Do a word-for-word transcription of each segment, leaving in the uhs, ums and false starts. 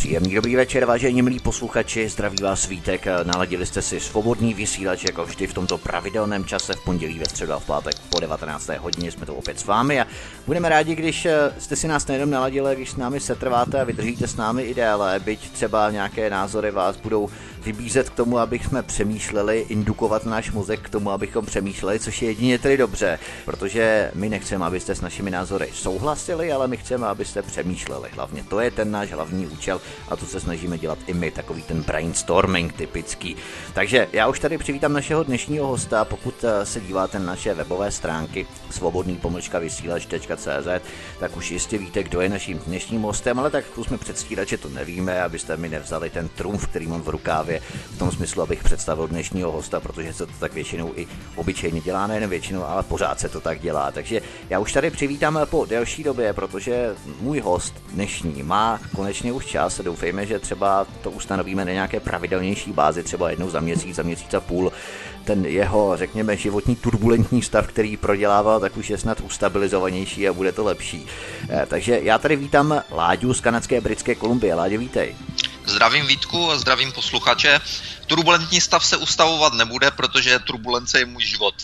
Příjemný dobrý večer, vážení milí posluchači, zdraví vás Vítek, naladili jste si svobodný vysílač jako vždy v tomto pravidelném čase v pondělí, ve středu a v pátek po devatenácté hodině jsme tu opět s vámi a budeme rádi, když jste si nás nejenom naladili, když s námi setrváte a vydržíte s námi i déle, byť třeba nějaké názory vás budou vybízet k tomu, abychom přemýšleli, indukovat náš mozek k tomu, abychom přemýšleli, což je jedině tedy dobře, protože my nechceme, abyste s našimi názory souhlasili, ale my chceme, abyste přemýšleli. Hlavně to je ten náš hlavní účel a to se snažíme dělat i my, takový ten brainstorming typický. Takže já už tady přivítám našeho dnešního hosta, pokud se díváte na naše webové stránky svobodný pomlčka vysílač tečka cé zet, tak už jistě víte, kdo je naším dnešním hostem, ale tak zkusme předstírat, že to nevíme, abyste mi nevzali ten trumf, který mám v rukávě, v tom smyslu, abych představil dnešního hosta, protože se to tak většinou i obyčejně dělá, nejen většinou, ale pořád se to tak dělá. Takže já už tady přivítám po delší době, protože můj host dnešní má konečně už čas. Doufejme, že třeba to ustanovíme na nějaké pravidelnější bázi, třeba jednou za měsíc, za měsíc a půl. Ten jeho, řekněme, životní turbulentní stav, který prodělával, tak už je snad ustabilizovanější a bude to lepší. Takže já tady vítám Láďu z kanadské Britské Kolumbie. Láďo, vítej. Zdravím Vítku a zdravím posluchače. Turbulentní stav se ustavovat nebude, protože turbulence je můj život.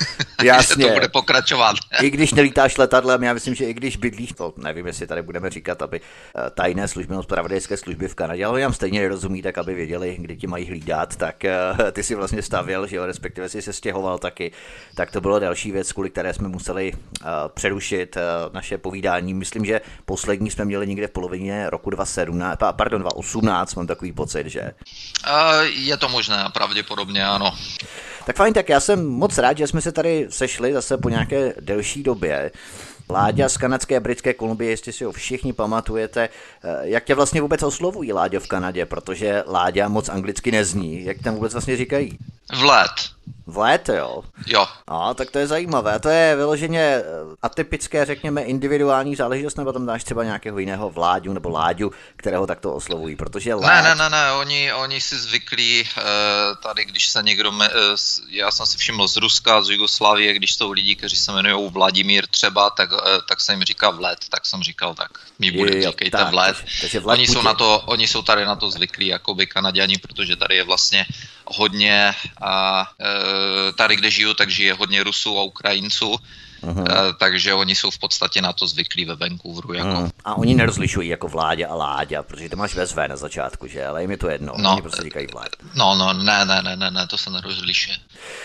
Jasně. To bude pokračovat. I když nelítáš letadlem, já myslím, že i když bydlíš, to nevím, jestli tady budeme říkat, aby tajné služby nebo zpravodajské služby v Kanadě, ale nám stejně nerozumí, tak aby věděli, kdy ti mají hlídat, tak ty si vlastně stavěl, že jo, respektive si se stěhoval taky, tak to bylo další věc, kvůli které jsme museli uh, přerušit uh, naše povídání. Myslím, že poslední jsme měli někde v polovině roku dva tisíce sedmnáct, pardon, dva tisíce osmnáct, mám takový pocit, že? Uh, je to možné, pravděpodobně ano. Tak fajn, tak já jsem moc rád, že jsme se tady sešli zase po nějaké delší době. Láďa z kanadské Britské Kolumbie, jestli si ho všichni pamatujete, jak tě vlastně vůbec oslovují Láďo v Kanadě, protože Láďa moc anglicky nezní, jak tam vůbec vlastně říkají? Vlet. Vlet, jo? Jo. A tak to je zajímavé. To je vyloženě atypické, řekněme, individuální záležitost, nebo tam dáš třeba nějakého jiného Vláďu nebo Láďu, kterého takto oslovují, protože Láď... Ne, ne, ne, ne, oni, oni si zvyklí tady, když se někdo, já jsem si všiml z Ruska, z Jugoslávie, když jsou lidi, kteří se jmenují Vladimír třeba, tak, tak se jim říká Vlet, tak jsem říkal, tak mi bude říkejte tak, Vlet. Takže Vlad oni, jsou na to, oni jsou tady na to zvyklí, jakoby Kanaďani, protože tady je vlastně hodně, a, e, tady kde žiju, tak žije hodně Rusů a Ukrajinců, uh-huh. e, takže oni jsou v podstatě na to zvyklí ve Vancouveru. Jako. Uh-huh. A oni nerozlišují jako Vláďa a Láďa, protože to máš ve své na začátku, že? Ale jim je to jedno, no, oni prostě říkají Vláď. No, no, ne, ne, ne, ne, ne, to se nerozlišuje.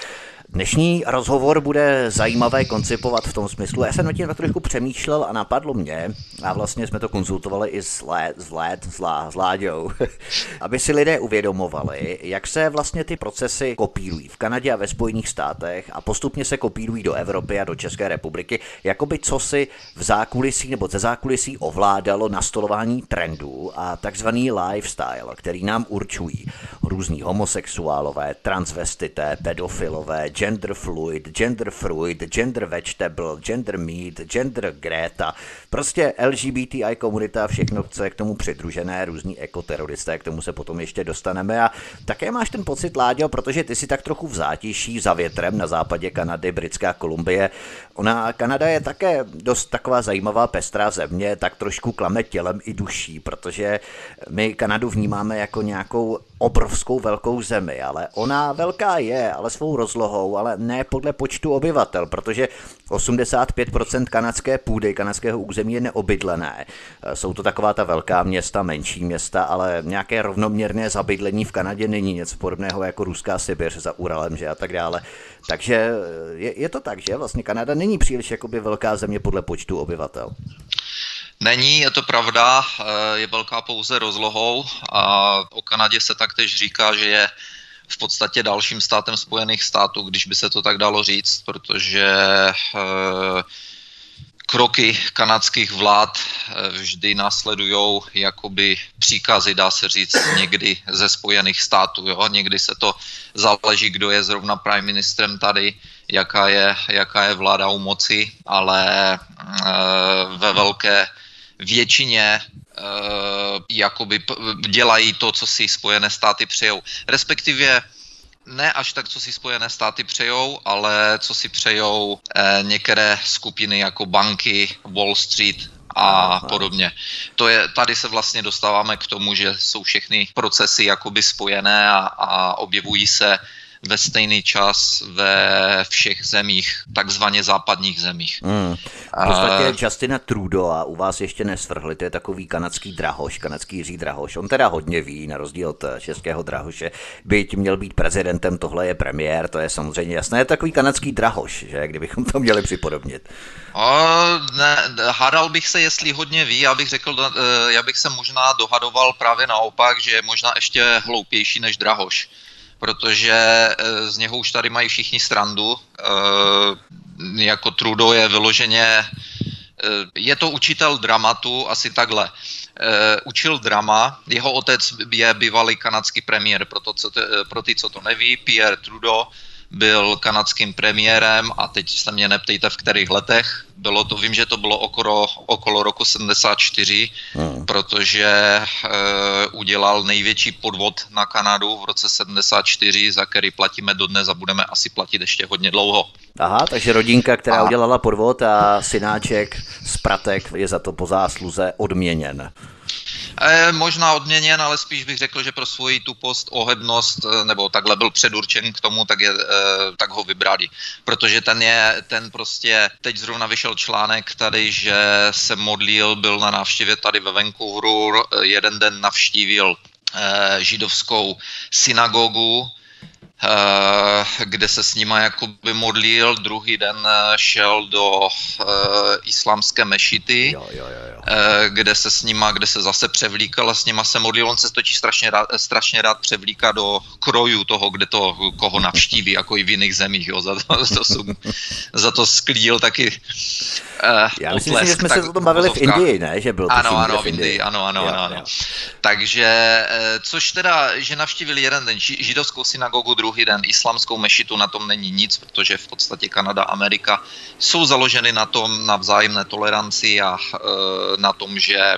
Dnešní rozhovor bude zajímavé koncipovat v tom smyslu, já jsem na tím tak trošku přemýšlel a napadlo mě, a vlastně jsme to konzultovali i s, Lé, s, Lé, s, Lá, s Láďou, aby si lidé uvědomovali, jak se vlastně ty procesy kopírují v Kanadě a ve Spojených státech a postupně se kopírují do Evropy a do České republiky, jakoby co si v zákulisí nebo ze zákulisí ovládalo nastolování trendů a takzvaný lifestyle, který nám určují různí homosexuálové, transvestité, pedofilové, gender fluid, gender fruit, gender vegetable, gender meat, gender Greta, prostě L G B T I komunita, všechno, co je k tomu přidružené, různí ekoteroristé, k tomu se potom ještě dostaneme. A také máš ten pocit, Láďo, protože ty si tak trochu v zátiší za větrem na západě Kanady, Britská Kolumbie. Ona, Kanada je také dost taková zajímavá pestrá země, tak trošku klame tělem i duší, protože my Kanadu vnímáme jako nějakou obrovskou velkou zemi, ale ona velká je, ale svou rozlohou, ale ne podle počtu obyvatel, protože osmdesát pět procent kanadské půdy, kanadského území je neobydlené. Jsou to taková ta velká města, menší města, ale nějaké rovnoměrné zabydlení v Kanadě není něco podobného jako ruská Sibiř za Uralem, že a tak dále. Takže je, je to tak, že vlastně Kanada není příliš jakoby velká země podle počtu obyvatel. Není, je to pravda, je velká pouze rozlohou a o Kanadě se taktéž říká, že je v podstatě dalším státem Spojených států, když by se to tak dalo říct, protože kroky kanadských vlád vždy následujou jakoby příkazy, dá se říct, někdy ze Spojených států. Jo? Někdy se to záleží, kdo je zrovna prime ministrem tady, jaká je, jaká je vláda u moci, ale e, ve velké většině e, jakoby dělají to, co si Spojené státy přejou. Respektive ne až tak, co si Spojené státy přejou, ale co si přejou e, některé skupiny jako banky, Wall Street a podobně. To je, tady se vlastně dostáváme k tomu, že jsou všechny procesy jakoby spojené a, a objevují se ve stejný čas ve všech zemích, takzvaně západních zemích. Hmm. V podstatě uh, Justina Trudeau u vás ještě nesvrhli, to je takový kanadský drahoš, kanadský Jiří Drahoš. On teda hodně ví, na rozdíl od českého drahoše. Byť měl být prezidentem, tohle je premiér, to je samozřejmě jasné. Je takový kanadský drahoš, že, kdybychom to měli připodobnit. Uh, ne, hádal bych se, jestli hodně ví, já bych řekl, uh, já bych se možná dohadoval právě naopak, že je možná ještě hloupější než Drahoš. Protože z něho už tady mají všichni srandu. Jako Trudeau je vyloženě, je to učitel dramatu, asi takhle. Učil drama, jeho otec je bývalý kanadský premiér, pro, to, co te, pro ty, co to neví, Pierre Trudeau byl kanadským premiérem a teď se mě neptejte, v kterých letech. Bylo to, vím, že to bylo okolo, okolo roku sedmdesát čtyři, hmm. protože e, udělal největší podvod na Kanadu v roce sedmdesát čtyři, za který platíme dodnes a budeme asi platit ještě hodně dlouho. Aha, takže rodinka, která a... udělala podvod a synáček z Pratek je za to po zásluze odměněn. E, možná odměněn, ale spíš bych řekl, že pro svoji tupost, ohebnost, nebo takhle byl předurčen k tomu, tak, je, e, tak ho vybrali. Protože ten je, ten prostě, teď zrovna vyšel článek tady, že se modlil, byl na návštěvě tady ve Vancouveru, jeden den navštívil e, židovskou synagogu, kde se s nima jakoby modlil, druhý den šel do uh, islámské mešity, jo, jo, jo. Uh, kde se s nima, kde se zase převlíkal a s nima se modlil. On se totiž strašně rád, strašně rád převlíká do krojů toho, kde to, koho navštíví, jako i v jiných zemích. Jo. Za, to, to jsem, za to sklidil taky uh, Já myslím, potlesk, že jsme tak, se o tom bavili v Indii, ne? Že byl ano, ano, v Indii, ano, ano, jo, ano, ano. Takže, uh, což teda, že navštívili jeden den židovskou synagogu, druhý den islámskou mešitu, na tom není nic, protože v podstatě Kanada a Amerika jsou založeny na tom, na vzájemné toleranci a e, na tom, že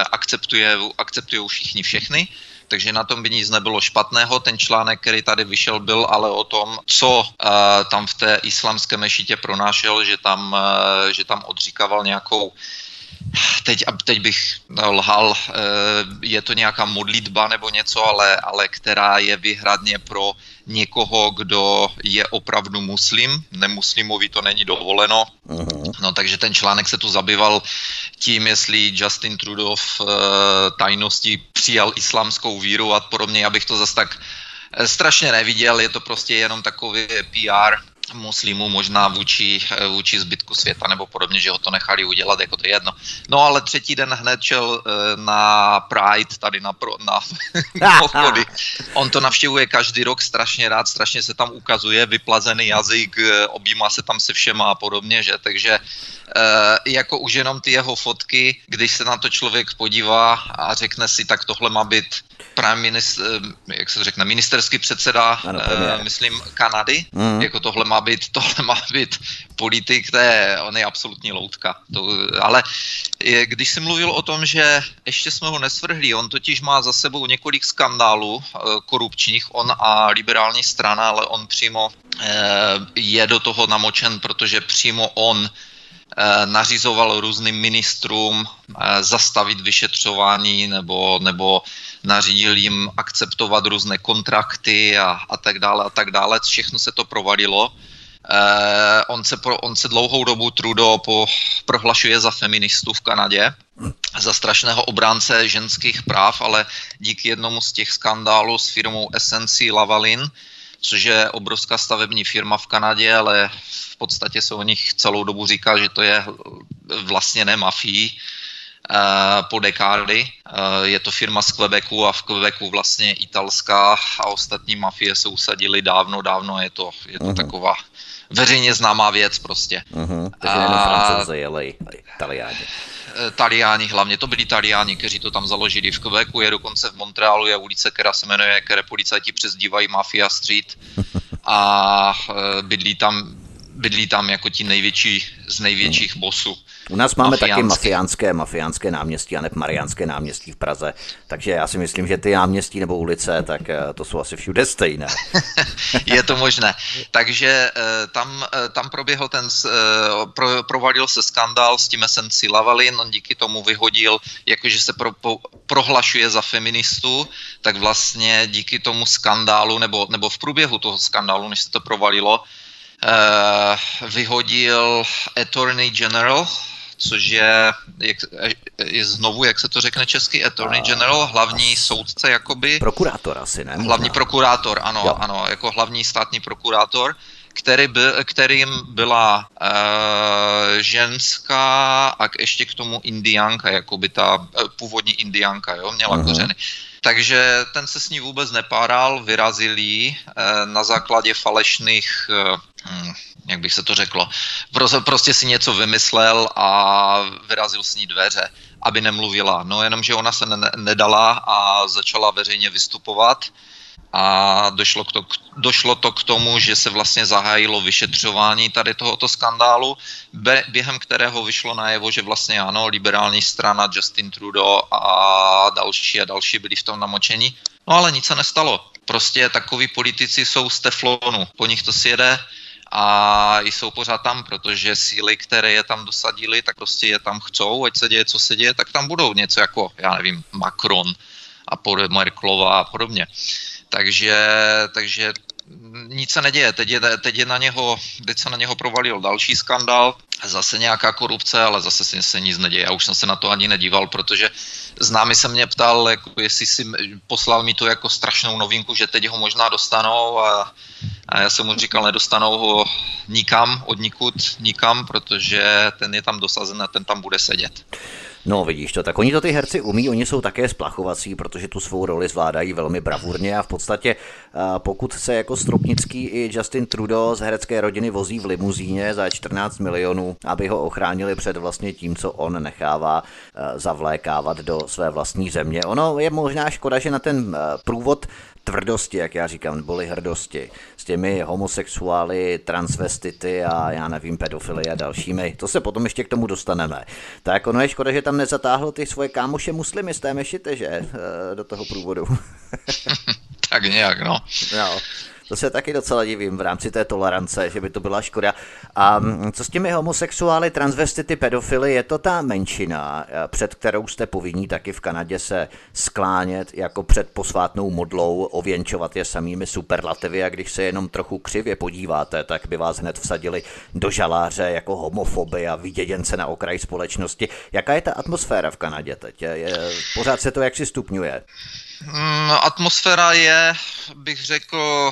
akceptují všichni všechny, takže na tom by nic nebylo špatného. Ten článek, který tady vyšel, byl ale o tom, co e, tam v té islámské mešitě pronášel, že tam, e, že tam odříkával nějakou Teď, teď bych lhal, je to nějaká modlitba nebo něco, ale, ale která je výhradně pro někoho, kdo je opravdu muslim. Nemuslimovi to není dovoleno. No takže ten článek se tu zabýval tím, jestli Justin Trudeau v tajnosti přijal islámskou víru a podobně. Já bych to zase tak strašně neviděl, je to prostě jenom takový P R muslimů možná vůči, vůči zbytku světa nebo podobně, že ho to nechali udělat, jako to je jedno. No ale třetí den hned šel na Pride, tady na, pro, na, na obchody. On to navštěvuje každý rok strašně rád, strašně se tam ukazuje, vyplazený jazyk, objímá se tam se všema a podobně, že, takže jako už jenom ty jeho fotky, když se na to člověk podívá a řekne si, tak tohle má být prime minister, jak se řekne, ministerský předseda, ano, uh, myslím, Kanady, mm. jako tohle má být, tohle má být politik, to je, on je absolutní loutka. To, ale je, když jsi mluvil o tom, že ještě jsme ho nesvrhli, on totiž má za sebou několik skandálů uh, korupčních, on a liberální strana, ale on přímo uh, je do toho namočen, protože přímo on nařizoval různým ministrům zastavit vyšetřování nebo, nebo nařídil jim akceptovat různé kontrakty a, a tak dále a tak dále. Všechno se to provalilo. Eh, on, se pro, on se dlouhou dobu Trudeau po, prohlašuje za feministu v Kanadě, za strašného obránce ženských práv, ale díky jednomu z těch skandálů s firmou S N C Lavalin, což je obrovská stavební firma v Kanadě, ale v podstatě se o nich celou dobu říká, že to je vlastně ne mafií po dekády. Je to firma z Quebecu a v Quebecu vlastně italská a ostatní mafie se usadily dávno, dávno. Je to, je to uh-huh. taková veřejně známá věc prostě. Uh-huh. Takže jenom Francouzi, ale Italiáni. Taliáni hlavně, to byli Taliáni, kteří to tam založili v Quebecu, je dokonce v Montrealu, je ulice, která se jmenuje, které policajti přezdívají Mafia Street a bydlí tam, bydlí tam jako ti největší z největších bossů. U nás máme mafiánský. taky mafiánské, mafiánské náměstí a ne Mariánské náměstí v Praze, takže já si myslím, že ty náměstí nebo ulice, tak to jsou asi všude stejné. Je to možné. Takže tam, tam proběhl ten, pro, provadil se skandál s tím es en cé Lavalin, on díky tomu vyhodil, jakože se pro, pro, prohlašuje za feministu, tak vlastně díky tomu skandálu, nebo, nebo v průběhu toho skandálu, než se to provalilo, vyhodil Attorney General, což je, jak, je znovu, jak se to řekne česky, Attorney General, hlavní soudce jakoby. Prokurátor asi, ne? Možná. Hlavní prokurátor, ano, jo. ano, jako hlavní státní prokurátor, který byl, kterým byla uh, ženská a ještě k tomu indiánka, jakoby ta uh, původní indiánka, jo, měla uh-huh. kořeny. Takže ten se s ní vůbec nepáral, vyrazil jí uh, na základě falešných, uh, jak bych se to řeklo, prostě, prostě si něco vymyslel a vyrazil s ní dveře, aby nemluvila. No jenomže ona se ne- nedala a začala veřejně vystupovat. A došlo, k to, došlo to k tomu, že se vlastně zahájilo vyšetřování tady tohoto skandálu, během kterého vyšlo najevo, že vlastně ano, liberální strana Justin Trudeau a další a další byli v tom namočení. No ale nic se nestalo. Prostě takoví politici jsou z teflonu, po nich to sjede a jsou pořád tam, protože síly, které je tam dosadili, tak prostě je tam chcou, ať se děje, co se děje, tak tam budou něco jako, já nevím, Macron a Merkelová a podobně. Takže, takže nic se neděje. Teď, je, teď, je na něho, teď se na něho provalil další skandál, zase nějaká korupce, ale zase se, se nic neděje. Já už jsem se na to ani nedíval, protože známý se mě ptal, jako jestli si poslal mi to jako strašnou novinku, že teď ho možná dostanou a, a já jsem mu říkal, nedostanou ho nikam, od nikud, nikam, protože ten je tam dosazen a ten tam bude sedět. No vidíš to, tak oni to ty herci umí, oni jsou také splachovací, protože tu svou roli zvládají velmi bravurně a v podstatě pokud se jako Stropnický i Justin Trudeau z herecké rodiny vozí v limuzíně za čtrnáct milionů, aby ho ochránili před vlastně tím, co on nechává zavlékávat do své vlastní země. Ono je možná škoda, že na ten průvod tvrdosti, jak já říkám, neboli hrdosti, s těmi homosexuály, transvestity a já nevím, pedofily a dalšími, to se potom ještě k tomu dostaneme. Tak ono je škoda, že tam nezatáhl ty svoje kámoše muslimy z té mešity, že, do toho průvodu. Tak nějak, no. No. To se taky docela divím v rámci té tolerance, že by to byla škoda. A co s těmi homosexuály, transvestity, pedofily, je to ta menšina, před kterou jste povinní taky v Kanadě se sklánět jako před posvátnou modlou, ověnčovat je samými superlativy a když se jenom trochu křivě podíváte, tak by vás hned vsadili do žaláře jako homofoby a vyděděnce na okraj společnosti. Jaká je ta atmosféra v Kanadě teď? Je, pořád se to jaksi stupňuje? Hmm, atmosféra je, bych řekl,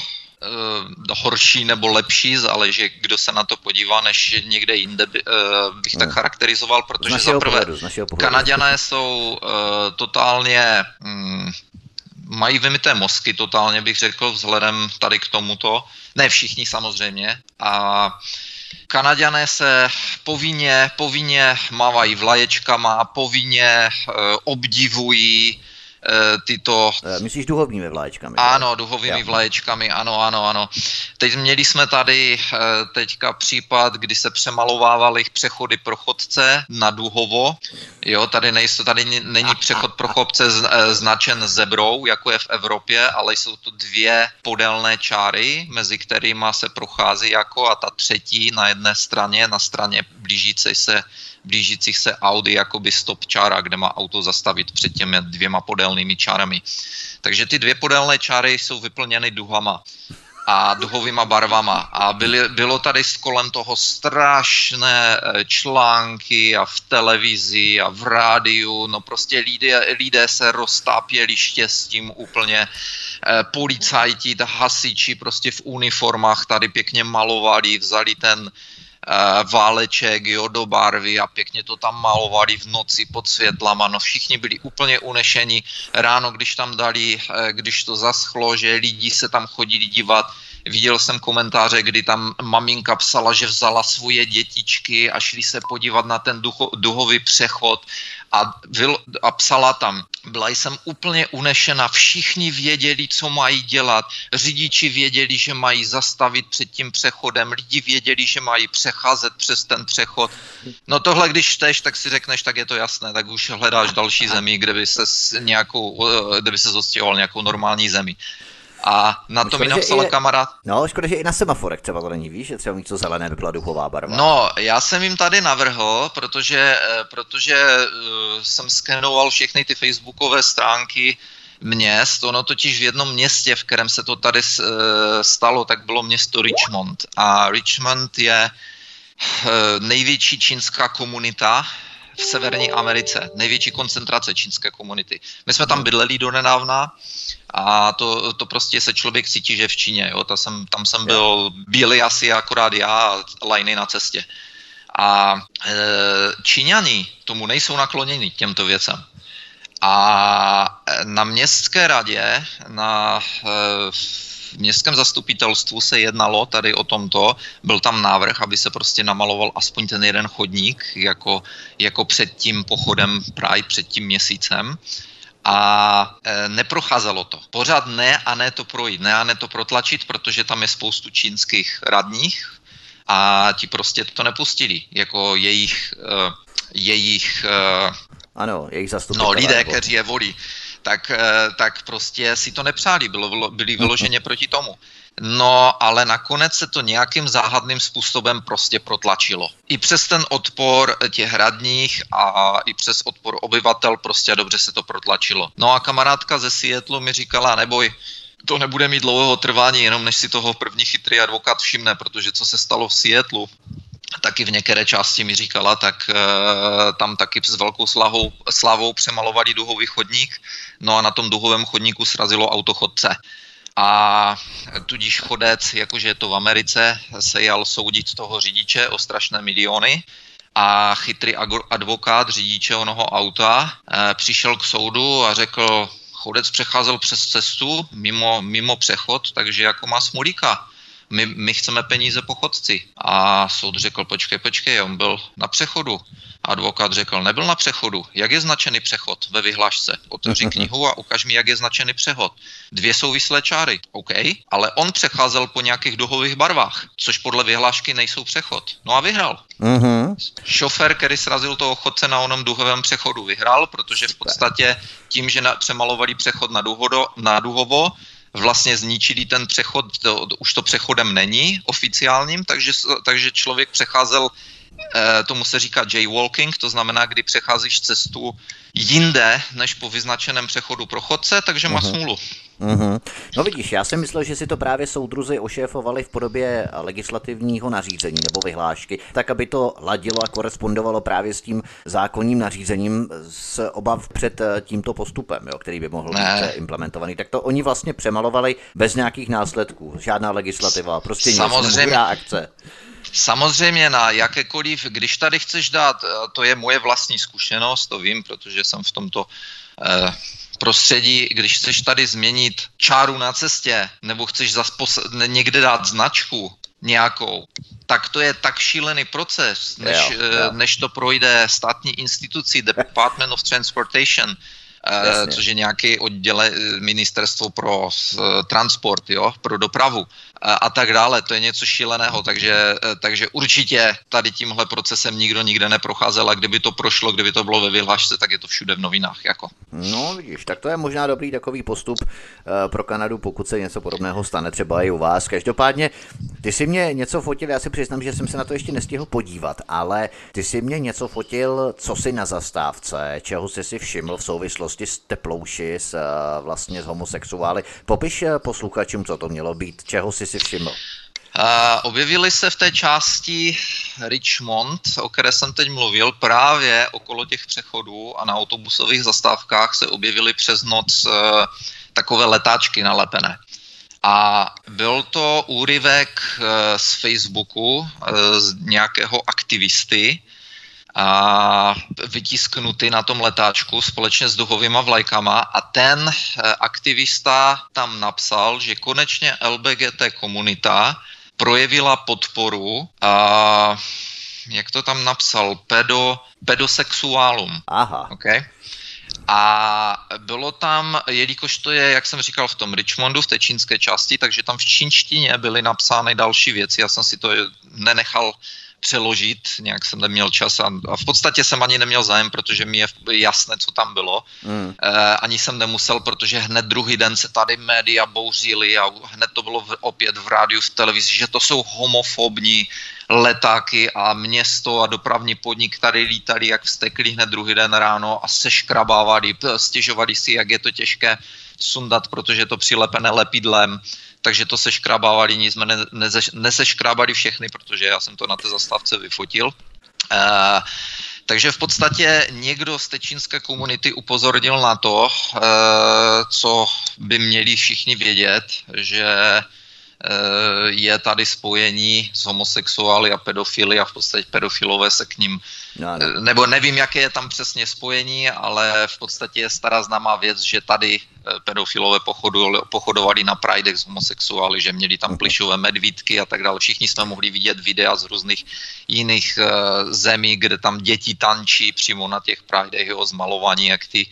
horší nebo lepší, záleží, kdo se na to podívá, než někde jinde by, uh, bych tak charakterizoval, protože zaprvé Kanaďané jsou uh, totálně, um, mají vymyté mozky totálně, bych řekl, vzhledem tady k tomuto. Ne všichni samozřejmě. A Kanaďané se povinně, povinně mávají vlaječkama, povinně uh, obdivují tyto... Myslíš duhovými vlaječkami? Ano, duhovými Já. vlaječkami, ano, ano, ano. Teď měli jsme tady teďka případ, kdy se přemalovávaly přechody pro chodce na duhovo. Jo, tady, nejsou, tady není přechod pro chodce značen zebrou, jako je v Evropě, ale jsou to dvě podélné čáry, mezi kterými se prochází jako a ta třetí na jedné straně, na straně blížící se blížících se Audi jakoby stop čára, kde má auto zastavit před těmi dvěma podélnými čárami. Takže ty dvě podélné čáry jsou vyplněny duhama a duhovýma barvama a byly, bylo tady kolem toho strašné články a v televizi a v rádiu, no prostě lidé, lidé se roztápěli štěstím úplně, policajti, hasiči prostě v uniformách tady pěkně malovali, vzali ten váleček, jo, do barvy a pěkně to tam malovali v noci pod světlama, no všichni byli úplně unešení. Ráno, když tam dali, když to zaschlo, že lidi se tam chodili dívat, viděl jsem komentáře, kdy tam maminka psala, že vzala svoje dětičky a šli se podívat na ten ducho, duhový přechod a, vyl, a psala tam, byla jsem úplně unešena, všichni věděli, co mají dělat, řidiči věděli, že mají zastavit před tím přechodem, lidi věděli, že mají přecházet přes ten přechod. No tohle, když čteš, tak si řekneš, tak je to jasné, tak už hledáš další zemi, kde by se nějakou, kde by se odstěhoval nějakou normální zemi. A na to mi napsal kamarád. No, škoda, že i na semaforech třeba to není, víš, že třeba něco zelené by byla duhová barva. No, já jsem jim tady navrhl, protože, protože jsem skenoval všechny ty facebookové stránky měst. Ono totiž v jednom městě, v kterém se to tady stalo, tak bylo město Richmond. A Richmond je největší čínská komunita v Severní Americe. Největší koncentrace čínské komunity. My jsme tam bydleli donedávna a to, to prostě se člověk cítí, že v Číně. Jo? Tam jsem, tam jsem byl bílý asi akorát já a lajny na cestě. A e, Číňani tomu nejsou nakloněni těmto věcem. A na městské radě, na e, v městském zastupitelstvu se jednalo tady o tomto, byl tam návrh, aby se prostě namaloval aspoň ten jeden chodník, jako, jako před tím pochodem Pride, před tím měsícem. A e, neprocházelo to. Pořád ne a ne to projít, ne a ne to protlačit, protože tam je spoustu čínských radních a ti prostě to nepustili, jako jejich, e, jejich e, ano, jejich zastupitelé. No, lidé, kteří je volí, tak, tak prostě si to nepřáli, bylo, byli vyloženě proti tomu. No, ale nakonec se to nějakým záhadným způsobem prostě protlačilo. I přes ten odpor těch radních a i přes odpor obyvatel prostě dobře se to protlačilo. No a kamarádka ze Seattlu mi říkala, neboj, to nebude mít dlouhého trvání, jenom než si toho první chytrý advokát všimne, protože co se stalo v Seattlu, taky v některé části mi říkala, tak e, tam taky s velkou slavou, slavou přemalovali duhový chodník, no a na tom duhovém chodníku srazilo auto chodce. A tudíž chodec, jakože je to v Americe, se jal soudit toho řidiče o strašné miliony a chytrý advokát řidiče onoho auta e, přišel k soudu a řekl, chodec přecházel přes cestu mimo, mimo přechod, takže jako má smolíka. My, my chceme peníze po chodci. A soud řekl, počkej, počkej, on byl na přechodu. Advokát řekl, nebyl na přechodu. Jak je značený přechod ve vyhlášce? Otevři knihu a ukaž mi, jak je značený přechod. Dvě souvislé čáry. OK, ale on přecházel po nějakých duhových barvách, což podle vyhlášky nejsou přechod. No a vyhrál. Mm-hmm. Šofér, který srazil toho chodce na onom duhovém přechodu, vyhrál, protože v podstatě tím, že na, přemalovali přechod na, duhodo, na duhovo, vlastně zničili ten přechod, to, už to přechodem není oficiálním, takže, takže člověk přecházel, eh, tomu se říká jaywalking, to znamená, kdy přecházíš cestu jinde, než po vyznačeném přechodu pro chodce, takže má smůlu. Mm-hmm. No vidíš, já jsem myslel, že si to právě soudruzi ošéfovali v podobě legislativního nařízení nebo vyhlášky, tak aby to ladilo a korespondovalo právě s tím zákonním nařízením z obav před tímto postupem, jo, který by mohl ne. být implementovaný. Tak to oni vlastně přemalovali bez nějakých následků, žádná legislativa, prostě nic, nebo akce. Samozřejmě na jakékoliv, když tady chceš dát, to je moje vlastní zkušenost, to vím, protože jsem v tomto eh, prostředí, když chceš tady změnit čáru na cestě, nebo chceš zaspos- někde dát značku nějakou, tak to je tak šílený proces, než, jo, jo. než to projde státní institucí Department of Transportation, Uh, což je nějaké odděle ministerstvo pro uh, transport, jo, pro dopravu uh, a tak dále. To je něco šíleného, takže, uh, takže určitě tady tímhle procesem nikdo nikde neprocházel a kdyby to prošlo, kdyby to bylo ve vyhlášce, tak je to všude v novinách. Jako. No vidíš, tak to je možná dobrý takový postup uh, pro Kanadu, pokud se něco podobného stane třeba i u vás. Každopádně, ty si mě něco fotil, já si přiznám, že jsem se na to ještě nestihl podívat, ale ty si mě něco fotil, co si na zastávce, čeho jsi si všiml v souvislosti s teplouši, s, vlastně s homosexuály. Popiš posluchačům, co to mělo být, čeho jsi si všiml. Uh, objevily se v té části Richmond, o které jsem teď mluvil, právě okolo těch přechodů a na autobusových zastávkách se objevily přes noc uh, takové letáčky nalepené. A byl to úryvek uh, z Facebooku uh, z nějakého aktivisty, a vytisknuty na tom letáčku společně s duhovýma vlajkama a ten aktivista tam napsal, že konečně L B G T komunita projevila podporu a jak to tam napsal, pedo, pedosexuálům. Aha. Okay? A bylo tam, jelikož to je, jak jsem říkal, v tom Richmondu, v té čínské části, takže tam v čínštině byly napsány další věci. Já jsem si to nenechal přeložit, nějak jsem neměl čas a, a v podstatě jsem ani neměl zájem, protože mi je jasné, co tam bylo. Mm. E, ani jsem nemusel, protože hned druhý den se tady média bouřily a hned to bylo v, opět v rádiu, v televizi, že to jsou homofobní letáky a město a dopravní podnik tady lítali jak vstekli hned druhý den ráno a seškrabávali, stěžovali si, jak je to těžké sundat, protože je to přilepené lepidlem. Takže to seškrabávali, nic jsme ne, neze, neseškrábali všechny, protože já jsem to na té zastávce vyfotil. E, takže v podstatě někdo z té čínské komunity upozornil na to, e, co by měli všichni vědět, že je tady spojení s homosexuály a pedofily a v podstatě pedofilové se k ním, no, no. nebo nevím, jaké je tam přesně spojení, ale v podstatě je stará známá věc, že tady pedofilové pochodovali na pridech s homosexuály, že měli tam plišové medvídky a tak dále. Všichni jsme mohli vidět videa z různých jiných zemí, kde tam děti tančí přímo na těch pridech, jo, zmalování, jak ty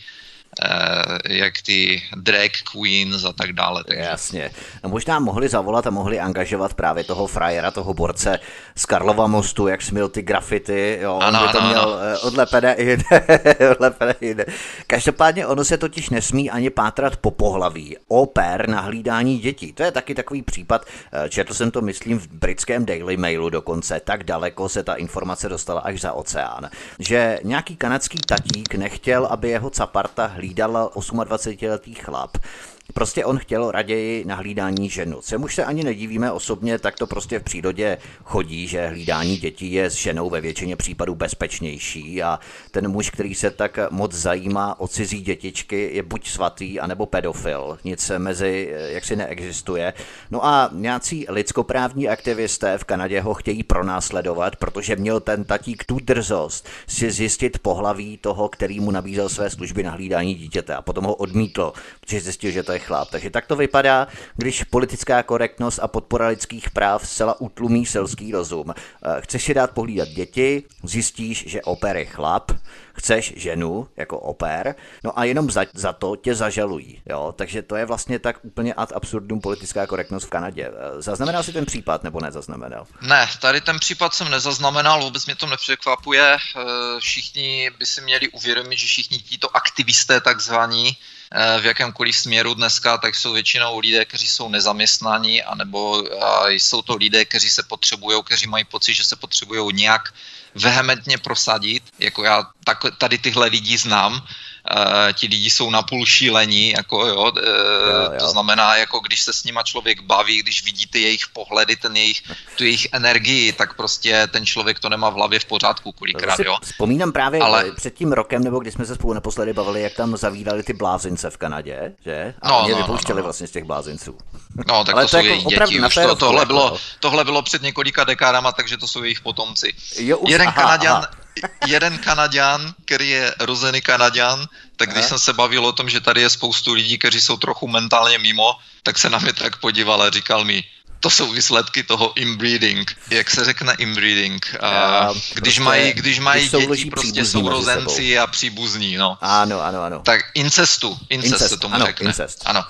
jak ty drag queens a tak dále. Takže. Jasně. No možná mohli zavolat a mohli angažovat právě toho frajera, toho borce z Karlova mostu, jak smil ty grafity, jo, on ano, by to ano, měl ano. odlepené i jinde, odlepené i jinde. Každopádně ono se totiž nesmí ani pátrat po pohlaví. Au pair na hlídání dětí. To je taky takový případ, četl jsem to, myslím, v britském Daily Mailu dokonce, tak daleko se ta informace dostala až za oceán, že nějaký kanadský tatík nechtěl, aby jeho caparta hlídal osmadvacetiletý chlap. Prostě on chtěl raději na hlídání ženu. Čemuž se ani nedivíme osobně, tak to prostě v přírodě chodí, že hlídání dětí je s ženou ve většině případů bezpečnější a ten muž, který se tak moc zajímá o cizí dětičky, je buď svatý, anebo pedofil. Nic mezi jaksi neexistuje. No a nějací lidskoprávní aktivisté v Kanadě ho chtějí pronásledovat, protože měl ten tatík tu drzost si zjistit pohlaví toho, který mu nabízel své služby na hlídání dítěte a potom ho odmítl, protože zjistil, že to je chlap. Takže tak to vypadá, když politická korektnost a podpora lidských práv zcela utlumí selský rozum. Chceš si dát pohlídat děti, zjistíš, že au pair je chlap, chceš ženu jako au pair, no a jenom za, za to tě zažalují. Jo? Takže to je vlastně tak úplně ad absurdum politická korektnost v Kanadě. Zaznamenal jsi ten případ, nebo nezaznamenal? Ne, tady ten případ jsem nezaznamenal, vůbec mě to nepřekvapuje. Všichni by si měli uvědomit, že všichni títo aktivisté takzvaní v jakémkoliv směru dneska, tak jsou většinou lidé, kteří jsou nezaměstnaní, anebo jsou to lidé, kteří se potřebují, kteří mají pocit, že se potřebují nějak vehementně prosadit, jako já tak, tady tyhle lidi znám, uh, ti lidi jsou napůl šílení, jako jo, uh, jo, jo. To znamená, jako když se s nima člověk baví, když vidíte jejich pohledy, ten jejich, tu jejich energii, tak prostě ten člověk to nemá v hlavě v pořádku kolikrát, jo. Vzpomínám právě Ale... před tím rokem, nebo když jsme se spolu naposledy bavili, jak tam zavírali ty blázince v Kanadě, že? A no, mě no, vypouštěli no, no. vlastně z těch blázinců. No, tak ale to, to jsou jako jejich děti, už to, tohle, bylo, tohle bylo před několika dekádama, takže to jsou jejich potomci. Jo, už, jeden aha, Kanaďan, aha. jeden Kanaďan, který je rozený Kanaďan, tak když aha. jsem se bavil o tom, že tady je spoustu lidí, kteří jsou trochu mentálně mimo, tak se na mě tak podíval a říkal mi, to jsou výsledky toho inbreeding. Jak se řekne inbreeding? A když prostě, mají, když mají když děti, prostě sourozenci a příbuzní. No. Ano, ano, ano. Tak incestu, incest, incest se tomu ano, řekne. Incest. Ano.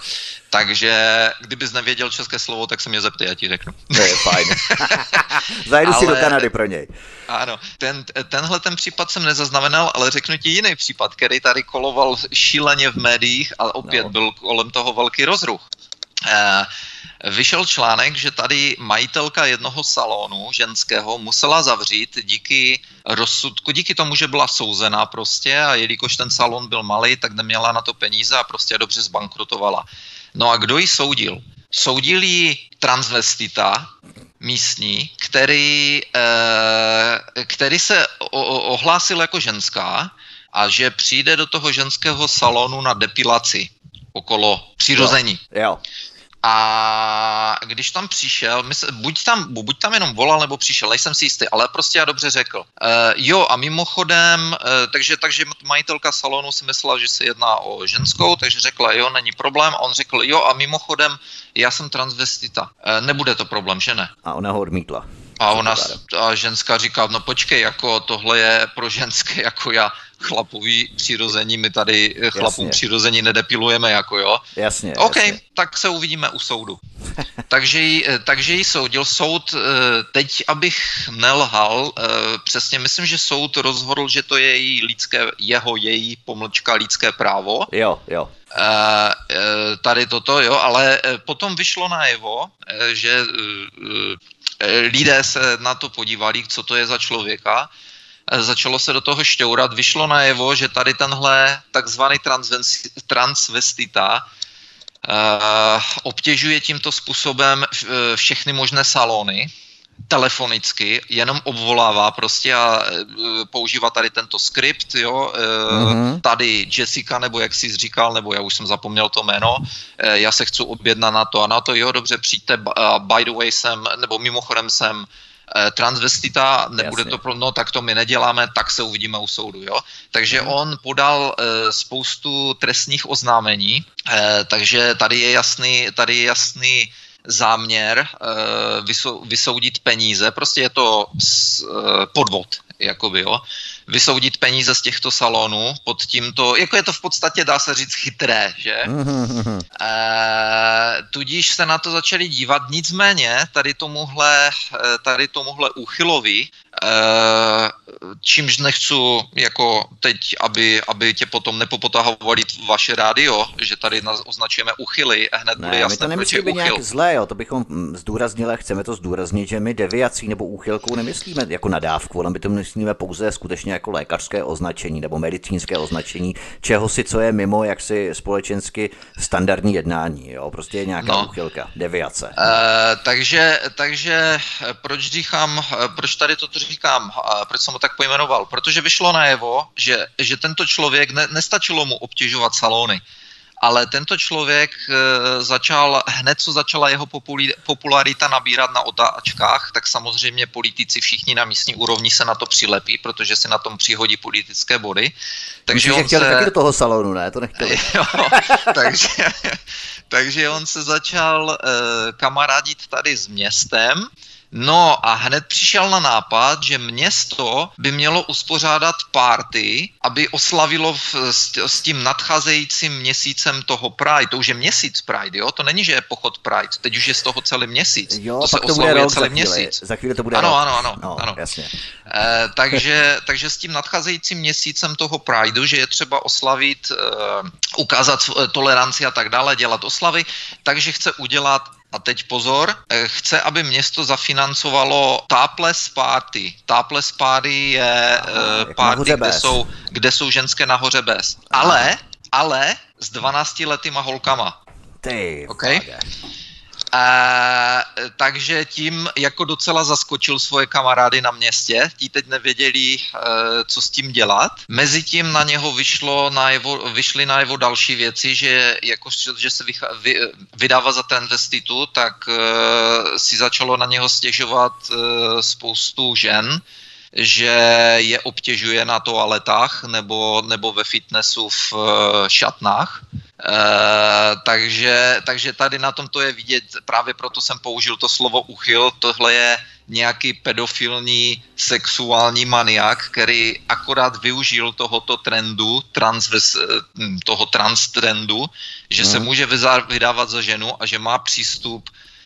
Takže kdybys nevěděl české slovo, tak se mě zeptej, já ti řeknu. To je fajn. Zajedu si do Kanady pro něj. Ano, ten, tenhle ten případ jsem nezaznamenal, ale řeknu ti jiný případ, který tady koloval šíleně v médiích a opět no. byl kolem toho velký rozruch. Uh, vyšel článek, že tady majitelka jednoho salonu ženského musela zavřít díky rozsudku, díky tomu, že byla souzená prostě a jelikož ten salon byl malý, tak neměla na to peníze a prostě dobře zbankrotovala. No a kdo ji soudil? Soudil ji transvestita místní, který, uh, který se o- ohlásil jako ženská a že přijde do toho ženského salonu na depilaci okolo přirození. Jo. Jo. A když tam přišel, mysl, buď, tam, buď tam jenom volal, nebo přišel, nejsem si jistý, ale prostě já dobře řekl. Uh, jo a mimochodem, uh, takže, takže majitelka salonu si myslela, že se jedná o ženskou, takže řekla jo, není problém. A on řekl jo a mimochodem, já jsem transvestita. Uh, nebude to problém, že ne? A ona ho odmítla. A ona, a ženská říká, no počkej, jako tohle je pro ženské, jako já chlapový přirození, my tady chlapům přirození nedepilujeme, jako jo. Jasně, OK, jasně. tak se uvidíme u soudu. takže, jí, takže jí soudil soud, teď abych nelhal, přesně myslím, že soud rozhodl, že to je její lidské, jeho, její pomlčka lidské právo. Jo, jo. Tady toto, jo, ale potom vyšlo najevo, že lidé se na to podívali, co to je za člověka, začalo se do toho šťourat, vyšlo najevo, že tady tenhle takzvaný transvestita uh, obtěžuje tímto způsobem všechny možné salony, telefonicky, jenom obvolává prostě a uh, používá tady tento skript, jo, uh, mm-hmm. tady Jessica, nebo jak jsi říkal, nebo já už jsem zapomněl to jméno, uh, já se chci objednat na to a na to, jo, dobře, přijďte, uh, by the way jsem, nebo mimochodem jsem transvestita, nebude Jasně. to, no tak to my neděláme, tak se uvidíme u soudu, jo. Takže hmm. on podal e, spoustu trestních oznámení, e, takže tady je jasný, tady je jasný záměr e, vysou, vysoudit peníze, prostě je to s, e, podvod, jakoby, jo. Vysoudit peníze z těchto salonů pod tímto, jako je to v podstatě, dá se říct, chytré, že? Mm-hmm. E, tudíž se na to začali dívat, nicméně tady tomuhle, tady tomuhle úchylovi, e, čímž nechci jako teď, aby, aby tě potom nepopotahovali vaše rádio, že tady nás označujeme úchyly, hned bude jasné, my to nemyslíme nějak zlé, jo, to bychom zdůraznili, chceme to zdůraznit, že my deviací nebo úchylkou nemyslíme jako nadávku, ale my to myslíme pouze skutečně jako lékařské označení nebo medicínské označení, čeho si, co je mimo jaksi společensky standardní jednání, jo, prostě je nějaká no. úchylka, deviace. Uh, takže, takže proč říkám, proč tady toto říkám, proč jsem ho tak pojmenoval, protože vyšlo najevo, že, že tento člověk, ne, nestačilo mu obtěžovat salony, ale tento člověk e, začal, hned co začala jeho populi, popularita nabírat na otáčkách, tak samozřejmě politici všichni na místní úrovni se na to přilepí, protože si na tom přihodí politické body. Takže Myslíš, on chtěli se... taky do toho salonu, ne? To nechtěli. Jo, takže, takže on se začal e, kamarádit tady s městem. No a hned přišel na nápad, že město by mělo uspořádat party, aby oslavilo v, s, s tím nadcházejícím měsícem toho Pride. To už je měsíc Pride, jo? To není, že je pochod Pride, teď už je z toho celý měsíc. Jo, to se to oslavuje bude rok celý za chvíli. měsíc. Za chvíli to bude ano, rok. Ano, ano, no, ano. Jasně. Eh, takže, takže s tím nadcházejícím měsícem toho Prideu, že je třeba oslavit, eh, ukázat toleranci a tak dále, dělat oslavy, takže chce udělat. A teď pozor, chce, aby město zafinancovalo topless party. Topless party je Aha, uh, party, kde jsou, kde jsou ženské nahoře bez. Ale, ale s dvanáctiletýma holkama. Ty, okay? A, takže tím jako docela zaskočil svoje kamarády na městě, ti teď nevěděli, co s tím dělat. Mezitím na něho vyšlo najevo, vyšly najevo další věci, že jako, že se vycha, vy, vydává za transvestitu, tak uh, si začalo na něho stěžovat uh, spoustu žen, že je obtěžuje na toaletách nebo, nebo ve fitnessu v uh, šatnách. Uh, takže, takže tady na tom to je vidět, právě proto jsem použil to slovo uchyl, tohle je nějaký pedofilní sexuální maniak, který akorát využil tohoto trendu, transves, toho trans trendu, že hmm. se může vydávat za ženu a že má přístup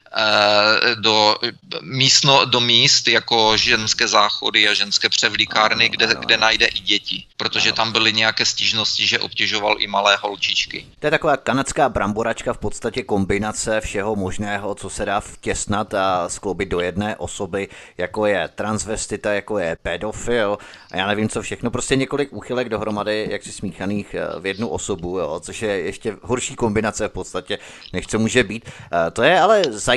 do, místno, do míst jako ženské záchody a ženské převlíkárny, ano, kde, ano, kde najde i děti, protože ano. tam byly nějaké stížnosti, že obtěžoval i malé holčičky. To je taková kanadská bramboračka, v podstatě kombinace všeho možného, co se dá vtěsnat a skloubit do jedné osoby, jako je transvestita, jako je pedofil a já nevím co všechno, prostě několik úchylek dohromady, jaksi smíchaných v jednu osobu, jo, což je ještě horší kombinace v podstatě, než co může být. To je ale zajímavé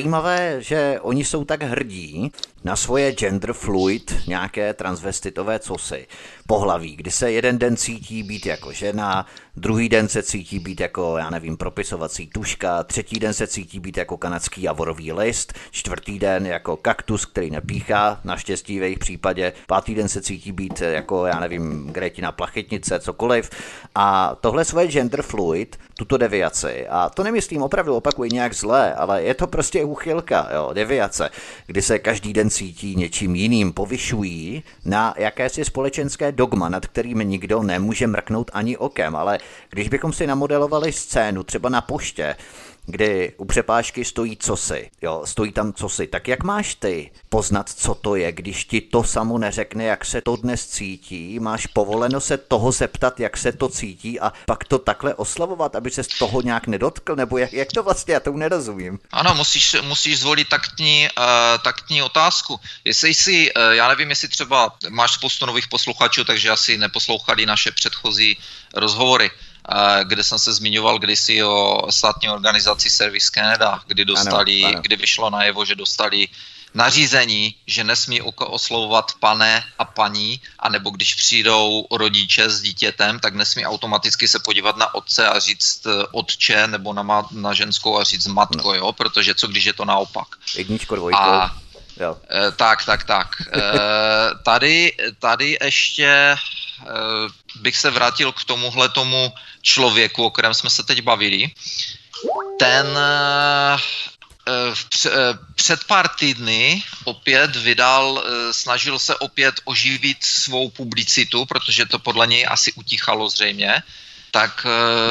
zajímavé, že oni jsou tak hrdí na svoje gender fluid, nějaké transvestitové cosi, pohlaví, kdy se jeden den cítí být jako žena, druhý den se cítí být jako, já nevím, propisovací tužka, třetí den se cítí být jako kanadský javorový list, čtvrtý den jako kaktus, který nepíchá, naštěstí v jejich případě, pátý den se cítí být jako, já nevím, Gretina plachetnice, cokoliv. A tohle svoje gender fluid, tuto deviaci, a to nemyslím opravdu, opakuji nějak zlé, ale je to prostě úchylka, jo, deviace, kdy se každý den cítí něčím jiným, povyšují na jakési společenské dogma, nad kterým nikdo nemůže mrknout ani okem, ale když bychom si namodelovali scénu třeba na poště, kdy u přepážky stojí cosi, jo, stojí tam cosi, tak jak máš ty poznat, co to je, když ti to samo neřekne, jak se to dnes cítí, máš povoleno se toho zeptat, jak se to cítí a pak to takhle oslavovat, aby se z toho nějak nedotkl, nebo jak, jak to vlastně, já tomu nerozumím. Ano, musíš, musíš zvolit taktní, uh, taktní otázku. Jestli si, uh, já nevím, jestli třeba máš spoustu nových posluchačů, takže asi neposlouchali naše předchozí rozhovory, kde jsem se zmiňoval kdysi o státní organizaci Service Canada, kdy dostali, ano, ano. kdy vyšlo najevo, že dostali nařízení, že nesmí oslovovat pane a paní, anebo když přijdou rodiče s dítětem, tak nesmí automaticky se podívat na otce a říct otče, nebo na, ma- na ženskou a říct matko, no. jo, protože co když je to naopak. Jedničko, dvojko. A, jo. E, tak, tak, tak. E, tady, tady ještě e, bych se vrátil k tomuhle tomu člověku, o kterém jsme se teď bavili. Ten před pár týdny opět vydal, snažil se opět oživit svou publicitu, protože to podle něj asi utichalo zřejmě, tak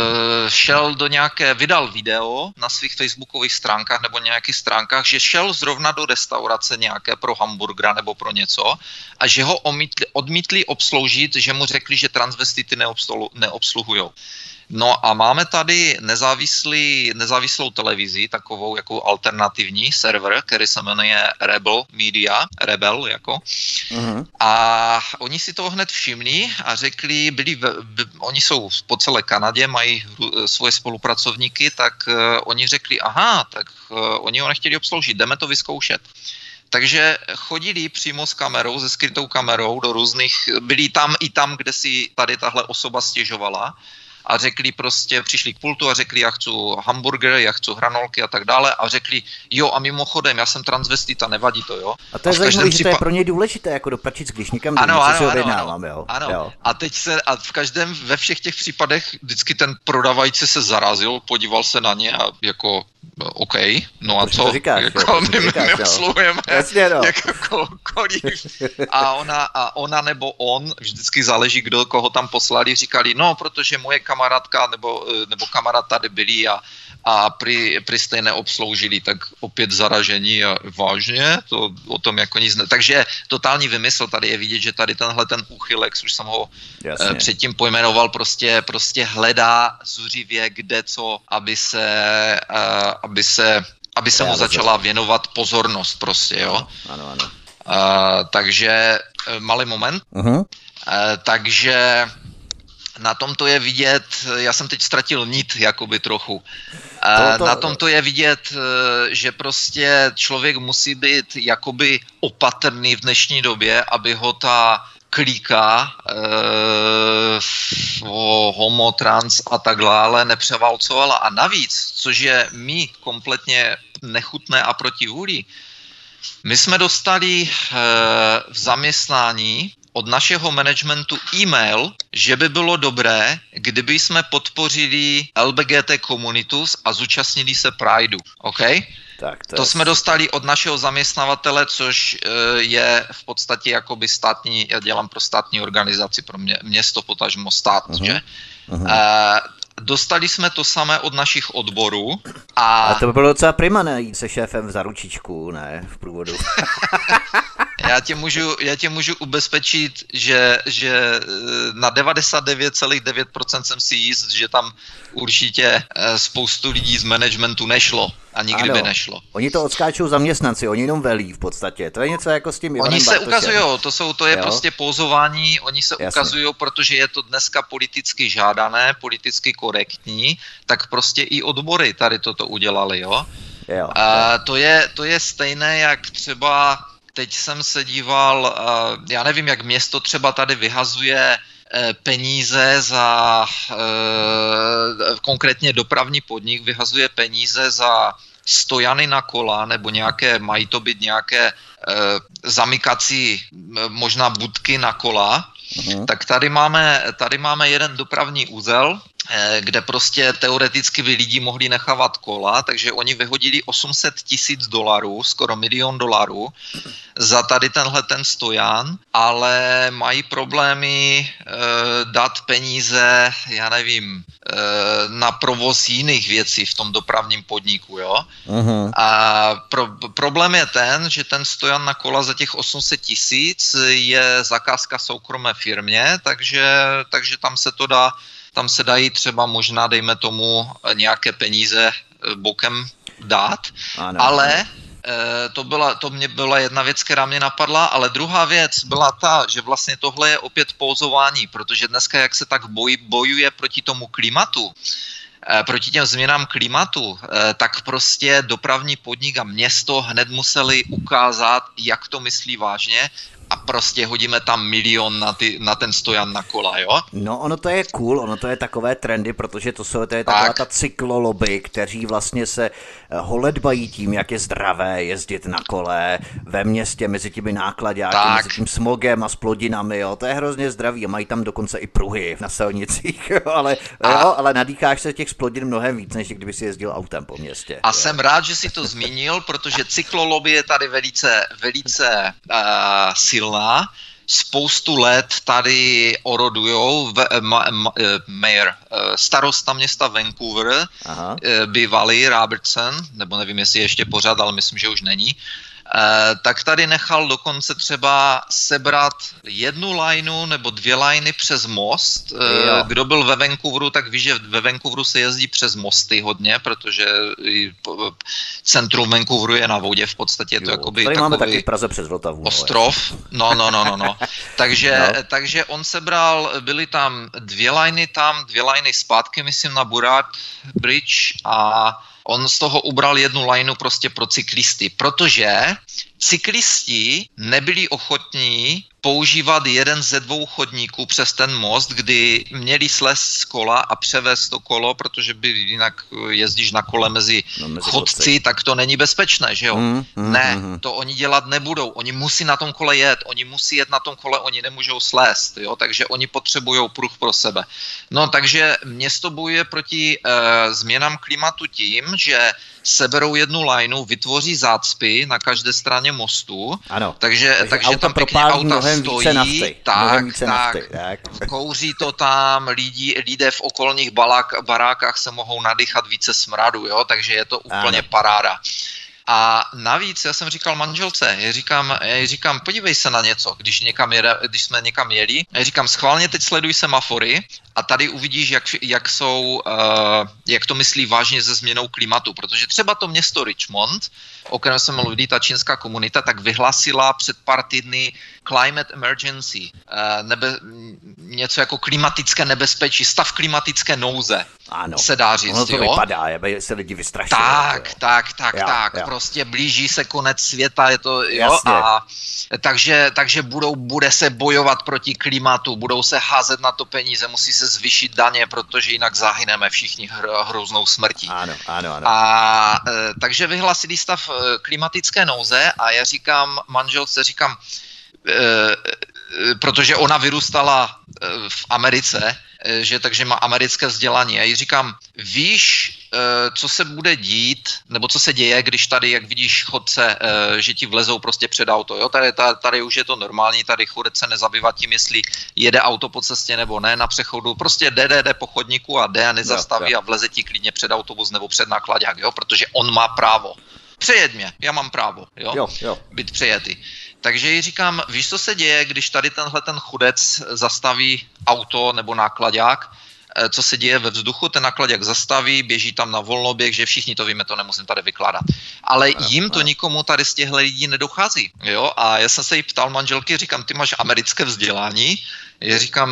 šel do nějaké, vydal video na svých facebookových stránkách nebo nějakých stránkách, že šel zrovna do restaurace nějaké pro hamburgera nebo pro něco a že ho odmítli, odmítli obsloužit, že mu řekli, že transvestity neobsluhujou. No a máme tady nezávislý, nezávislou televizi, takovou jako alternativní server, který se jmenuje Rebel Media, Rebel jako. Uh-huh. A oni si toho hned všimli a řekli, byli, v, b, oni jsou po celé Kanadě, mají svoje spolupracovníky, tak uh, oni řekli, aha, tak uh, oni ho nechtěli obsloužit, jdeme to vyzkoušet. Takže chodili přímo s kamerou, se skrytou kamerou do různých, byli tam i tam, kde si tady tahle osoba stěžovala. A řekli prostě, přišli k pultu a řekli, já chci hamburger, já chci hranolky a tak dále a řekli, jo a mimochodem, já jsem transvestita, nevadí to, jo. A to je zajímavé, že to je pro něj důležité, jako do pračic, když nikam jde, ano, co ano, si ano, objednávám, ano, jo. Ano, jo. a teď se, a v každém, ve všech těch případech vždycky ten prodavající se zarazil, podíval se na ně a jako, OK, no a proč co, to říkáš, jako jo, my, říkáš, my obsluhujeme Jasně, no. jakokoliv. A ona, a ona nebo on, vždycky záleží, kdo koho tam poslali, říkali, no, protože moje kamarádka nebo, nebo kamarád tady byli a, a pri, pri stejné obsloužili, tak opět zaražení a vážně, to o tom jako nic ne. Takže totální vymysl, tady je vidět, že tady tenhle ten úchylek, už jsem ho Jasně. předtím pojmenoval, prostě, prostě hledá zuřivě kde co, aby se, aby se, aby se mu začala věnovat pozornost prostě, jo. Ano, ano. Uh, takže malý moment. Uh-huh. Uh, takže na tom to je vidět, já jsem teď ztratil nit jakoby trochu. Uh, to, to, na tom to je vidět, uh, že prostě člověk musí být jakoby opatrný v dnešní době, aby ho ta klíka uh, o homo, trans a tak dále nepřeválcovala. A navíc, což je mi kompletně nechutné a proti vůli, my jsme dostali uh, v zaměstnání od našeho managementu e-mail, že by bylo dobré, kdyby jsme podpořili L G B T komunitu a zúčastnili se Prideu, OK? Tak to, to je... jsme dostali od našeho zaměstnavatele, což uh, je v podstatě jakoby státní, já dělám pro státní organizaci, pro mě, město, potažmo stát, uh-huh. že? Uh-huh. Uh, Dostali jsme to samé od našich odborů. A, a to by bylo docela prima, ne? Jít se šéfem za ručičku, ne? V průvodu. já, tě můžu, já tě můžu ubezpečit, že, že na devadesát devět celá devět procent jsem si jist, že tam určitě spoustu lidí z managementu nešlo. A nikdy ano, by nešlo. Oni to odskáčou zaměstnanci, oni jenom velí v podstatě. To je něco jako s tím Ivanem Oni se Bartošem. ukazují, to, jsou, to je jo? prostě pózování, oni se Jasně. ukazují, protože je to dneska politicky žádané, politicky korektní, tak prostě i odbory tady toto udělali, jo. Jo, jo. Uh, to, je, to je stejné, jak třeba teď jsem se díval, uh, já nevím, jak město třeba tady vyhazuje uh, peníze za, uh, konkrétně dopravní podnik vyhazuje peníze za stojany na kola, nebo nějaké, mají to být nějaké uh, zamykací možná budky na kola, uh-huh. tak tady máme, tady máme jeden dopravní úzel, kde prostě teoreticky by lidi mohli nechávat kola, takže oni vyhodili osm set tisíc dolarů, skoro milion dolarů za tady tenhle ten stojan, ale mají problémy e, dát peníze, já nevím, e, na provoz jiných věcí v tom dopravním podniku, jo. Uh-huh. A pro, problém je ten, že ten stojan na kola za těch osm set tisíc je zakázka soukromé firmě, takže, takže tam se to dá Tam se dají třeba možná, dejme tomu, nějaké peníze bokem dát, ano, ale ano. To, byla, to mě byla jedna věc, která mě napadla, ale druhá věc byla ta, že vlastně tohle je opět pózování, protože dneska, jak se tak boj, bojuje proti tomu klimatu, proti těm změnám klimatu, tak prostě dopravní podnik a město hned museli ukázat, jak to myslí vážně, a prostě hodíme tam milion na, ty, na ten stojan na kola, jo? No ono to je cool, ono to je takové trendy, protože to, jsou, to je taková tak. ta cyklolobby, kteří vlastně se holedbají tím, jak je zdravé jezdit na kole ve městě mezi těmi náklaďáky, mezi tím smogem a splodinami, jo? To je hrozně zdravý a mají tam dokonce i pruhy na silnicích, jo? Ale, a... jo? Ale nadýcháš se těch splodin mnohem víc, než kdyby si jezdil autem po městě. A jo? Jsem rád, že jsi to zmínil, protože cyklolobby je tady velice, velice uh, silná. Spoustu let tady orodujou v, ma, ma, mayor, starosta města Vancouver, Aha. bývalý Robertson, nebo nevím, jestli ještě pořád, ale myslím, že už není, tak tady nechal dokonce třeba sebrat jednu lajnu nebo dvě lajny přes most. Jo. Kdo byl ve Vancouveru, tak ví, že ve Vancouveru se jezdí přes mosty hodně, protože centrum Vancouveru je na vodě, v podstatě je to jo. jakoby tady takový máme taky v Praze přes Vltavu. Ostrov. No, no, no, no, no. takže, no. takže on sebral, byly tam dvě lajny tam, dvě lajny zpátky, myslím, na Burrard Bridge a on z toho ubral jednu lajnu prostě pro cyklisty, protože cyklisti nebyli ochotní používat jeden ze dvou chodníků přes ten most, kdy měli slést z kola a převést to kolo, protože by jinak jezdíš na kole mezi, no, mezi chodci, chodci, tak to není bezpečné, že jo? Mm, mm, ne, mm. to oni dělat nebudou, oni musí na tom kole jet, oni musí jet na tom kole, oni nemůžou slést, jo? Takže oni potřebují pruh pro sebe. No, takže město bojuje proti uh, změnám klimatu tím, že seberou jednu lajnu, vytvoří zácpy na každé straně mostu, ano, takže, takže, takže tam pěkně auta stojí, nafty, tak, tak, nafty, tak, kouří to tam, lidi, lidé v okolních balák, barákách se mohou nadýchat více smradu, jo, takže je to úplně ano. paráda. A navíc já jsem říkal manželce, já říkám, já říkám, podívej se na něco, když, někam jede, když jsme někam jeli, já říkám, schválně teď sleduj semafory a tady uvidíš, jak, jak, jsou, uh, jak to myslí vážně se změnou klimatu, protože třeba to město Richmond, o kterém jsem mluví, ta čínská komunita, tak vyhlásila před pár týdny climate emergency, uh, nebe, něco jako klimatické nebezpečí, stav klimatické nouze, ano, se dá říct, ono to jo? vypadá, aby se lidi vystrašili. Tak, tak, tak, jo, tak, jo. prostě blíží se konec světa, je to, jo, a takže, takže budou, bude se bojovat proti klimatu, budou se házet na to peníze, musí se zvýšit daně, protože jinak zahyneme všichni hr, hroznou smrtí. Ano, ano, ano. A e, takže vyhlásili stav e, klimatické nouze a já říkám manželce, říkám, e, e, protože ona vyrůstala e, v Americe, e, že takže má americké vzdělání. A jí říkám, víš, co se bude dít, nebo co se děje, když tady, jak vidíš chodce, že ti vlezou prostě před auto. Jo? Tady, tady, tady už je to normální, tady chodec se nezabývá tím, jestli jede auto po cestě nebo ne na přechodu. Prostě jde, jde, jde po chodníku a jde a nezastaví a vleze ti klidně před autobus nebo před náklaďák, jo? Protože on má právo. Přejed mě, já mám právo, jo? Jo, jo. Být přejetý. Takže jí říkám, víš, co se děje, když tady tenhle ten chudec zastaví auto nebo náklaďák, co se děje ve vzduchu, ten náklaďák zastaví, běží tam na volnoběh, že všichni to víme, to nemusím tady vykládat. ale jim to nikomu tady z těchto lidí nedochází. Jo? A já jsem se jí ptal manželky, říkám, ty máš americké vzdělání? Já říkám,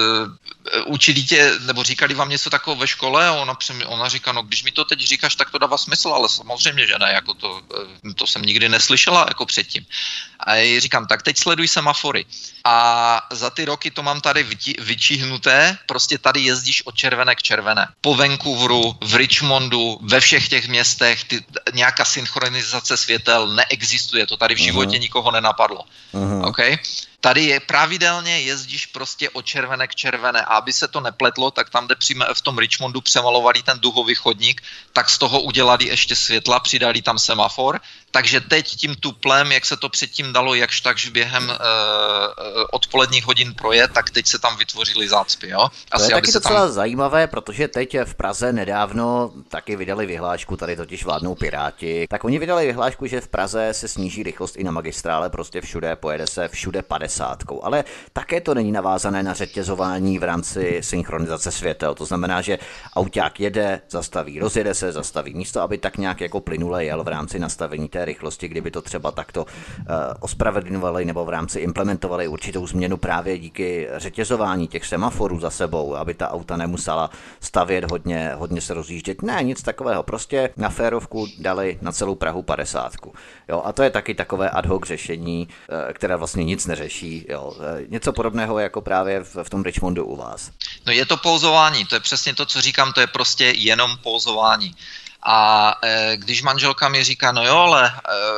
uh, učí dítě, nebo říkali vám něco takového ve škole? A ona, ona říká, no když mi to teď říkáš, tak to dává smysl, ale samozřejmě, že ne, jako to, to jsem nikdy neslyšela jako předtím. A já říkám, tak teď sleduj semafory. A za ty roky to mám tady vyčíhnuté, prostě tady jezdíš od červené k červené. Po Vancouveru, v Richmondu, ve všech těch městech, ty, nějaká synchronizace světel neexistuje, to tady v životě uh-huh. nikoho nenapadlo. Uh-huh. Okay? Tady je pravidelně jezdíš prostě od červené k červené a aby se to nepletlo, tak tam, kde přijme, v tom Richmondu přemalovali ten duhový chodník, tak z toho udělali ještě světla, přidali tam semafor, takže teď tím tuplem, jak se to předtím dalo jakž takž během uh, odpoledních hodin projet, tak teď se tam vytvořily zácpy. Jo? Asi, to je taky docela tam... zajímavé, protože teď v Praze nedávno taky vydali vyhlášku, tady totiž vládnou Piráti, tak oni vydali vyhlášku, že v Praze se sníží rychlost i na magistrále, prostě všude, pojede se všude padesátkou, ale také to není navázané na řetězování v rámci synchronizace světel, to znamená, že auták jede, zastaví, rozjede se, zastaví místo, aby tak nějak jako plynule jel v rámci nastavení té rychlosti, kdyby to třeba takto uh, ospravedlňovali nebo v rámci implementovali určitou změnu právě díky řetězování těch semaforů za sebou, aby ta auta nemusela stavět hodně, hodně se rozjíždět. Ne, nic takového, prostě na férovku dali na celou Prahu padesátku. Jo, a to je taky takové ad hoc řešení, které vlastně nic neřeší. Jo. Něco podobného jako právě v, v tom Richmondu u vás. No je to pouzování, to je přesně to, co říkám, to je prostě jenom pouzování. A e, když manželka mi říká, no jo, ale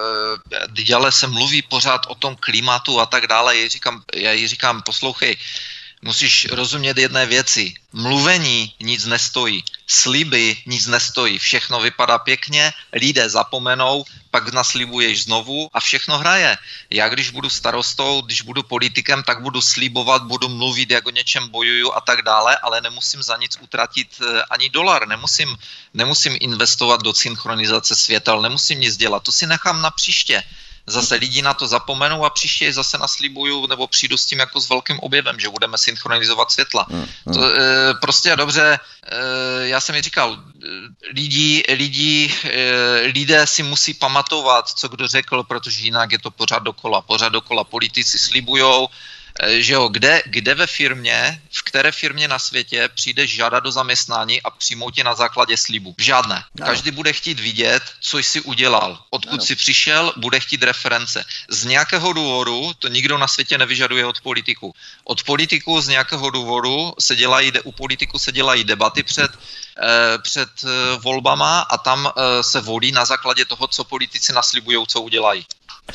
e, ale se mluví pořád o tom klimatu a tak dále, já jí říkám, já jí říkám poslouchej, musíš rozumět jedné věci. Mluvení nic nestojí, sliby nic nestojí, všechno vypadá pěkně, lidé zapomenou, pak naslibuješ znovu a všechno hraje. Já když budu starostou, když budu politikem, tak budu slibovat, budu mluvit, jak o něčem bojuju a tak dále, ale nemusím za nic utratit ani dolar, nemusím, nemusím investovat do synchronizace světel, nemusím nic dělat, to si nechám na příště. Zase lidi na to zapomenou a příště zase naslibuju nebo přijdu s tím jako s velkým objevem, že budeme synchronizovat světla. Mm, mm. To e, prostě dobře, e, já jsem mi říkal, lidi, lidi, e, lidé si musí pamatovat, co kdo řekl, protože jinak je to pořád dokola. Pořád dokola politici slibujou, že jo, kde, kde ve firmě, v které firmě na světě přijdeš žádat do zaměstnání a přijmou tě na základě slibu? Žádné. No. Každý bude chtít vidět, co jsi udělal. Odkud no. jsi přišel, bude chtít reference. Z nějakého důvodu to nikdo na světě nevyžaduje od politiků. Od politiků z nějakého důvodu se dělají, u politiků se dělají debaty před eh, před eh, volbama a tam eh, se volí na základě toho, co politici naslibujou, co udělají.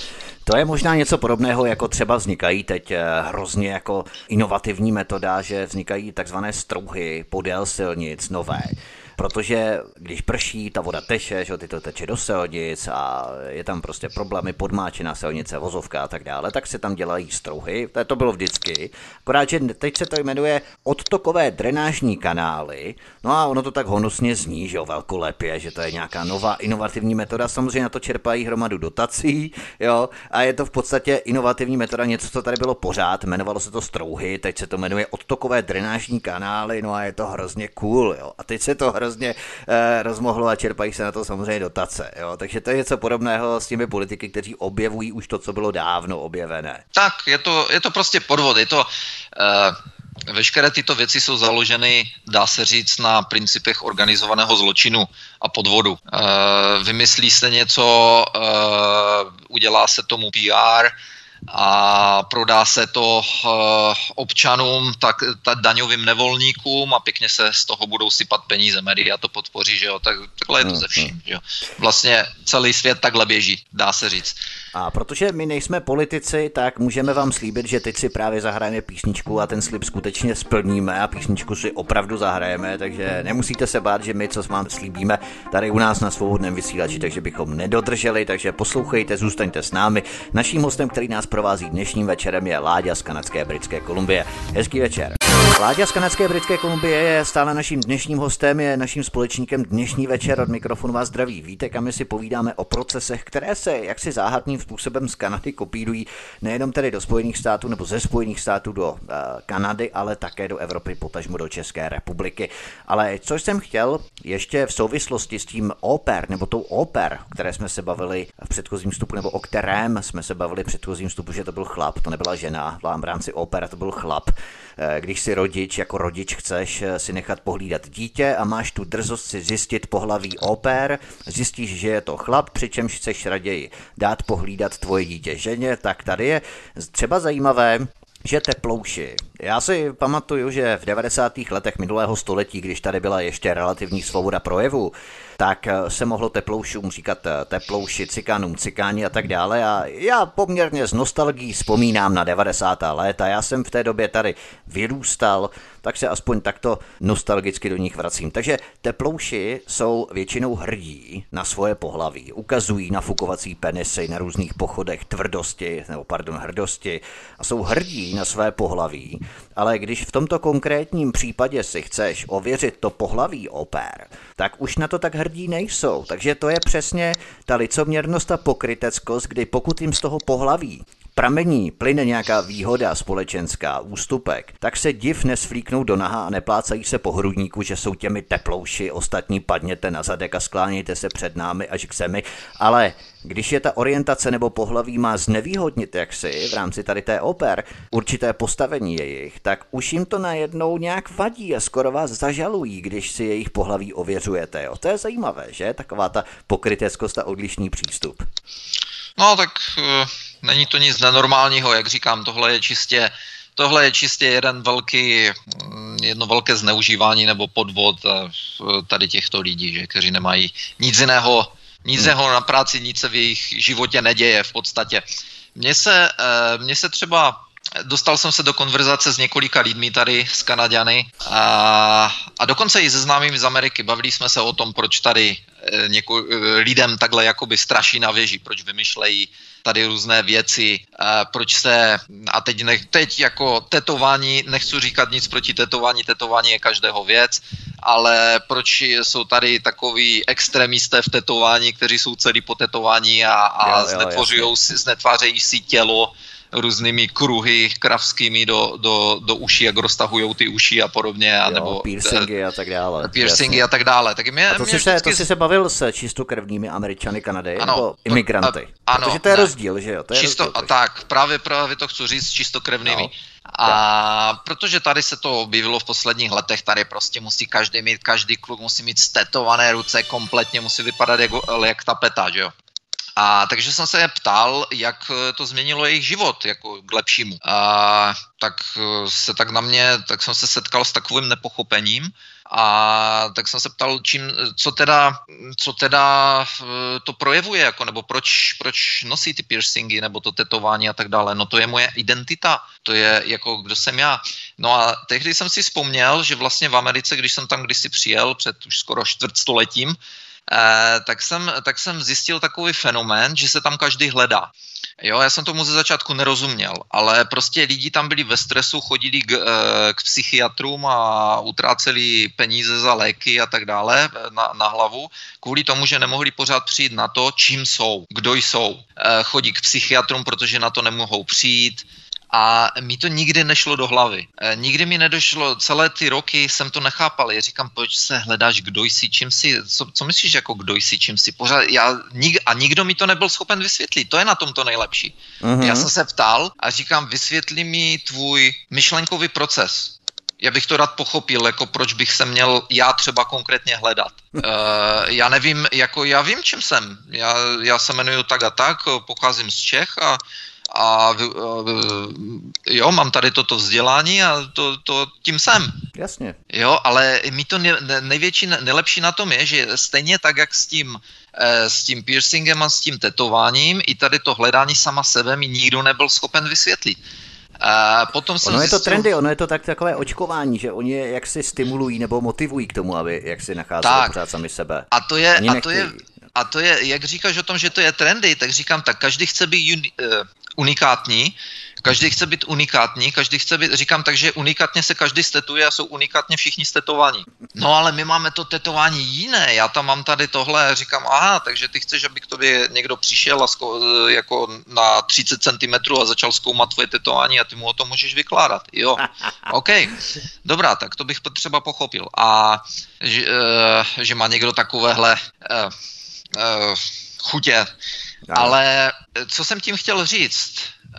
To je možná něco podobného, jako třeba vznikají teď hrozně jako inovativní metoda, že vznikají takzvané strouhy podél silnic nové. Protože když prší, ta voda teče, že ty to teče do silnic a je tam prostě problémy, podmáčená silnice, vozovka a tak dále, tak se tam dělají strouhy, to bylo vždycky. Akorát, že teď se to jmenuje odtokové drenážní kanály, no a ono to tak honosně zní, že jo, velkolepě, že to je nějaká nová inovativní metoda, samozřejmě na to čerpají hromadu dotací, jo, a je to v podstatě inovativní metoda, něco, co tady bylo pořád, jmenovalo se to strouhy, teď se to jmenuje odtokové drenážní kanály, no a je to hrozně cool, jo, a teď se to hrozně hrozně eh, rozmohlo a čerpají se na to samozřejmě dotace. Jo? Takže to je něco podobného s těmi politiky, kteří objevují už to, co bylo dávno objevené. Tak, je to, je to prostě podvod. Je to, eh, veškeré tyto věci jsou založeny, dá se říct, na principech organizovaného zločinu a podvodu. Eh, vymyslí se něco, eh, udělá se tomu P R, a prodá se to uh, občanům, tak ta daňovým nevolníkům a pěkně se z toho budou sypat peníze, média to podpoří, že jo, tak, takhle je to ze vším, že jo. Vlastně celý svět takhle běží, dá se říct. A protože my nejsme politici, tak můžeme vám slíbit, že teď si právě zahrajeme písničku a ten slib skutečně splníme a písničku si opravdu zahrajeme, takže nemusíte se bát, že my, co vám slíbíme, tady u nás na Svobodném vysílači, takže bychom nedodrželi, takže poslouchejte, zůstaňte s námi. Naším hostem, který nás provází dnešním večerem, je Láďa z kanadské Britské Kolumbie. Hezký večer. Láďa z kanadské Britské Kolumbie je stále naším dnešním hostem, je naším společníkem dnešní večer. Od mikrofonu vás zdraví Vítek a my si povídáme o procesech, které se jaksi záhadným způsobem z Kanady kopírují nejenom tedy do Spojených států nebo ze Spojených států do uh, Kanady, ale také do Evropy, potažmo do České republiky. Ale co jsem chtěl ještě v souvislosti s tím oper, nebo tou oper, o které jsme se bavili v předchozím vstupu, nebo o kterém jsme se bavili v předchozím vstupu, že to byl chlap, to nebyla žena, v rámci opera to byl chlap. Když si rodič, jako rodič chceš si nechat pohlídat dítě a máš tu drzost si zjistit pohlaví oper, zjistíš, že je to chlap, přičemž chceš raději dát pohlídat tvoje dítě ženě, tak tady je třeba zajímavé, že teplouši. Já si pamatuju, že v devadesátých letech minulého století, když tady byla ještě relativní svoboda projevu, tak se mohlo teploušům říkat teplouši, cikánům cikáni a tak dále. A já poměrně s nostalgií vzpomínám na devadesátá léta. Já jsem v té době tady vyrůstal, tak se aspoň takto nostalgicky do nich vracím. Takže teplouši jsou většinou hrdí na svoje pohlaví. Ukazují nafukovací penisy na různých pochodech tvrdosti, nebo pardon, hrdosti a jsou hrdí na své pohlaví. Ale když v tomto konkrétním případě si chceš ověřit to pohlaví oper, tak už na to tak hrdí nejsou. Takže to je přesně ta licoměrnost a pokryteckost, kdy pokud jim z toho pohlaví pramení, plyne nějaká výhoda společenská, ústupek, tak se div nesflíknou do naha a neplácají se po hrudníku, že jsou těmi teplouši, ostatní padněte na zadek a sklánějte se před námi až k zemi, ale když je ta orientace nebo pohlaví má znevýhodnit jaksi v rámci tady té oper určité postavení jejich, tak už jim to najednou nějak vadí a skoro vás zažalují, když si jejich pohlaví ověřujete. Jo. To je zajímavé, že? Taková ta pokryteckost a odlišný přístup. No tak uh, není to nic nenormálního, jak říkám, tohle je čistě, tohle je čistě jeden velký, jedno velké zneužívání nebo podvod uh, tady těchto lidí, že, kteří nemají nic jiného, nic jiného hmm. na práci, nic se v jejich životě neděje v podstatě. Mně se, uh, mně se třeba Dostal jsem se do konverzace s několika lidmi tady, s Kanaďany a, a dokonce i se známými z Ameriky. Bavili jsme se o tom, proč tady něko, lidem takhle jakoby straší na věži, proč vymýšlejí tady různé věci, a proč se, a teď, ne, teď jako tetování, nechci říkat nic proti tetování, tetování je každého věc, ale proč jsou tady takový extremisté v tetování, kteří jsou celý po tetování a, a znetvářejí si tělo různými kruhy kravskými do, do, do uší, jak roztahují ty uši a podobně. A jo, nebo piercingy a tak dále. Piercingy jasně. a tak dále. Tak mě, a to, mě jsi vždycky... se, to jsi se bavil s čistokrevnými Američany Kanady, ano, nebo imigranty? A, ano. Protože to je ne. rozdíl, že jo? To je Čisto, rozdíl, a tak, právě, právě to chci říct s čistokrevnými. No. A tak. Protože tady se to objevilo v posledních letech, tady prostě musí každý mít, každý kluk musí mít stetované ruce, kompletně musí vypadat jako, jak tapeta, že jo? A takže jsem se je ptal, jak to změnilo jejich život jako k lepšímu. A tak se tak na mě, tak jsem se setkal s takovým nepochopením a tak jsem se ptal, čím, co teda, co teda to projevuje, jako, nebo proč, proč nosí ty piercingy, nebo to tetování a tak dále. No to je moje identita, to je jako, kdo jsem já. No a tehdy jsem si vzpomněl, že vlastně v Americe, když jsem tam kdysi přijel před už skoro čtvrtstoletím, Eh, tak, jsem, tak jsem zjistil takový fenomén, že se tam každý hledá. Jo, já jsem tomu ze začátku nerozuměl, ale prostě lidi tam byli ve stresu, chodili k, eh, k psychiatrům a utráceli peníze za léky a tak dále na, na hlavu, kvůli tomu, že nemohli pořád přijít na to, čím jsou, kdo jsou. Eh, chodí k psychiatrům, protože na to nemohou přijít. A mi to nikdy nešlo do hlavy. E, nikdy mi nedošlo, celé ty roky jsem to nechápal. Já říkám, proč se hledáš, kdo jsi, čím jsi, co, co myslíš jako kdo jsi, čím jsi. Pořád, já, nik, a nikdo mi to nebyl schopen vysvětlit, to je na tom to nejlepší. Mm-hmm. Já jsem se ptal a říkám, vysvětli mi tvůj myšlenkový proces. Já bych to rád pochopil, jako proč bych se měl já třeba konkrétně hledat. E, já nevím, jako já vím, čím jsem. Já, já se jmenuji tak a tak, pocházím z Čech a A jo, mám tady toto vzdělání a to, to tím jsem. Jasně. Jo, ale mi to největší, nejlepší na tom je, že stejně tak, jak s tím, s tím piercingem a s tím tetováním, i tady to hledání sama sebe mi nikdo nebyl schopen vysvětlit. A potom jsem ono je to zjistil... trendy, ono je to tak takové očkování, že oni je jaksi stimulují nebo motivují k tomu, aby jaksi nacházeli tak, pořád sami sebe. A to je, a to je, a to je, jak říkáš o tom, že to je trendy, tak říkám, tak každý chce být uni, uh, unikátní, Každý chce být unikátní, každý chce být, říkám tak, že unikátně se každý stetuje a jsou unikátně všichni stetovaní. No ale my máme to tetování jiné, já tam mám tady tohle a říkám, aha, takže ty chceš, aby k tobě někdo přišel a zko, jako na třicet centimetrů a začal zkoumat tvoje tetování a ty mu o tom můžeš vykládat. Jo, OK, dobrá, tak to bych třeba pochopil. A že, že má někdo takovéhle uh, uh, chutě. Ale co jsem tím chtěl říct?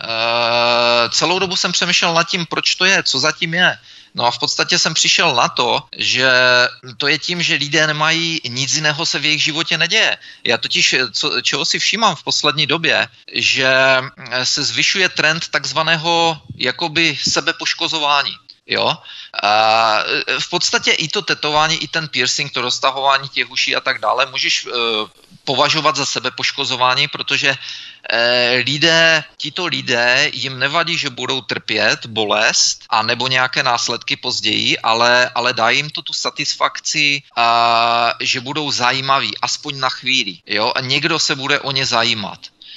Uh, celou dobu jsem přemýšlel nad tím, proč to je, co zatím je. No a v podstatě jsem přišel na to, že to je tím, že lidé nemají nic jiného se v jejich životě neděje. Já totiž, co, čeho si všímám v poslední době, že se zvyšuje trend takzvaného jakoby sebepoškozování. Jo? A v podstatě i to tetování, i ten piercing, to roztahování těch uší a tak dále můžeš uh, považovat za sebepoškozování, protože eh, lidé, tito lidé, jim nevadí, že budou trpět bolest a nebo nějaké následky později, ale, ale dá jim to tu satisfakci, a, že budou zajímaví, aspoň na chvíli. Jo? A někdo se bude o ně zajímat.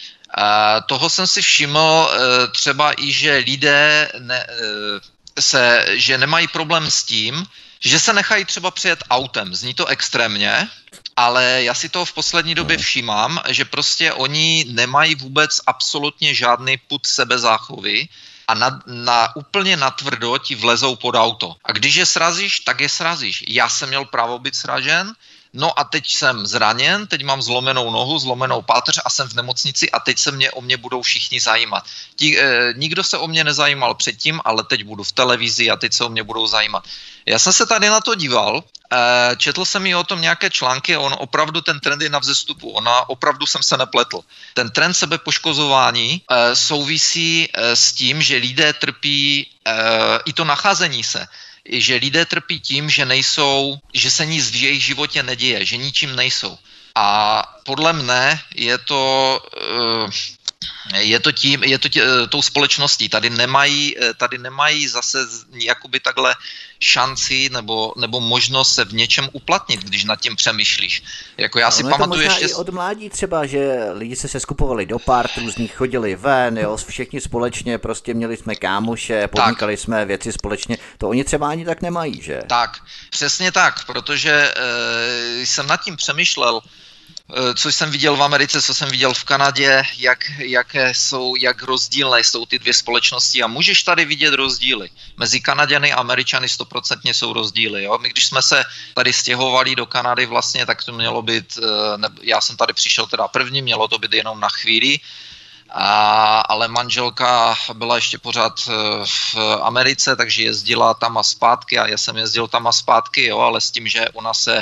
A, toho jsem si všiml eh, třeba i, že lidé ne, eh, se, že nemají problém s tím, že se nechají třeba přijet autem. Zní to extrémně, ale já si to v poslední době všímám, že prostě oni nemají vůbec absolutně žádný pud sebezáchovy a na, na úplně natvrdo ti vlezou pod auto. A když je srazíš, tak je srazíš. Já jsem měl právo být sražen, no a teď jsem zraněn, teď mám zlomenou nohu, zlomenou páteř a jsem v nemocnici a teď se mě o mě budou všichni zajímat. Tí, eh, nikdo se o mě nezajímal předtím, ale teď budu v televizi a teď se o mě budou zajímat. Já jsem se tady na to díval, eh, četl jsem i o tom nějaké články a on opravdu ten trend je na vzestupu. Ona opravdu jsem se nepletl. Ten trend sebepoškozování eh, souvisí eh, s tím, že lidé trpí eh, i to nacházení se. Že lidé trpí tím, že nejsou, že se nic v jejich životě neděje, že ničím nejsou. A podle mne je to, je to tím, je to tě, tou společností. Tady nemají, tady nemají zase jakoby takhle šanci nebo, nebo možnost se v něčem uplatnit, když nad tím přemýšlíš. Jako já no, si pamatuju ještě... i od mládí třeba, že lidi se seskupovali do part různých, chodili ven, jo, všichni společně, prostě měli jsme kámoše, podnikali tak. jsme věci společně. To oni třeba ani tak nemají, že? Tak, přesně tak, protože e, jsem nad tím přemýšlel, co jsem viděl v Americe, co jsem viděl v Kanadě, jak, jaké jsou, jak rozdílné jsou ty dvě společnosti a můžeš tady vidět rozdíly. Mezi Kanaďany a Američany stoprocentně jsou rozdíly. Jo? My když jsme se tady stěhovali do Kanady vlastně, tak to mělo být, ne, já jsem tady přišel teda první, mělo to být jenom na chvíli, a, ale manželka byla ještě pořád v Americe, takže jezdila tam a zpátky a já jsem jezdil tam a zpátky, jo, ale s tím, že ona se e,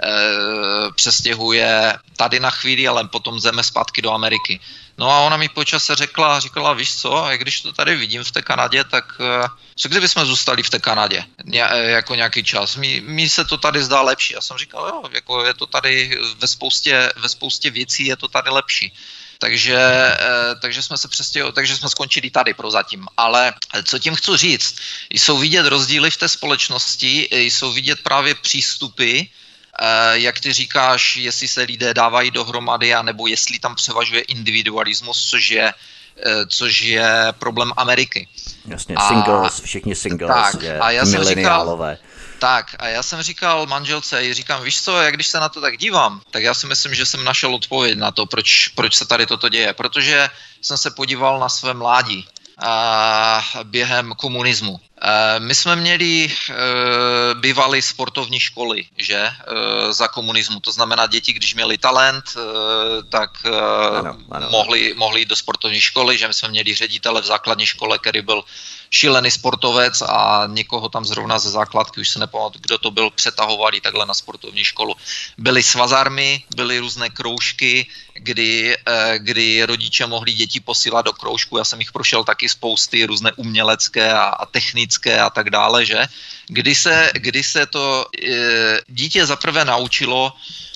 přestěhuje tady na chvíli, ale potom zeme zpátky do Ameriky. No a ona mi po čase řekla, říkala, víš co, a když to tady vidím v té Kanadě, tak co kdyby jsme zůstali v té Kanadě Ně, jako nějaký čas? Mi, mi se to tady zdá lepší. Já jsem říkal, jo, jako je to tady ve spoustě, ve spoustě věcí je to tady lepší. Takže, takže jsme se přestěhovali, takže jsme skončili tady prozatím. Ale co tím chci říct, jsou vidět rozdíly v té společnosti, jsou vidět právě přístupy, jak ty říkáš, jestli se lidé dávají dohromady, anebo jestli tam převažuje individualismus, což je, což je problém Ameriky. Jasně, singles, a, všichni singles, tak, je, a já jsem mileniálové. Říkal, tak a já jsem říkal manželce, říkám, víš co, jak když se na to tak dívám, tak já si myslím, že jsem našel odpověď na to, proč, proč se tady toto děje. Protože jsem se podíval na své mládí a během komunismu. My jsme měli bývalé sportovní školy, že, za komunismu. To znamená, děti, když měli talent, tak ano, ano. Mohli, mohli jít do sportovní školy, že my jsme měli ředitele v základní škole, který byl šílený sportovec a někoho tam zrovna ze základky, už se nepamatuji, kdo to byl, přetahovali takhle na sportovní školu. Byly svazarmy, byly různé kroužky, kdy, kdy rodiče mohli děti posílat do kroužku. Já jsem jich prošel taky spousty, různé umělecké a, a technické a tak dále, že? Kdy se, kdy se to e, dítě zaprvé naučilo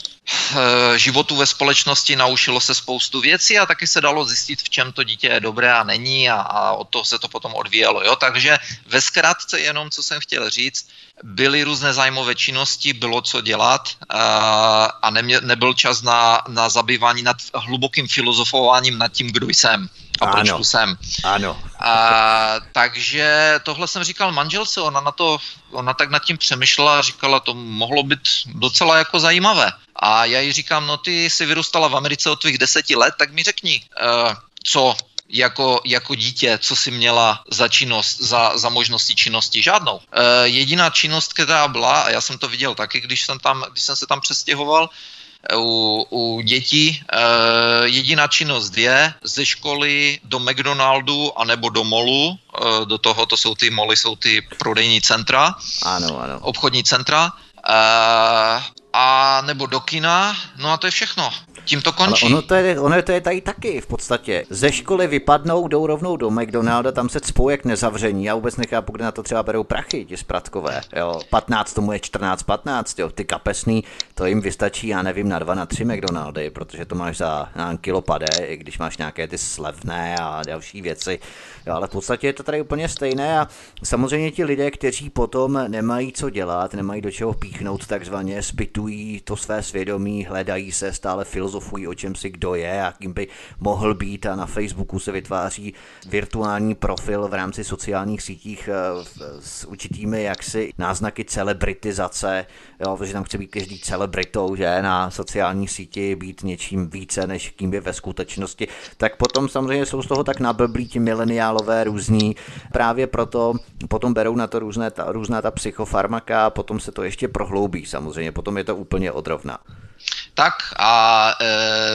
životu ve společnosti, naučilo se spoustu věcí a taky se dalo zjistit, v čem to dítě je dobré a není a, a od toho se to potom odvíjelo. Jo? Takže ve zkratce jenom, co jsem chtěl říct, byly různé zájmové činnosti, bylo co dělat a, a nemě, nebyl čas na, na zabývání nad hlubokým filozofováním nad tím, kdo jsem a proč tu jsem. Ano. A, takže tohle jsem říkal manželce, ona na to, ona tak nad tím přemýšlela a říkala, to mohlo být docela jako zajímavé. A já jí říkám, no ty jsi vyrůstala v Americe od tvých deseti let, tak mi řekni, uh, co jako, jako dítě, co jsi měla za činnost, za, za možnosti činnosti? Žádnou. Uh, jediná činnost, která byla, a já jsem to viděl taky, když jsem, tam, když jsem se tam přestěhoval, U, u dětí uh, jediná činnost je ze školy do McDonaldu anebo do molu, uh, do toho, to jsou ty moly, jsou ty prodejní centra, ano, ano. obchodní centra, uh, a nebo do kina, no a to je všechno. Tím to končí. Ale ono to, je, ono to je tady taky v podstatě. Ze školy vypadnou, jdou rovnou do McDonalda, tam se cpou jak nezavření. Já vůbec nechápu, kde na to třeba berou prachy, ti spratkové. Jo, patnáct tomu je čtrnáct patnáct, jo. Ty kapesný, to jim vystačí, já nevím, na dva, na tři McDonaldy, protože to máš za na kilo pade, i když máš nějaké ty slevné a další věci. Jo, ale v podstatě je to tady úplně stejné a samozřejmě ti lidé, kteří potom nemají co dělat, nemají do čeho píchnout, takzvaně zpytují to své svědomí, hledají se, stále filozofují, o čem si kdo je a kým by mohl být a na Facebooku se vytváří virtuální profil v rámci sociálních sítích s určitými jaksi náznaky celebritizace, jo, protože tam chce být každý celebritou, že na sociální síti být něčím více, než kým je ve skutečnosti, tak potom samozřejmě jsou z toho tak nablblí ti mileniálové různí, právě proto potom berou na to různé ta, různá ta psychofarmaka a potom se to ještě prohloubí samozřejmě, potom je to úplně odrovna. Tak a e,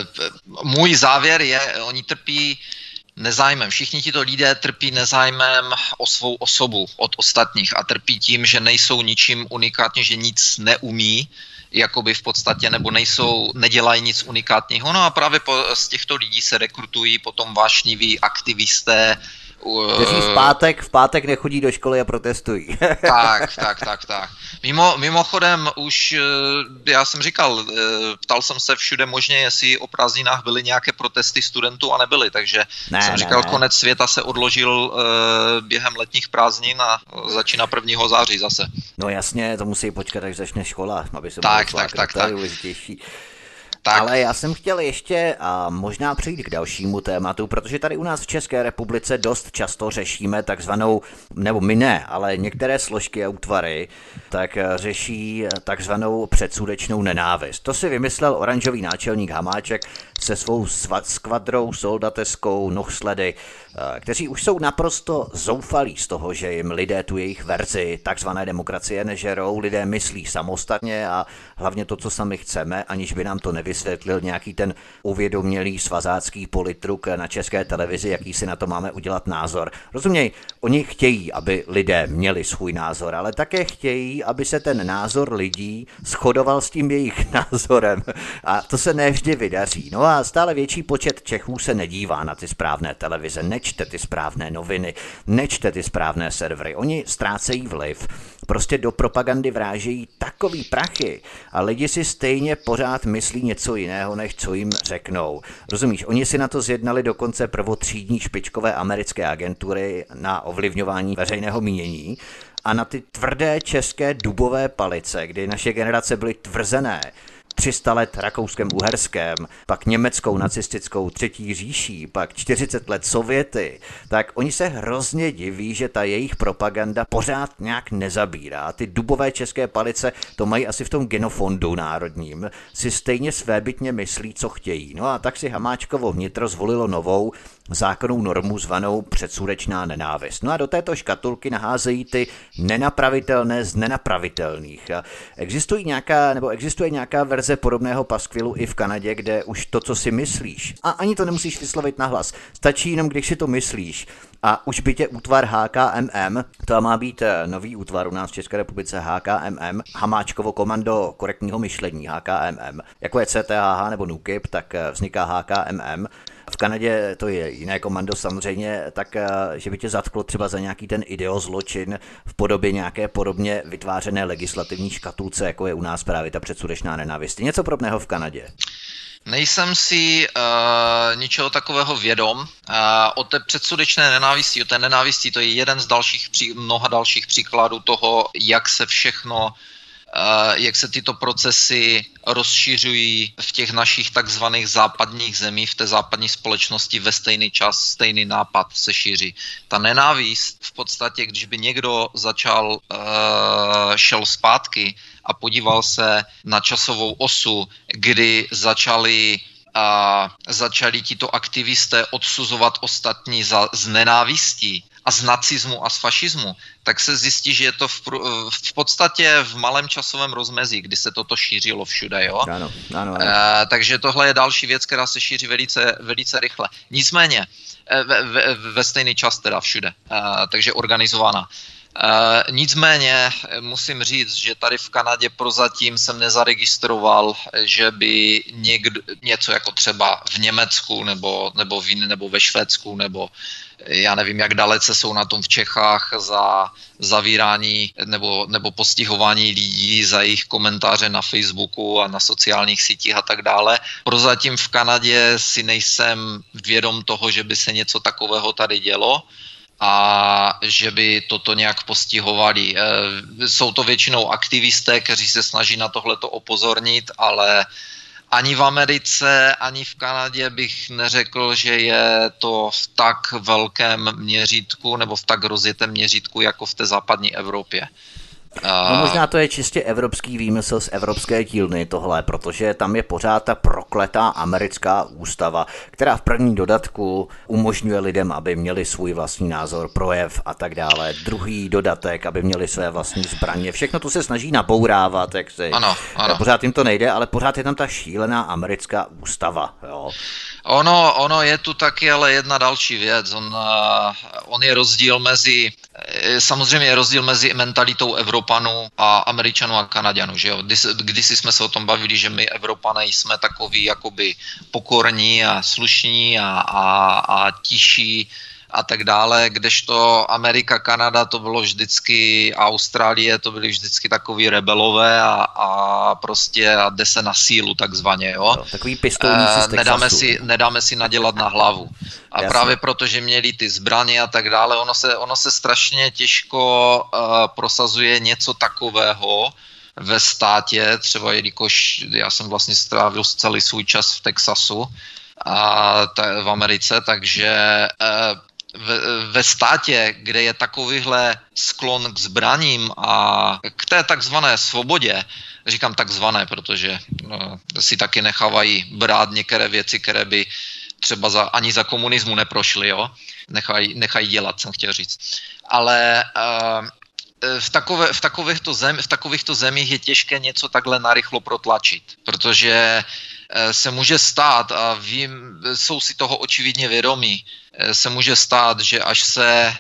můj závěr je, oni trpí nezájmem. Všichni tito lidé trpí nezájmem o svou osobu od ostatních a trpí tím, že nejsou ničím unikátní, že nic neumí, jakoby v podstatě, nebo nejsou, nedělají nic unikátního. No a právě po, z těchto lidí se rekrutují potom vášniví aktivisté, kteří v pátek, v pátek nechodí do školy a protestují. Tak, tak, tak, tak. Mimo, mimochodem už, já jsem říkal, ptal jsem se všude možně, jestli o prázdninách byly nějaké protesty studentů a nebyly, takže ne, jsem říkal, ne, ne. Konec světa se odložil uh, během letních prázdnin a začíná prvního září zase. No jasně, to musí počkat, až začne škola, aby se tak, tak, tak, tak. Tak. Ale já jsem chtěl ještě a možná přejít k dalšímu tématu, protože tady u nás v České republice dost často řešíme takzvanou, nebo my ne, ale některé složky a útvary, tak řeší takzvanou předsudečnou nenávist. To si vymyslel oranžový náčelník Hamáček se svou skvadrou, soldateskou, nohsledy, kteří už jsou naprosto zoufalí z toho, že jim lidé tu jejich verzi takzvané demokracie nežerou, lidé myslí samostatně a hlavně to, co sami chceme, aniž by nám to nevysvětlil nějaký ten uvědomělý svazácký politruk na České televizi, jaký si na to máme udělat názor. Rozuměj, oni chtějí, aby lidé měli svůj názor, ale také chtějí, aby se ten názor lidí shodoval s tím jejich názorem a to se nevždy vydaří. No a stále větší počet Čechů se nedívá na ty správné televize, nečte ty správné noviny, nečte ty správné servery. Oni ztrácejí vliv. Prostě do propagandy vrážejí takový prachy a lidi si stejně pořád myslí něco jiného, než co jim řeknou. Rozumíš, oni si na to zjednali dokonce prvotřídní špičkové americké agentury na ovlivňování veřejného mínění a na ty tvrdé české dubové palice, kdy naše generace byly tvrzené, tři sta let Rakouskem Uherském, pak německou nacistickou třetí říší, pak čtyřicet let Sověty, tak oni se hrozně diví, že ta jejich propaganda pořád nějak nezabírá. Ty dubové české palice, to mají asi v tom genofondu národním, si stejně svébytně myslí, co chtějí. No a tak si Hamáčkovo vnitro zvolilo novou zákonnou normu zvanou předsudečná nenávist. No a do této škatulky naházejí ty nenapravitelné z nenapravitelných. A existují nějaká, nebo existuje nějaká verze podobného paskvilu i v Kanadě, kde už to, co si myslíš, a ani to nemusíš vyslovit nahlas, stačí jenom, když si to myslíš, a už by tě útvar H K M M, to má být nový útvar u nás v České republice H K M M, Hamáčkovo komando korektního myšlení H K M M, jako je C T H H nebo NÚKIP, tak vzniká H K M M. V Kanadě to je jiné komando samozřejmě, tak že by tě zatklo třeba za nějaký ten ideozločin v podobě nějaké podobně vytvářené legislativní škatulce, jako je u nás právě ta předsudečná nenávist. Něco podobného v Kanadě? Nejsem si uh, ničeho takového vědom. Uh, o té předsudečné nenávisti, o té nenávisti, to je jeden z dalších, mnoha dalších příkladů toho, jak se všechno jak se tyto procesy rozšiřují v těch našich takzvaných západních zemích, v té západní společnosti ve stejný čas, stejný nápad se šíří. Ta nenávist v podstatě, když by někdo začal, šel zpátky a podíval se na časovou osu, kdy začali a začali tito aktivisté odsuzovat ostatní za, z nenávistí a z nacismu a z fašismu, tak se zjistí, že je to v, v podstatě v malém časovém rozmezí, kdy se toto šířilo všude. Jo? Ano, ano, ano. E, takže tohle je další věc, která se šíří velice, velice rychle. Nicméně ve, ve, ve stejný čas teda všude, e, takže organizovaná. Uh, nicméně musím říct, že tady v Kanadě prozatím jsem nezaregistroval, že by někdo, něco jako třeba v Německu nebo, nebo, v, nebo ve Švédsku nebo já nevím, jak dalece jsou na tom v Čechách za zavírání nebo, nebo postihování lidí za jejich komentáře na Facebooku a na sociálních sítích a tak dále. Prozatím v Kanadě si nejsem vědom toho, že by se něco takového tady dělo a že by toto nějak postihovali. Jsou to většinou aktivisté, kteří se snaží na tohleto opozornit, ale ani v Americe, ani v Kanadě bych neřekl, že je to v tak velkém měřítku nebo v tak rozjetém měřítku jako v té západní Evropě. No možná to je čistě evropský výmysl z evropské dílny tohle, protože tam je pořád ta prokletá americká ústava, která v prvním dodatku umožňuje lidem, aby měli svůj vlastní názor, projev a tak dále. Druhý dodatek, aby měli své vlastní zbraně. Všechno to se snaží nabourávat, jak si. Ano, ano. Pořád jim to nejde, ale pořád je tam ta šílená americká ústava. Jo. Ono, ono je tu taky ale jedna další věc. On, on je rozdíl mezi, samozřejmě je rozdíl mezi mentalitou Evropanů a Američanů a Kanaďanů. Že jo? Když, když jsme se o tom bavili, že my Evropané jsme takový jakoby pokorní a slušní a, a, a tiší a tak dále, kdežto Amerika, Kanada to bylo vždycky, Austrálie to byly vždycky takový rebelové a, a prostě a jde se na sílu takzvaně, jo. No, takový pistolníci z Texasu. Nedáme si, nedáme si nadělat na hlavu. A Jasně. Právě proto, že měli ty zbraně a tak dále, ono se, ono se strašně těžko uh, prosazuje něco takového ve státě, třeba jelikož já jsem vlastně strávil celý svůj čas v Texasu a t- v Americe, takže uh, Ve, ve státě, kde je takovýhle sklon k zbraním a k té takzvané svobodě, říkám takzvané, protože no, si taky nechávají brát některé věci, které by třeba za, ani za komunismu neprošly, jo? Nechají, nechají dělat, jsem chtěl říct. Ale uh, v, takové, v, takovýchto zem, v takovýchto zemích je těžké něco takhle narychlo protlačit, protože se může stát, a vím, jsou si toho očividně vědomí, se může stát, že až se e,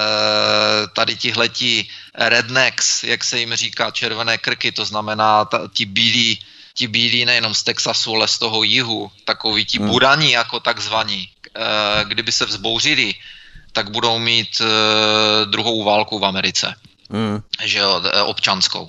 tady tihletí rednecks, jak se jim říká, červené krky, to znamená ta, ti bílí, ti bílí nejenom z Texasu, ale z toho jihu, takoví ti hmm. buraní jako takzvaní, e, kdyby se vzbouřili, tak budou mít e, druhou válku v Americe, hmm. že jo, občanskou.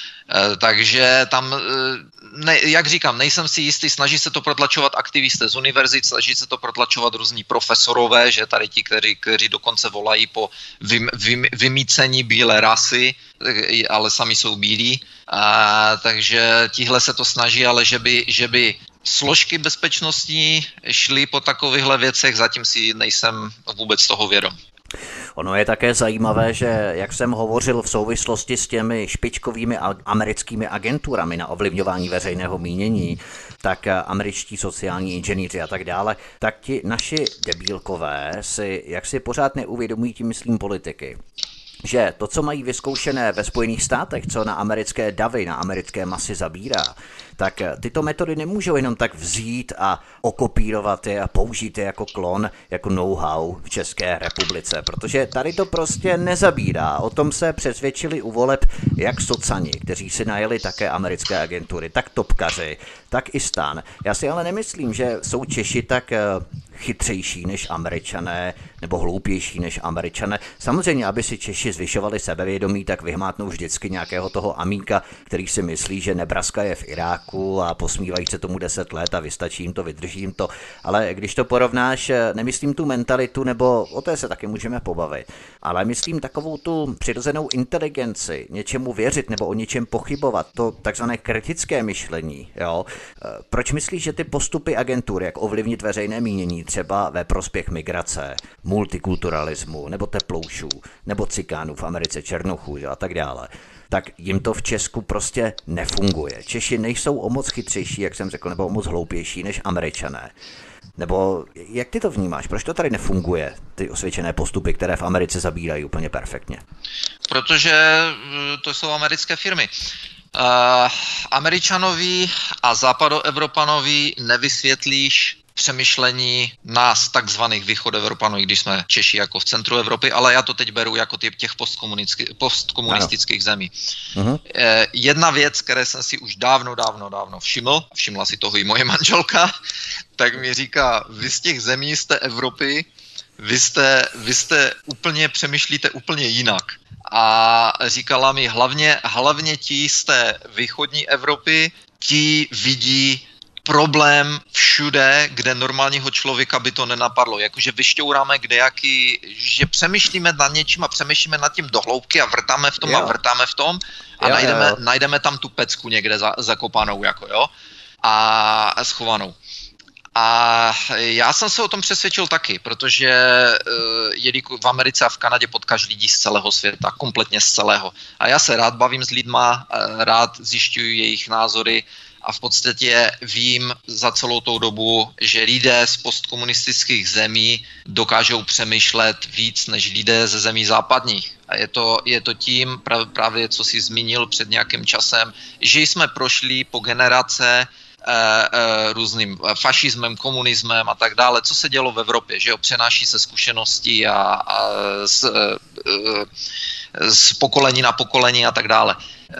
Takže tam, ne, jak říkám, nejsem si jistý, snaží se to protlačovat aktivisté z univerzit, snaží se to protlačovat různí profesorové, že tady ti, kteří, kteří dokonce volají po vym, vym, vymýcení bílé rasy, ale sami jsou bílí, a, takže tihle se to snaží, ale že by, že by složky bezpečnostní šly po takovýchhle věcech, zatím si nejsem vůbec toho vědom. Ono je také zajímavé, že jak jsem hovořil v souvislosti s těmi špičkovými americkými agenturami na ovlivňování veřejného mínění, tak američtí sociální inženýři a tak dále, tak ti naši debílkové si, jak si pořád neuvědomují, tím myslím politiky, že to, co mají vyzkoušené ve Spojených státech, co na americké davy, na americké masy zabírá, tak tyto metody nemůžou jenom tak vzít a okopírovat je a použít je jako klon, jako know-how v České republice, protože tady to prostě nezabírá. O tom se přesvědčili u voleb jak socani, kteří si najeli také americké agentury, tak topkaři, tak i STAN. Já si ale nemyslím, že jsou Češi tak chytřejší než Američané nebo hloupější než Američané. Samozřejmě, aby si Češi zvyšovali sebevědomí, tak vyhmátnou vždycky nějakého toho amíka, který si myslí, že Nebraska je v Iráku a posmívají se tomu deset let a vystačí jim to, vydrží jim to. Ale když to porovnáš, nemyslím tu mentalitu, nebo o té se taky můžeme pobavit, ale myslím takovou tu přirozenou inteligenci, něčemu věřit nebo o něčem pochybovat, to takzvané kritické myšlení. Jo? Proč myslíš, že ty postupy agentur, jak ovlivnit veřejné mínění třeba ve prospěch migrace, multikulturalismu, nebo teploušů, nebo cikánů v Americe, černochů a tak dále, tak jim to v Česku prostě nefunguje. Češi nejsou o moc chytřejší, jak jsem řekl, nebo o moc hloupější než Američané. Nebo jak ty to vnímáš? Proč to tady nefunguje, ty osvědčené postupy, které v Americe zabírají úplně perfektně? Protože to jsou americké firmy. Uh, Američanovi a západoevropanovi nevysvětlíš přemýšlení nás, takzvaných východoevropanů, když jsme Češi jako v centru Evropy, ale já to teď beru jako ty, těch postkomunistických zemí. Uh-huh. Eh, jedna věc, které jsem si už dávno, dávno, dávno všiml, všimla si toho i moje manželka, tak mi říká, vy z těch zemí, z té Evropy, vy jste, vy jste úplně, přemýšlíte úplně jinak. A říkala mi, hlavně, hlavně ti z té východní Evropy, ti vidí problém všude, kde normálního člověka by to nenapadlo. Jakože vyšťouráme kdejaký, že přemýšlíme nad něčím a přemýšlíme nad tím dohloubky a vrtáme v tom jo. a vrtáme v tom a jo, najdeme, jo. najdeme tam tu pecku někde za, zakopanou, jako jo, a schovanou. A já jsem se o tom přesvědčil taky, protože jelikož v Americe a v Kanadě potkáš lidi z celého světa, kompletně z celého. A já se rád bavím s lidma, rád zjišťuji jejich názory a v podstatě vím za celou tou dobu, že lidé z postkomunistických zemí dokážou přemýšlet víc než lidé ze zemí západních. A je to, je to tím, právě co jsi zmínil před nějakým časem, že jsme prošli po generace různým fašismem, komunismem a tak dále, co se dělo v Evropě, že jo, přenáší se zkušenosti a, a z, z pokolení na pokolení a tak dále.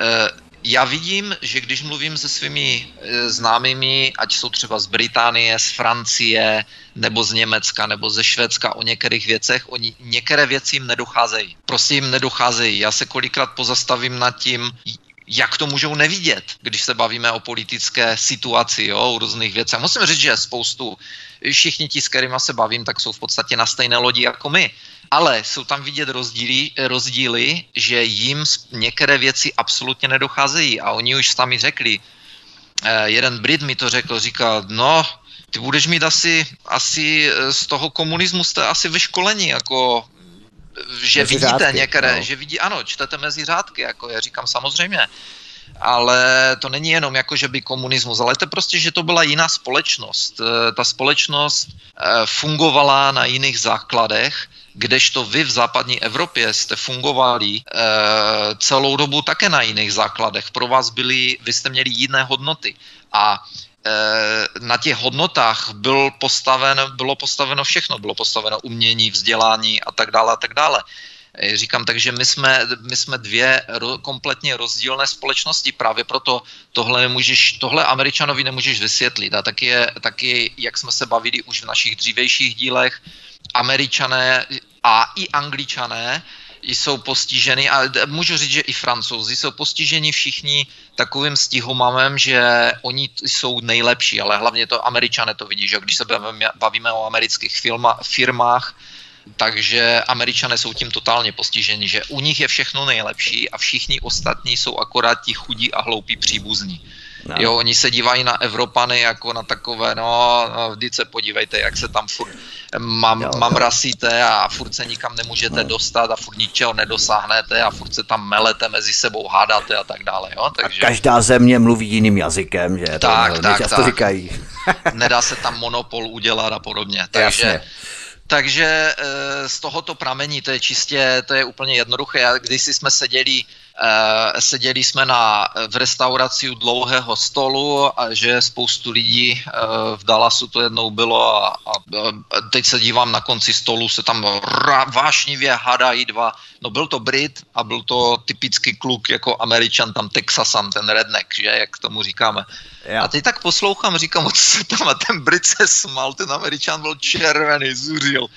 Já vidím, že když mluvím se svými známými, ať jsou třeba z Británie, z Francie, nebo z Německa, nebo ze Švédska o některých věcech, oni některé věci jim nedocházejí. Prostě jim nedocházejí. Já se kolikrát pozastavím nad tím, jak to můžou nevidět, když se bavíme o politické situaci, jo, o různých věcech. Musím říct, že spoustu, všichni ti, s kterými se bavím, tak jsou v podstatě na stejné lodi jako my. Ale jsou tam vidět rozdíly, rozdíly, že jim některé věci absolutně nedocházejí. A oni už sami řekli, eh, jeden Brit mi to řekl, říkal, no, ty budeš mít asi, asi z toho komunismu jste asi vyškolení, jako že mezi vidíte řádky, některé, no. že vidí, ano, čtete mezi řádky, jako já říkám samozřejmě, ale to není jenom jako, že by komunismus, ale to je prostě, že to byla jiná společnost. Ta společnost fungovala na jiných základech, kdežto vy v západní Evropě jste fungovali celou dobu také na jiných základech. Pro vás byly, vy jste měli jiné hodnoty a na těch hodnotách byl postaven, bylo postaveno všechno, bylo postaveno umění, vzdělání a tak dále a tak dále. Říkám, takže my jsme, my jsme dvě ro, kompletně rozdílné společnosti, právě proto tohle, nemůžeš, tohle Američanovi nemůžeš vysvětlit. A taky, je, taky, jak jsme se bavili už v našich dřívějších dílech, Američané a i Angličané jsou postiženi, a můžu říct, že i Francouzi jsou postiženi všichni takovým stihomamem, že oni jsou nejlepší, ale hlavně to Američané to vidí, že když se bavíme o amerických firma, firmách, takže Američané jsou tím totálně postiženi, že u nich je všechno nejlepší a všichni ostatní jsou akorát ti chudí a hloupí příbuzní. No. Jo, oni se dívají na Evropany jako na takové, no, no vždyť se podívejte, jak se tam furt mam, jo, mamrasíte a furt se nikam nemůžete no. dostat a furt ničeho nedosáhnete a furt se tam melete mezi sebou, hádáte a tak dále, jo. Takže... A každá země mluví jiným jazykem, že? Tak, to tak, často tak. Říkají. Nedá se tam monopol udělat a podobně, takže... Jasně. Takže z tohoto pramení, to je čistě, to je úplně jednoduché. Když jsme seděli e, seděli jsme na, v restauraci u dlouhého stolu a že spoustu lidí e, v Dallasu to jednou bylo a, a teď se dívám na konci stolu, se tam ra, vášnivě hádají dva, no byl to Brit a byl to typický kluk jako Američan, tam Texasan, ten redneck, že, jak tomu říkáme. Ja. A teď tak poslouchám, říkám, co se tam, a ten Brit se smal, ten Američan byl červený, zuřil.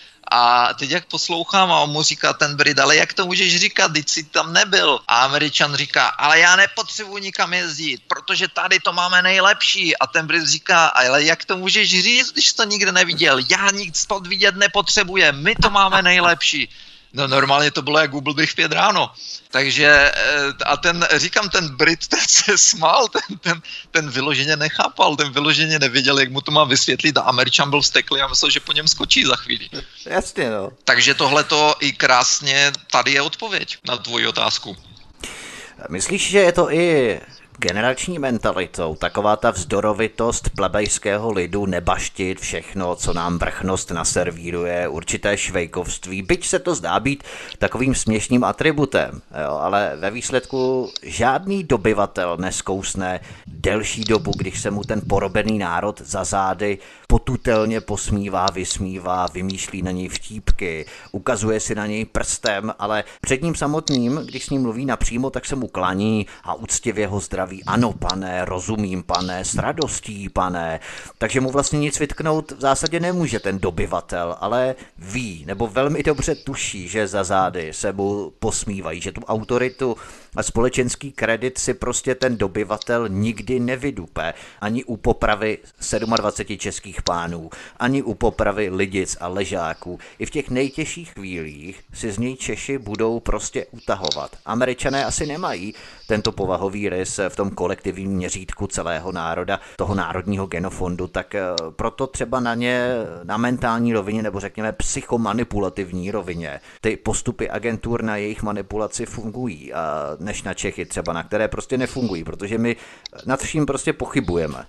A teď jak poslouchám a on mu říká ten Brit, ale jak to můžeš říkat, teď jsi tam nebyl. A Američan říká, ale já nepotřebuji nikam jezdit, protože tady to máme nejlepší. A ten Brit říká, ale jak to můžeš říct, když jsi to nikde neviděl, já nic to vidět nepotřebuje, my to máme nejlepší. No normálně to bylo jak u blbých v pět ráno. Takže a ten, říkám, ten Brit ten se smál, ten, ten, ten vyloženě nechápal, ten vyloženě nevěděl, jak mu to má vysvětlit a Američan byl vzteklý a myslel, že po něm skočí za chvíli. Jasně, no. Takže tohleto i krásně, tady je odpověď na tvoji otázku. Myslíš, že je to i generační mentalitou, taková ta vzdorovitost plebejského lidu nebaštit všechno, co nám vrchnost naservíruje, určité švejkovství, byť se to zdá být takovým směšným atributem, jo, ale ve výsledku žádný dobyvatel neskousne delší dobu, když se mu ten porobený národ za zády potutelně posmívá, vysmívá, vymýšlí na něj vtípky, ukazuje si na něj prstem, ale před ním samotným, když s ním mluví napřímo, tak se mu klaní a úctivě ho zdraví. Ano, pane, rozumím, pane, s radostí, pane. Takže mu vlastně nic vytknout v zásadě nemůže ten dobyvatel, ale ví, nebo velmi dobře tuší, že za zády se mu posmívají, že tu autoritu a společenský kredit si prostě ten dobyvatel nikdy nevydupe. Ani u popravy dvacet sedm českých pánů, ani u popravy Lidic a Ležáků. I v těch nejtěžších chvílích si z něj Češi budou prostě utahovat. Američané asi nemají tento povahový rys v tom kolektivním měřítku celého národa, toho národního genofondu, tak proto třeba na ně, na mentální rovině, nebo řekněme psychomanipulativní rovině, ty postupy agentur na jejich manipulaci fungují, a než na Čechy třeba, na které prostě nefungují, protože my nad vším prostě pochybujeme.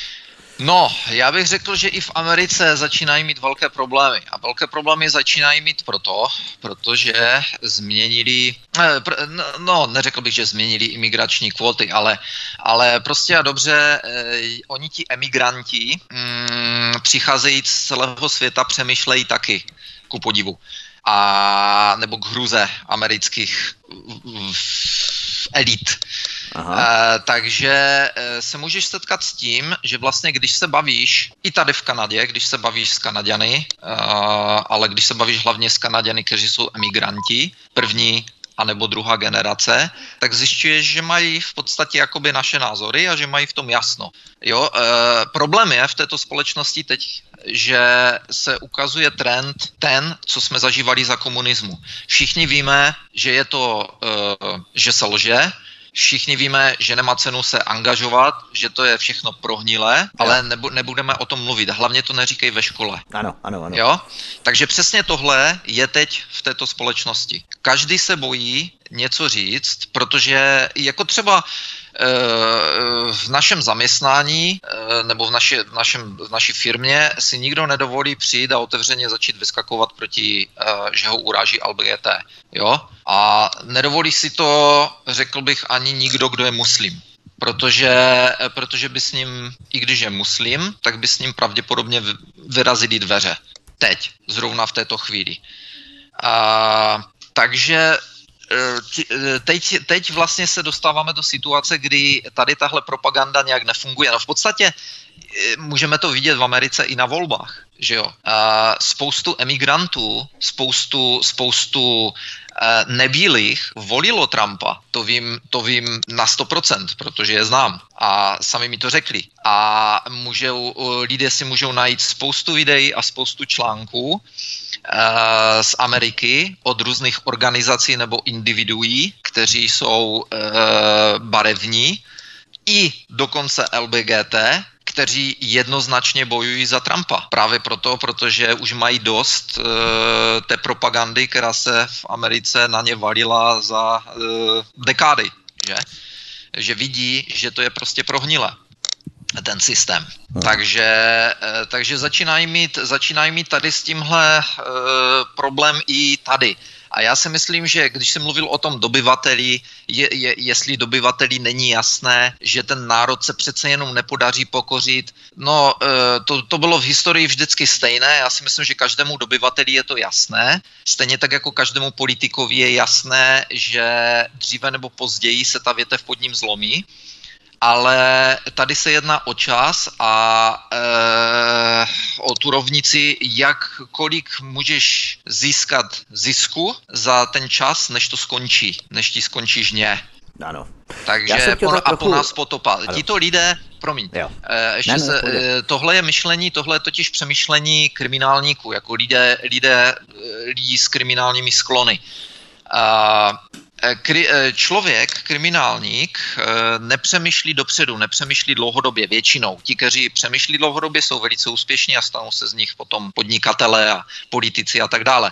No, já bych řekl, že i v Americe začínají mít velké problémy. A velké problémy začínají mít proto, protože změnili, no neřekl bych, že změnili imigrační kvóty, ale, ale prostě a dobře, eh, oni ti emigranti mm, přicházejí z celého světa, přemýšlejí taky, ku podivu. A nebo k hruze amerických elit. Uh, takže uh, se můžeš setkat s tím, že vlastně když se bavíš, i tady v Kanadě, když se bavíš s Kanaďany, uh, ale když se bavíš hlavně s Kanaďany, kteří jsou emigranti, první anebo druhá generace, tak zjišťuješ, že mají v podstatě jakoby naše názory a že mají v tom jasno. Jo, uh, problém je v této společnosti teď, že se ukazuje trend ten, co jsme zažívali za komunismu. Všichni víme, že je to, uh, že se lže, všichni víme, že nemá cenu se angažovat, že to je všechno prohnilé, ale nebu, nebudeme o tom mluvit. Hlavně to neříkej ve škole. Ano, ano, ano. Jo? Takže přesně tohle je teď v této společnosti. Každý se bojí něco říct, protože jako třeba v našem zaměstnání nebo v, naši, v, našem, v naší firmě si nikdo nedovolí přijít a otevřeně začít vyskakovat proti, že ho uráží L G B T. Jo? A nedovolí si to, řekl bych, ani nikdo, kdo je muslim. Protože, protože by s ním, i když je muslim, tak by s ním pravděpodobně vyrazili dveře. Teď, zrovna v této chvíli. A, takže Teď, teď vlastně se dostáváme do situace, kdy tady tahle propaganda nějak nefunguje. No v podstatě můžeme to vidět v Americe i na volbách, že jo. A spoustu emigrantů, spoustu, spoustu nebílých volilo Trumpa. To vím, to vím na sto procent, protože je znám. A sami mi to řekli. A můžou, lidé si můžou najít spoustu videí a spoustu článků z Ameriky od různých organizací nebo individuí, kteří jsou e, barevní, i dokonce L G B T, kteří jednoznačně bojují za Trumpa. Právě proto, protože už mají dost e, té propagandy, která se v Americe na ně valila za e, dekády. Že? Že vidí, že to je prostě prohnilé, ten systém. Hmm. Takže, takže začínají mít, začínají mít tady s tímhle e, problém i tady. A já si myslím, že když jsem mluvil o tom dobyvateli, je, je, jestli dobyvateli není jasné, že ten národ se přece jenom nepodaří pokořit, no to, to bylo v historii vždycky stejné. Já si myslím, že každému dobyvateli je to jasné. Stejně tak jako každému politikovi je jasné, že dříve nebo později se ta větev pod ním zlomí. Ale tady se jedná o čas a e, o tu rovnici, jak kolik můžeš získat zisku za ten čas, než to skončí, než ti skončí žně. Ano. Takže po, a po nás potopa. Ano. Tito lidé, promiň, e, ještě ne, ne, se, e, tohle je myšlení, tohle je totiž přemýšlení kriminálníků, jako lidé, lidé, lidí s kriminálními sklony. A člověk, kriminálník, nepřemýšlí dopředu, nepřemýšlí dlouhodobě většinou. Ti, kteří přemýšlí dlouhodobě, jsou velice úspěšní a stanou se z nich potom podnikatelé a politici a tak dále.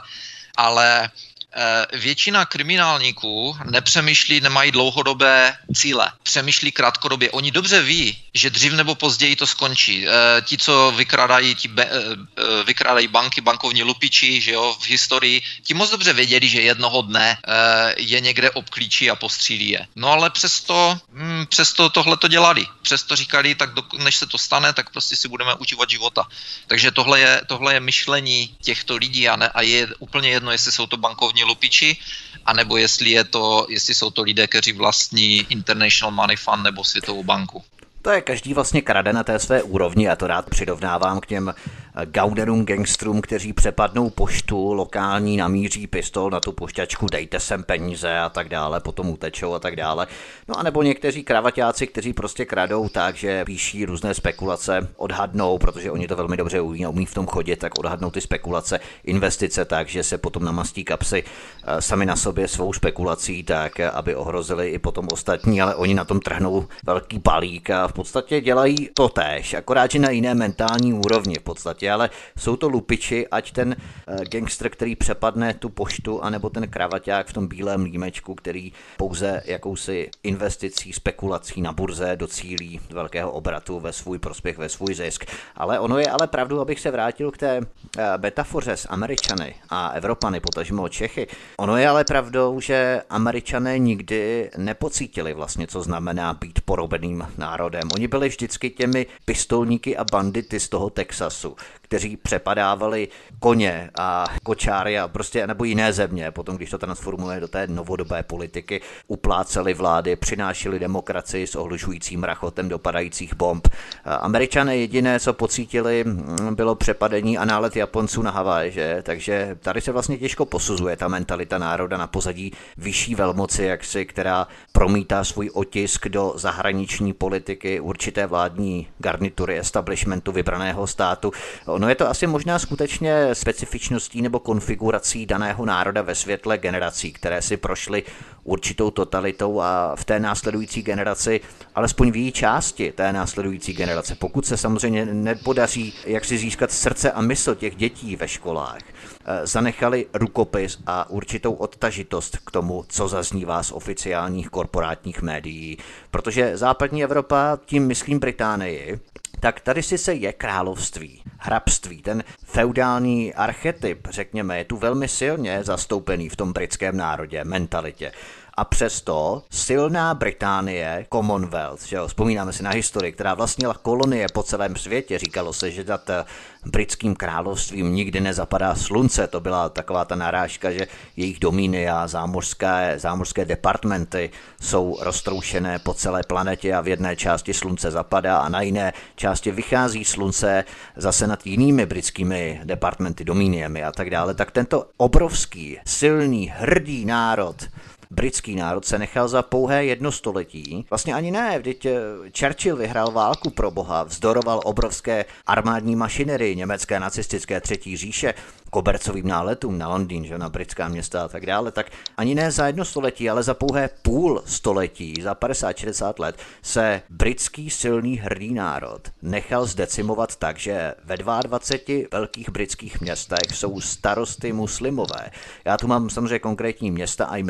Ale většina kriminálníků nepřemýšlí, nemají dlouhodobé cíle. Přemýšlí krátkodobě. Oni dobře ví, že dřív nebo později to skončí. Ti, co vykrádají, ti be, vykrádají banky, bankovní lupiči, že jo, v historii, ti moc dobře věděli, že jednoho dne je někde obklíčí a postřílí je. No ale přesto, hm, přesto tohle to dělali. Přesto říkali, tak do, než se to stane, tak prostě si budeme užívat života. Takže tohle je, tohle je myšlení těchto lidí a, ne, a je úplně jedno, jestli jsou to bankovní lupiči, anebo jestli, je to, jestli jsou to lidé, kteří vlastní International Money Fund nebo Světovou banku. To je každý vlastně krade na té své úrovni, já to rád přirovnávám k těm gaunerům, gangstrům, kteří přepadnou poštu, lokální namíří pistol na tu pošťačku, dejte sem peníze a tak dále, potom utečou a tak dále. No a nebo někteří kravaťáci, kteří prostě kradou tak, že píší různé spekulace, odhadnou, protože oni to velmi dobře umí, umí v tom chodit, tak odhadnou ty spekulace, investice tak, že se potom namastí kapsy sami na sobě svou spekulací, tak aby ohrozili i potom ostatní, ale oni na tom trhnou velký balík a v podstatě dělají to též, akorát, že na jiné mentální úrovni v podstatě, ale jsou to lupiči, ať ten uh, gangster, který přepadne tu poštu, anebo ten kravaťák v tom bílém límečku, který pouze jakousi investicí, spekulací na burze docílí velkého obratu ve svůj prospěch, ve svůj zisk. Ale ono je ale pravdu, abych se vrátil k té uh, metafoře s Američany a Evropany, potažmo Čechy. Ono je ale pravdou, že Američané nikdy nepocítili vlastně, co znamená být porobeným národem. Oni byli vždycky těmi pistolníky a bandity z toho Texasu, kteří přepadávali koně a kočáry a prostě nebo jiné země. Potom, když to transformuje do té novodobé politiky, upláceli vlády, přinášeli demokracii s ohlušujícím rachotem dopadajících bomb. Američané jediné, co pocítili, bylo přepadení a nálet Japonců na Havaj, že? Takže tady se vlastně těžko posuzuje ta mentalita národa na pozadí vyšší velmoci, jaksi, která promítá svůj otisk do zahraniční politiky určité vládní garnitury establishmentu vybraného státu. Ono je to asi možná skutečně specifičností nebo konfigurací daného národa ve světle generací, které si prošly určitou totalitou a v té následující generaci, alespoň v její části té následující generace, pokud se samozřejmě nepodaří jak si získat srdce a mysl těch dětí ve školách, zanechali rukopis a určitou odtažitost k tomu, co zaznívá z oficiálních korporátních médií. Protože západní Evropa, tím myslím Británii, tak tady si se je království, hrabství, ten feudální archetyp, řekněme, je tu velmi silně zastoupený v tom britském národě, mentalitě. A přesto silná Británie, Commonwealth, že jo, vzpomínáme si na historii, která vlastnila kolonie po celém světě, říkalo se, že nad britským královstvím nikdy nezapadá slunce, to byla taková ta narážka, že jejich domíny a zámořské, zámořské departmenty jsou roztroušené po celé planetě a v jedné části slunce zapadá a na jiné části vychází slunce zase nad jinými britskými departmenty, domíniemi a tak dále. Tak tento obrovský, silný, hrdý národ, britský národ se nechal za pouhé jedno století. Vlastně ani ne, vždyť Churchill vyhrál válku pro boha, vzdoroval obrovské armádní mašinerii německé nacistické třetí říše, kobercovým náletům na Londýn, že na britská města a tak dále, tak ani ne za jedno století, ale za pouhé půl století, za padesát šedesát let, se britský silný hrdý národ nechal zdecimovat tak, že ve dvaceti dvou velkých britských městech jsou starosty muslimové. Já tu mám samozřejmě konkrétní města a jména, mohu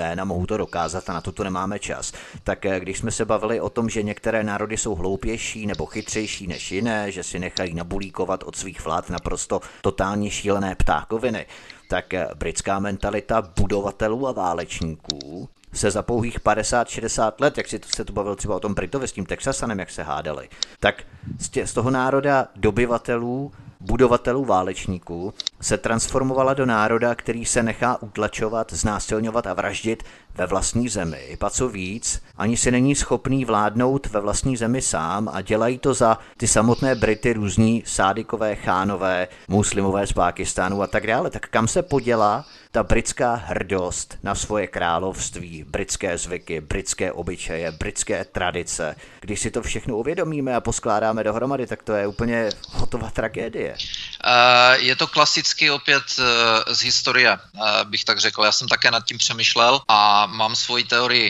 to dokázat a na to tu nemáme čas. Tak když jsme se bavili o tom, že některé národy jsou hloupější nebo chytřejší než jiné, že si nechají nabulíkovat od svých vlád naprosto totálně šílené ptákoviny, tak britská mentalita budovatelů a válečníků se za pouhých padesát šedesát let, jak si to, se tu bavil třeba o tom Britovi s tím Texasanem, jak se hádali, tak z, tě, z toho národa dobyvatelů, budovatelů, válečníků se transformovala do národa, který se nechá utlačovat, znásilňovat a vraždit ve vlastní zemi. A co víc, ani si není schopný vládnout ve vlastní zemi sám a dělají to za ty samotné Brity různí sádikové, chánové, muslimové z Pákistánu a tak dále. Tak kam se poděla ta britská hrdost na svoje království, britské zvyky, britské obyčeje, britské tradice? Když si to všechno uvědomíme a poskládáme dohromady, tak to je úplně hotová tragédie. Je to klasicky opět z historie, bych tak řekl. Já jsem také nad tím přemýšlel a mám svoji teorii.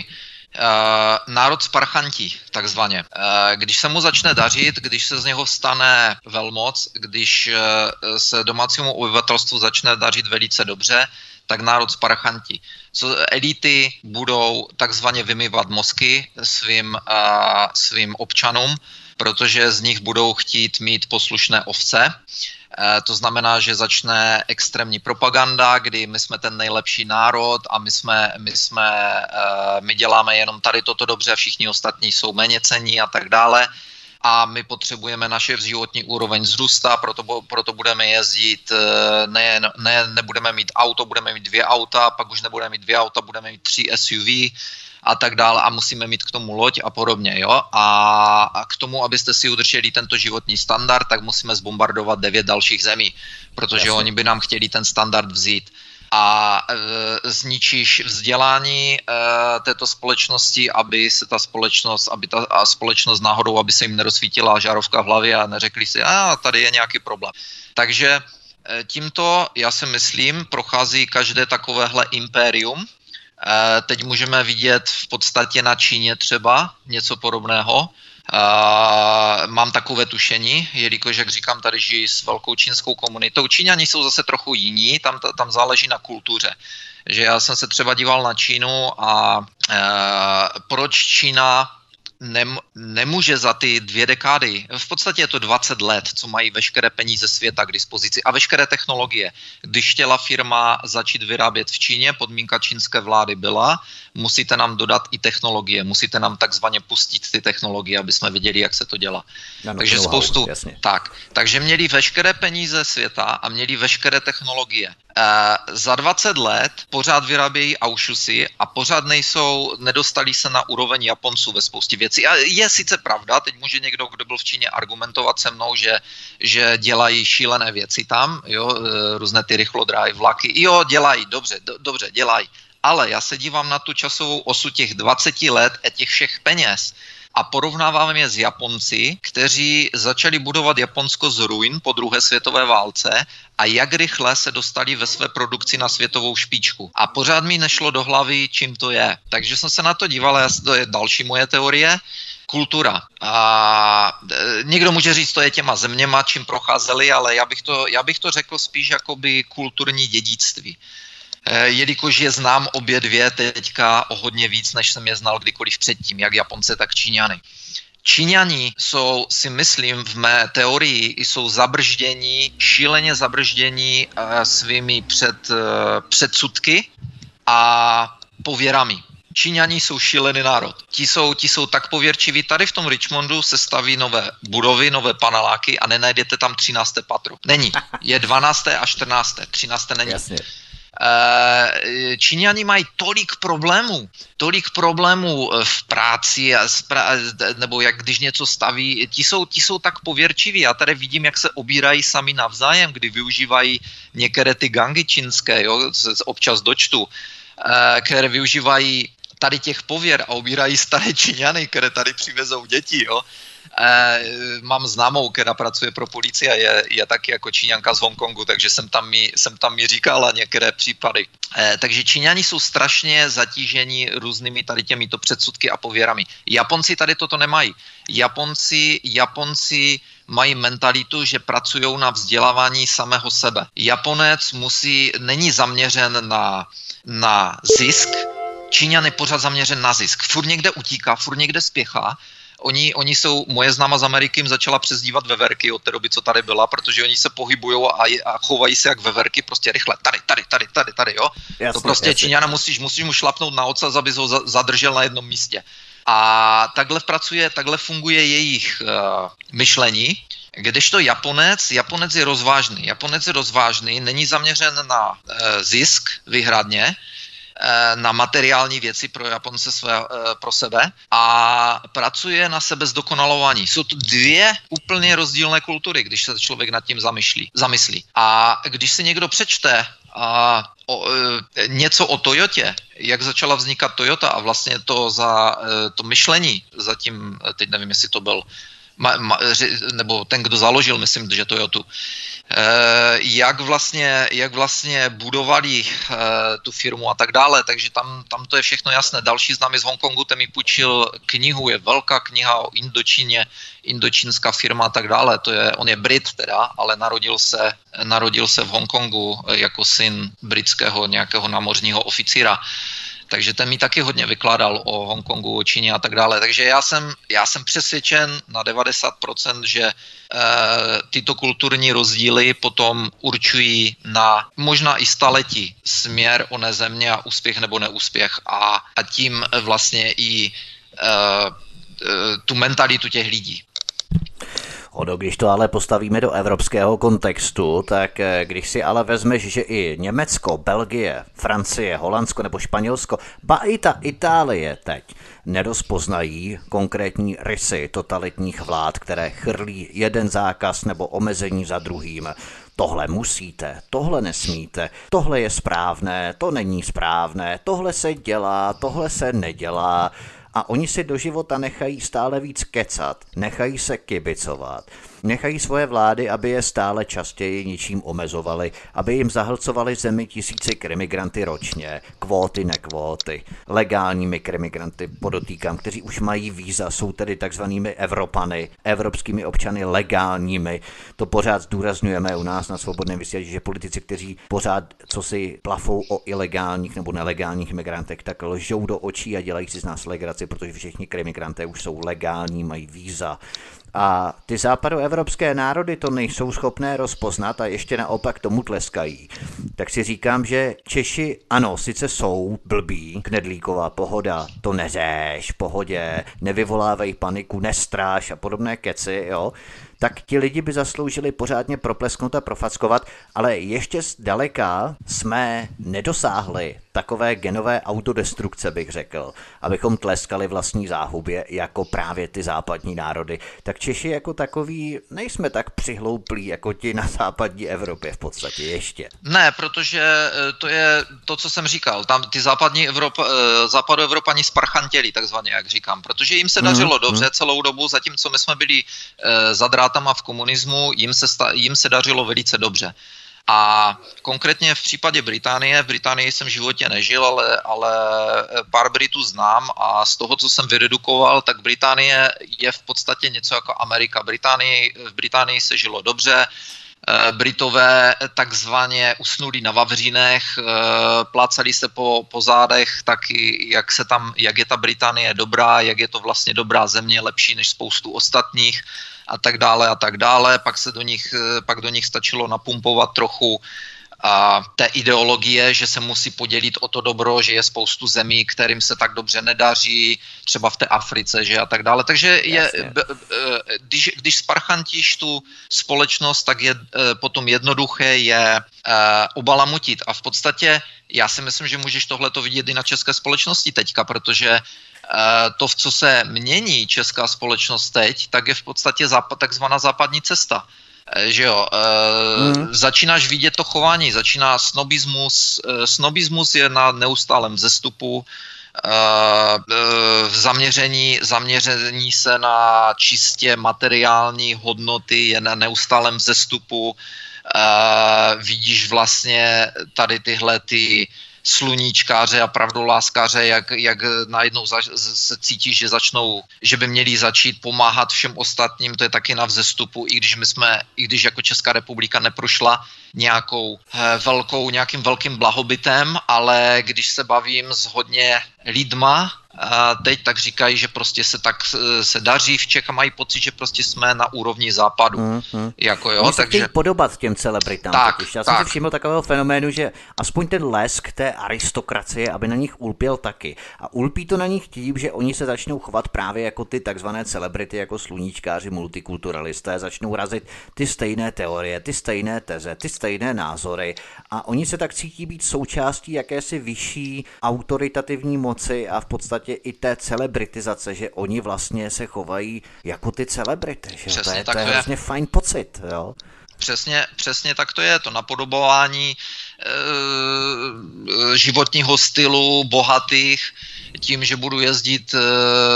Národ sparchantí, takzvaně. Když se mu začne dařit, když se z něho stane velmoc, když se domácímu obyvatelstvu začne dařit velice dobře, tak národ sparchantí. Elity budou takzvaně vymývat mozky svým, svým občanům, protože z nich budou chtít mít poslušné ovce. To znamená, že začne extrémní propaganda, kdy my jsme ten nejlepší národ a my jsme, my jsme, my děláme jenom tady toto dobře a všichni ostatní jsou méněcenní a tak dále. A my potřebujeme naše životní úroveň zrůstá, proto, proto budeme jezdit, ne, ne, nebudeme mít auto, budeme mít dvě auta, pak už nebudeme mít dvě auta, budeme mít tři S U V a tak dále a musíme mít k tomu loď a podobně. Jo? A, a k tomu, abyste si udrželi tento životní standard, tak musíme zbombardovat devět dalších zemí, protože Jasně. oni by nám chtěli ten standard vzít. A e, zničíš vzdělání e, této společnosti, aby se ta společnost, aby ta a společnost náhodou, aby se jim nerozsvítila žárovka v hlavě a neřekli si, a tady je nějaký problém. Takže e, tímto, já si myslím, prochází každé takovéhle impérium. E, teď můžeme vidět v podstatě na Číně třeba něco podobného. Uh, mám takové tušení, jelikož, jak říkám, tady žijí s velkou čínskou komunitou. Číňani jsou zase trochu jiní, tam, tam záleží na kultuře. Že já jsem se třeba díval na Čínu a uh, proč Čína nem, nemůže za ty dvě dekády, v podstatě je to dvacet let, co mají veškeré peníze světa k dispozici a veškeré technologie. Když chtěla firma začít vyrábět v Číně, podmínka čínské vlády byla, musíte nám dodat i technologie, musíte nám takzvaně pustit ty technologie, aby jsme viděli, jak se to dělá. Ano, takže spoustu, jasně. tak, takže měli veškeré peníze světa a měli veškeré technologie. E, za dvacet let pořád vyrábějí aušusy a pořád nejsou, nedostali se na úroveň Japonců ve spoustě věcí. A je sice pravda, teď může někdo, kdo byl v Číně, argumentovat se mnou, že, že dělají šílené věci tam, jo, různé ty rychlodráhy, vlaky, jo, dělají, dobře, do, dobře, dělají. Ale já se dívám na tu časovou osu těch dvaceti let a těch všech peněz a porovnávám je s Japonci, kteří začali budovat Japonsko z ruin po druhé světové válce a jak rychle se dostali ve své produkci na světovou špičku. A pořád mi nešlo do hlavy, čím to je. Takže jsem se na to díval, a to je další moje teorie. Kultura. A někdo může říct, to je těma zeměma, čím procházeli, ale já bych to, já bych to řekl spíš jakoby kulturní dědictví. Jelikož je znám obě dvě teďka o hodně víc, než jsem je znal kdykoliv předtím, jak Japonce, tak Číňany. Číňani jsou, si myslím, v mé teorii, jsou zabrždění, šíleně zabrždění svými před, předsudky a pověrami. Číňani jsou šílený národ. Ti jsou, ti jsou tak pověrčiví. Tady v tom Richmondu se staví nové budovy, nové paneláky a nenajdete tam třinácté patro. Není. Je dvanácté a čtrnácté. třinácté není. Jasně. Číňani mají tolik problémů, tolik problémů v práci, nebo jak když něco staví, ti jsou, ti jsou tak pověrčiví. Já tady vidím, jak se obírají sami navzájem, kdy využívají některé ty gangy čínské, jo, občas dočtu, které využívají tady těch pověr a obírají staré Číňany, které tady přivezou děti, jo. E, mám známou, která pracuje pro policii a je, je taky jako Číňanka z Hongkongu, takže jsem tam mi, jsem tam mi říkala některé případy. E, takže Číňani jsou strašně zatíženi různými tady těmito předsudky a pověrami. Japonci tady toto nemají. Japonci, Japonci mají mentalitu, že pracují na vzdělávání samého sebe. Japonec musí, není zaměřen na, na zisk, Číňan je pořád zaměřen na zisk. Furt někde utíká, furt někde spěchá. Oni, oni jsou, moje známa z Ameriky jim začala přezdívat veverky od té doby, co tady byla, protože oni se pohybujou a, a chovají se jak veverky, prostě rychle, tady, tady, tady, tady, tady, jo. Jasně, to prostě jasně. Číňana musíš, musíš mu šlapnout na ocas, aby ho za, zadržel na jednom místě. A takhle pracuje, takhle funguje jejich uh, myšlení, kdežto Japonec, Japonec je rozvážný. Japonec je rozvážný, není zaměřen na uh, zisk vyhradně, na materiální věci pro Japonce své, pro sebe a pracuje na sebe zdokonalování. Jsou to dvě úplně rozdílné kultury, když se člověk nad tím zamyslí. zamyslí. A když si někdo přečte a, o, e, něco o Toyotě, jak začala vznikat Toyota a vlastně to, za, e, to myšlení zatím, teď nevím, jestli to byl Ma, ma, nebo ten, kdo založil, myslím, že Toyotu, e, jak vlastně, jak vlastně budovali e, tu firmu a tak dále, takže tam, tam to je všechno jasné. Další známý z Hongkongu, ten mi půjčil knihu, je velká kniha o Indočíně, indočínská firma a tak dále, to je, on je Brit teda, ale narodil se, narodil se v Hongkongu jako syn britského nějakého námořního oficíra. Takže ten mi taky hodně vykládal o Hongkongu, o Číně a tak dále. Takže já jsem, já jsem přesvědčen na devadesát procent, že e, tyto kulturní rozdíly potom určují na možná i staletí směr oné země a úspěch nebo neúspěch a, a tím vlastně i e, e, tu mentalitu těch lidí. Ono, když to ale postavíme do evropského kontextu, tak když si ale vezmeš, že i Německo, Belgie, Francie, Holandsko nebo Španělsko, ba i ta Itálie teď nerozpoznají konkrétní rysy totalitních vlád, které chrlí jeden zákaz nebo omezení za druhým. Tohle musíte, tohle nesmíte, tohle je správné, to není správné, tohle se dělá, tohle se nedělá. A oni si do života nechají stále víc kecat, nechají se kibicovat, nechají svoje vlády, aby je stále častěji ničím omezovali, aby jim zahlcovali zemi tisíci krimigranty ročně, kvóty, nekvóty, legálními krimigranty, podotýkám, kteří už mají víza, jsou tedy takzvanými Evropany, evropskými občany legálními. To pořád zdůrazňujeme u nás na Svobodném vysílači, že politici, kteří pořád co si plafou o ilegálních nebo nelegálních migrantech, tak lžou do očí a dělají si z nás legraci, protože všichni krimigranté už jsou legální, mají víza. A ty západoevropské národy to nejsou schopné rozpoznat a ještě naopak tomu tleskají. Tak si říkám, že Češi, ano, sice jsou blbí, knedlíková pohoda, to neřeš, pohodě, nevyvolávej paniku, nestráš a podobné keci, jo, tak ti lidi by zasloužili pořádně proplesknout a profackovat, ale ještě zdaleka jsme nedosáhli takové genové autodestrukce, bych řekl, abychom tleskali vlastní záhubě jako právě ty západní národy. Tak Češi jako takový nejsme tak přihlouplí jako ti na západní Evropě v podstatě ještě. Ne, protože to je to, co jsem říkal. Tam ty západní Evropa, západoevropani sparchantěli, takzvaně, jak říkám, protože jim se dařilo mm, dobře mm. celou dobu, zatímco my jsme byli za drátama v komunismu, jim se, jim se dařilo velice dobře. A konkrétně v případě Británie, v Británii jsem v životě nežil, ale, ale pár Britů znám a z toho, co jsem vyredukoval, tak Británie je v podstatě něco jako Amerika. Británii, v Británii se žilo dobře, Britové takzvaně usnuli na vavřínech, plácali se po, po zádech, taky jak, se tam, jak je ta Británie dobrá, jak je to vlastně dobrá země, lepší než spoustu ostatních a tak dále a tak dále. Pak se do nich, pak do nich stačilo napumpovat trochu a té ideologie, že se musí podělit o to dobro, že je spoustu zemí, kterým se tak dobře nedaří, třeba v té Africe, že a tak dále. Takže je, b, b, když, když sparchantíš tu společnost, tak je potom jednoduché je obalamutit. A v podstatě já si myslím, že můžeš tohleto vidět i na české společnosti teďka, protože to, v co se mění česká společnost teď, tak je v podstatě západ, takzvaná západní cesta. Že jo, mm. začínáš vidět to chování, začíná snobismus, snobismus je na neustálém vzestupu, v zaměření, zaměření se na čistě materiální hodnoty je na neustálém vzestupu, vidíš vlastně tady tyhle ty sluníčkáře a pravdoláskáře, jak, jak najednou za, se cítí, že začnou, že by měli začít pomáhat všem ostatním, to je taky na vzestupu, i když my jsme, i když jako Česká republika neprošla nějakou eh, velkou, nějakým velkým blahobytem, ale když se bavím s hodně lidma a teď, tak říkají, že prostě se tak se daří v Čech a mají pocit, že prostě jsme na úrovni západu. Mm, mm. Jako jo, Oni se takže chtějí podobat těm celebritám. Tak, totiž. Já tak. jsem si všiml takového fenoménu, že aspoň ten lesk té aristokracie, aby na nich ulpěl taky. A ulpí to na nich tím, že oni se začnou chovat právě jako ty takzvané celebrity, jako sluníčkáři, multikulturalisté, začnou razit ty stejné teorie, ty stejné teze, ty stejné názory a oni se tak cítí být součástí jakési vyšší autoritativní moci a v podstatě i té celebritizace, že oni vlastně se chovají jako ty celebrity. Že? To je, to je hrozně fajn pocit. Jo? Přesně, přesně tak to je, to napodobování e, životního stylu bohatých, tím, že budu jezdit e,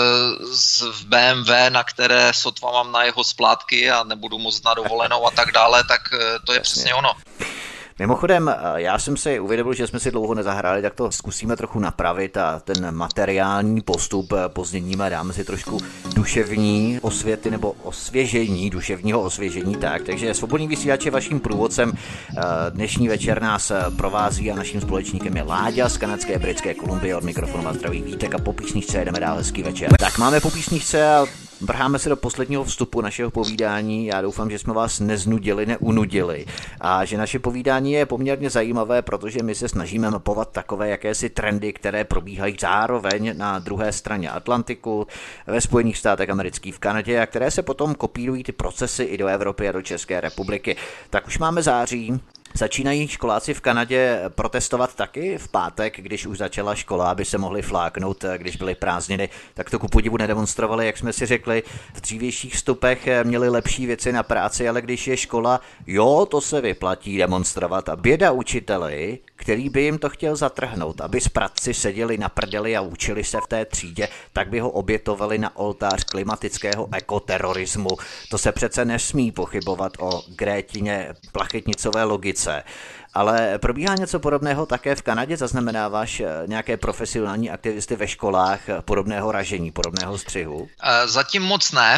z, v bé em vé, na které sotva mám na jeho splátky a nebudu moc na dovolenou a tak dále, tak e, to je Přesně. přesně ono. Mimochodem, já jsem si uvědomil, že jsme si dlouho nezahráli, tak to zkusíme trochu napravit a ten materiální postup pozměníme, dáme si trošku duševní osvěty nebo osvěžení, duševního osvěžení, tak. Takže Svobodný vysílač je vaším průvodcem. Dnešní večer nás provází a naším společníkem je Láďa z kanadské Britské Kolumbie. Od mikrofonu vás zdraví Vítek a po písničce jedeme dál, hezký večer. Tak máme po písničce a vrháme se do posledního vstupu našeho povídání. Já doufám, že jsme vás neznudili, neunudili a že naše povídání je poměrně zajímavé, protože my se snažíme mapovat takové jakési trendy, které probíhají zároveň na druhé straně Atlantiku, ve Spojených státech amerických, v Kanadě a které se potom kopírují ty procesy i do Evropy a do České republiky. Tak už máme září. Začínají školáci v Kanadě protestovat taky v pátek, když už začala škola, aby se mohli fláknout, když byly prázdniny, tak to ku podivu nedemonstrovali, jak jsme si řekli. V dřívějších vstupech měli lepší věci na práci, ale když je škola, jo, to se vyplatí demonstrovat a běda učiteli, který by jim to chtěl zatrhnout, aby spratci seděli na prdeli a učili se v té třídě, tak by ho obětovali na oltář klimatického ekoterorismu. To se přece nesmí pochybovat o Grétině Plachetnicové logice. Ale probíhá něco podobného také v Kanadě? Zaznamenáváš nějaké profesionální aktivisty ve školách podobného ražení, podobného střihu? Zatím moc ne.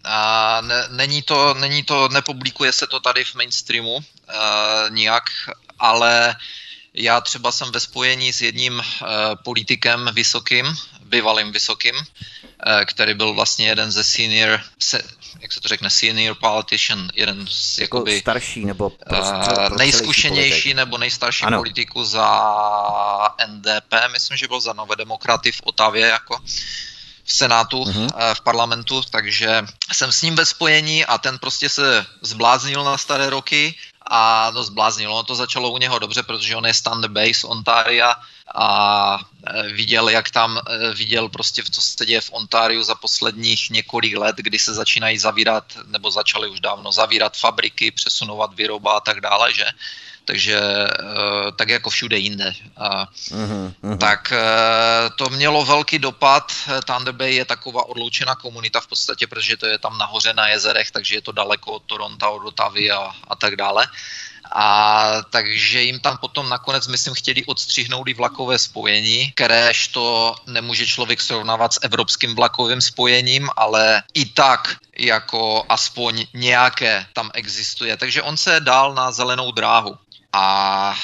Není to, není to, nepublikuje se to tady v mainstreamu nijak, ale já třeba jsem ve spojení s jedním uh, politikem vysokým, bývalým vysokým, uh, který byl vlastně jeden ze senior, se, jak se to řekne, senior politician, jeden z jako jakoby starší nebo pro, uh, pro nejzkušenější nebo nejstarší ano. politiku za N D P, myslím, že byl za Nové demokraty v Otavě jako v Senátu, uh-huh. v parlamentu, takže jsem s ním ve spojení a ten prostě se zbláznil na staré roky a to zbláznilo. To začalo u něho dobře, protože on je z Thunder Bay z Ontaria a viděl, jak tam viděl prostě, co se děje v Ontariu za posledních několik let, kdy se začínají zavírat, nebo začaly už dávno zavírat fabriky, přesunovat výroba a tak dále, že? Takže tak jako všude jinde. Uh-huh, uh-huh. Tak to mělo velký dopad. Thunder Bay je taková odloučená komunita v podstatě, protože to je tam nahoře na jezerech, takže je to daleko od Toronto, od Ottavy a, a tak dále. A takže jim tam potom nakonec, myslím, chtěli odstřihnout i vlakové spojení, kteréž to nemůže člověk srovnávat s evropským vlakovým spojením, ale i tak jako aspoň nějaké tam existuje. Takže on se dal na zelenou dráhu. A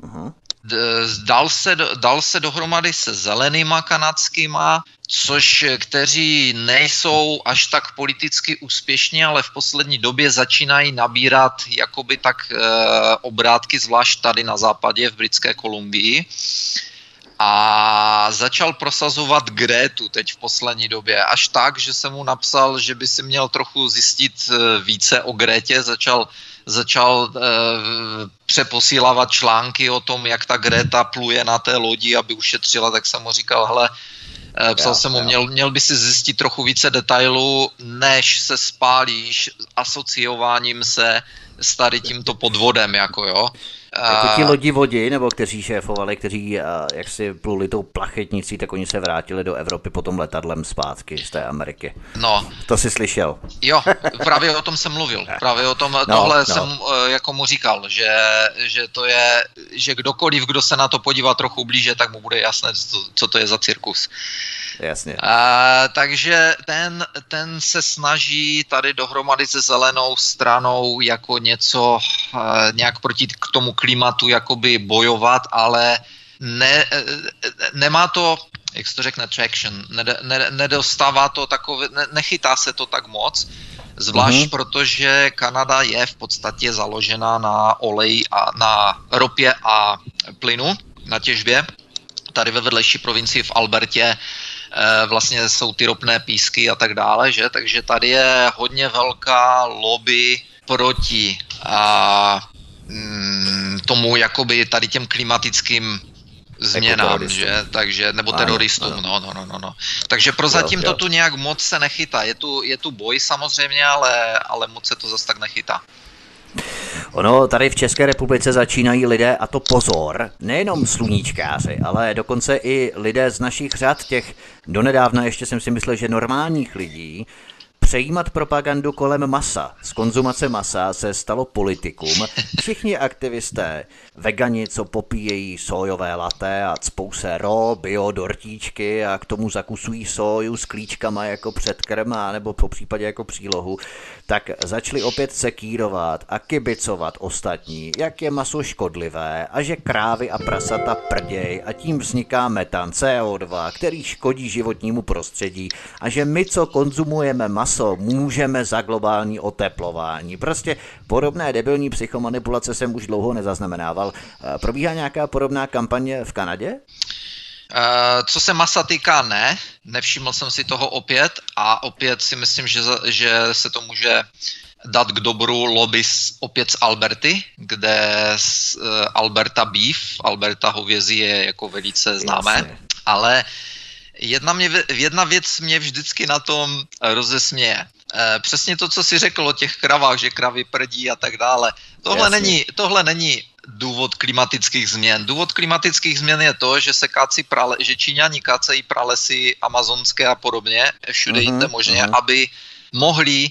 dal se, dal se dohromady se zelenýma kanadskýma, což kteří nejsou až tak politicky úspěšní, ale v poslední době začínají nabírat jakoby tak e, obrátky, zvlášť tady na západě v Britské Kolumbii. A začal prosazovat Grétu teď v poslední době. Až tak, že jsem mu napsal, že by si měl trochu zjistit více o Grétě. Začal, začal e, přeposílávat články o tom, jak ta Gréta pluje na té lodi, aby ušetřila. Tak jsem mu říkal, hele, e, psal já, jsem mu, měl, měl by si zjistit trochu více detailů, než se spálíš asociováním se s tady tímto podvodem, jako jo. Jako ti lodivodi, nebo kteří šéfovali, kteří jak si pluli tou plachetnicí, tak oni se vrátili do Evropy potom letadlem zpátky z té Ameriky. No. To jsi slyšel. Jo, právě o tom jsem mluvil. Právě o tom, no, tohle no. jsem jako mu říkal, že, že to je, že kdokoliv, kdo se na to podívá trochu blíže, tak mu bude jasné, co, co to je za cirkus. Jasně. A, takže ten, ten se snaží tady dohromady se zelenou stranou jako něco, a, nějak proti k tomu klimatu jakoby bojovat, ale ne, nemá to, jak se to řekne, traction, ne, ne, nedostává to takové, ne, nechytá se to tak moc, zvlášť mm-hmm. protože Kanada je v podstatě založena na oleji a na ropě a plynu, na těžbě. Tady ve vedlejší provincii v Albertě vlastně jsou ty ropné písky a tak dále, že? Takže tady je hodně velká lobby proti a, mm, tomu jakoby tady těm klimatickým změnám, že? Takže, nebo ano, teroristům, ano. No, no, no, no, no. Takže prozatím jo, jo. to tu nějak moc se nechytá. Je tu, je tu boj samozřejmě, ale, ale moc se to zase tak nechytá. Ono tady v České republice začínají lidé, a to pozor, nejenom sluníčkáři, ale dokonce i lidé z našich řad, těch donedávna ještě jsem si myslel, že normálních lidí, přejímat propagandu kolem masa. Z konzumace masa se stalo politikum. Všichni aktivisté, vegani, co popíjejí sójové latte a cpou se ro, bio, dortíčky a k tomu zakusují sóju s klíčkama jako předkrm nebo po případě jako přílohu, tak začali opět sekírovat a kibicovat ostatní, jak je maso škodlivé a že krávy a prasata prděj a tím vzniká metan, C O dva, který škodí životnímu prostředí a že my, co konzumujeme maso, můžeme za globální oteplování. Prostě podobné debilní psychomanipulace jsem už dlouho nezaznamenával. Probíhá nějaká podobná kampaně v Kanadě? Uh, co se masa týká, ne. Nevšiml jsem si toho opět a opět si myslím, že, že se to může dát k dobru lobby z, opět z Alberty, kde z, uh, Alberta beef, Alberta hovězí je jako velice známé, Jasně. ale Jedna, mě, jedna věc mě vždycky na tom rozesměje. E, přesně to, co jsi řekl o těch kravách, že kravy prdí a tak dále. Tohle není, tohle není důvod klimatických změn. Důvod klimatických změn je to, že se kácí prale, že Číňani kácejí pralesy amazonské a podobně, všude uh-huh, jinde možně, uh-huh. aby mohli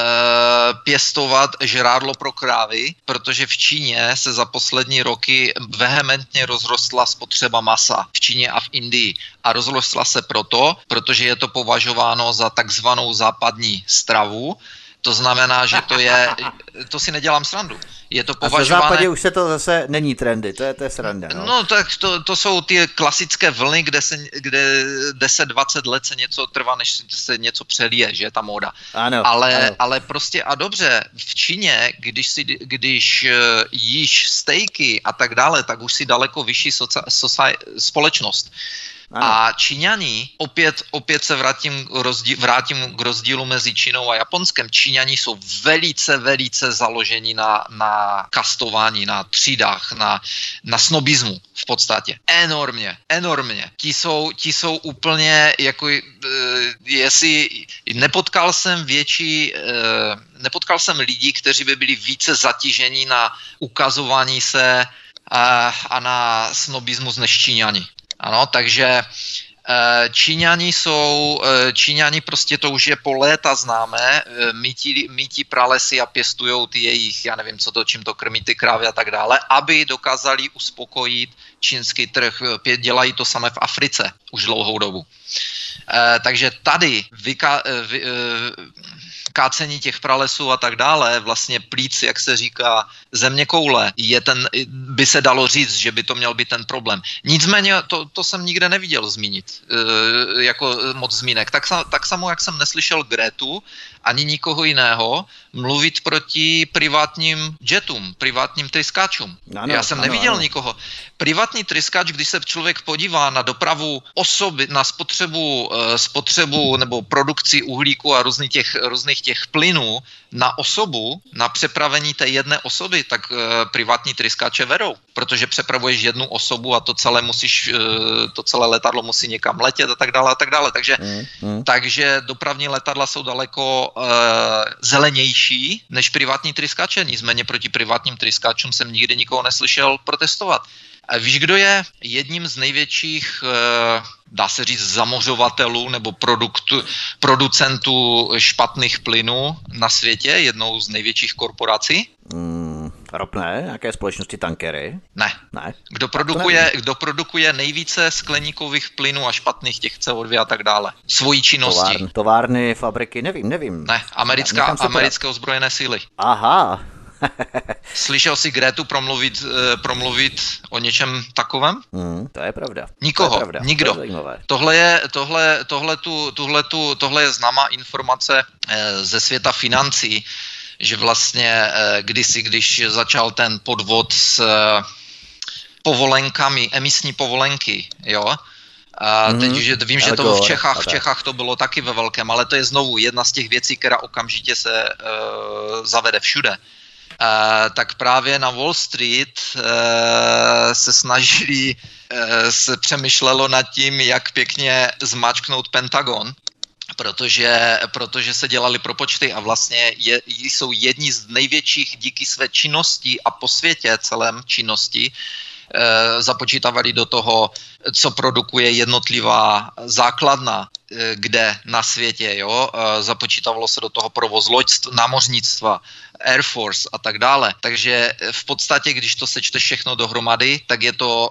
pěstovat žrádlo pro krávy, protože v Číně se za poslední roky vehementně rozrostla spotřeba masa. V Číně a v Indii. A rozrostla se proto, protože je to považováno za takzvanou západní stravu. To znamená, že to je, to si nedělám srandu. Je to považované... A v západě už se to zase není trendy, to je, to je sranda. No, no tak to, to jsou ty klasické vlny, kde, se, kde deset dvacet let se něco trvá, než se něco přelije, že ta móda. Ano, ale, ano. ale prostě a dobře, v Číně, když, si, když jíš stejky a tak dále, tak už si daleko vyšší soca, soci, společnost. Ano. A Číňani, opět, opět se vrátím, rozdíl, vrátím k rozdílu mezi Čínou a Japonskem. Číňani jsou velice, velice založeni na, na kastování, na třídách, na, na snobismu v podstatě. Enormně, enormně. Ti jsou, ti jsou úplně jako, jestli nepotkal jsem větší, nepotkal jsem lidí, kteří by byli více zatíženi na ukazování se a, a na snobismus než Číňani. Ano, takže Číňani jsou, Číňani prostě to už je po léta známé, mítí, mítí pralesy a pěstujou ty jejich, já nevím, co to, čím to krmí ty krávy a tak dále, aby dokázali uspokojit čínský trh. Dělají to samé v Africe už dlouhou dobu. Takže tady vyka, vy, kácení těch pralesů a tak dále, vlastně plíc, jak se říká, země koule, je ten, by se dalo říct, že by to měl být ten problém. Nicméně to, to jsem nikde neviděl zmínit, e, jako moc zmínek. Tak, tak samo, jak jsem neslyšel Gretu, ani nikoho jiného, mluvit proti privátním jetům, privátním tryskáčům. Ano, Já jsem ano, neviděl ano. nikoho. Privátní tryskáč, když se člověk podívá na dopravu osoby, na spotřebu, spotřebu nebo produkci uhlíku a různých těch, různých těch plynů na osobu, na přepravení té jedné osoby, tak privátní tryskáče sežerou, protože přepravuješ jednu osobu a to celé musíš, to celé letadlo musí někam letět a tak dále a tak dále. Takže, mm, mm. takže dopravní letadla jsou daleko uh, zelenější než privátní tryskače. Nicméně proti privátním tryskačům jsem nikdy nikoho neslyšel protestovat. A víš, kdo je jedním z největších, dá se říct, zamořovatelů nebo produktu, producentů špatných plynů na světě, jednou z největších korporací? Mm, ropné? Nějaké společnosti tankery? Ne. ne. Kdo produkuje, kdo produkuje nejvíce skleníkových plynů a špatných těch C O dva a tak dále? Svojí činností. Továrny, továrny, fabriky, nevím, nevím. Ne, americká, americké ozbrojené síly. Aha. Slyšel jsi Gretu promluvit, promluvit o něčem takovém? Mm, to je pravda. Nikoho, to je pravda. nikdo. To je tohle, je, tohle, tohle, tu, tohle, tu, tohle je známá informace ze světa financí, že vlastně kdysi, když začal ten podvod s povolenkami, emisní povolenky, jo, a teď už mm, vím, že to v Čechách, v Čechách to bylo taky ve velkém, ale to je znovu jedna z těch věcí, která okamžitě se uh, zavede všude. Uh, tak právě na Wall Street uh, se snažili, uh, se přemýšlelo nad tím, jak pěkně zmáčknout Pentagon, protože, protože se dělali propočty a vlastně je, jsou jedni z největších díky své činnosti a po světě celém činnosti uh, započítávali do toho, co produkuje jednotlivá základna, kde na světě, jo, započítávalo se do toho provoz loďstva, námořnictva, Air Force a tak dále. Takže v podstatě, když to sečteš všechno dohromady, tak je to,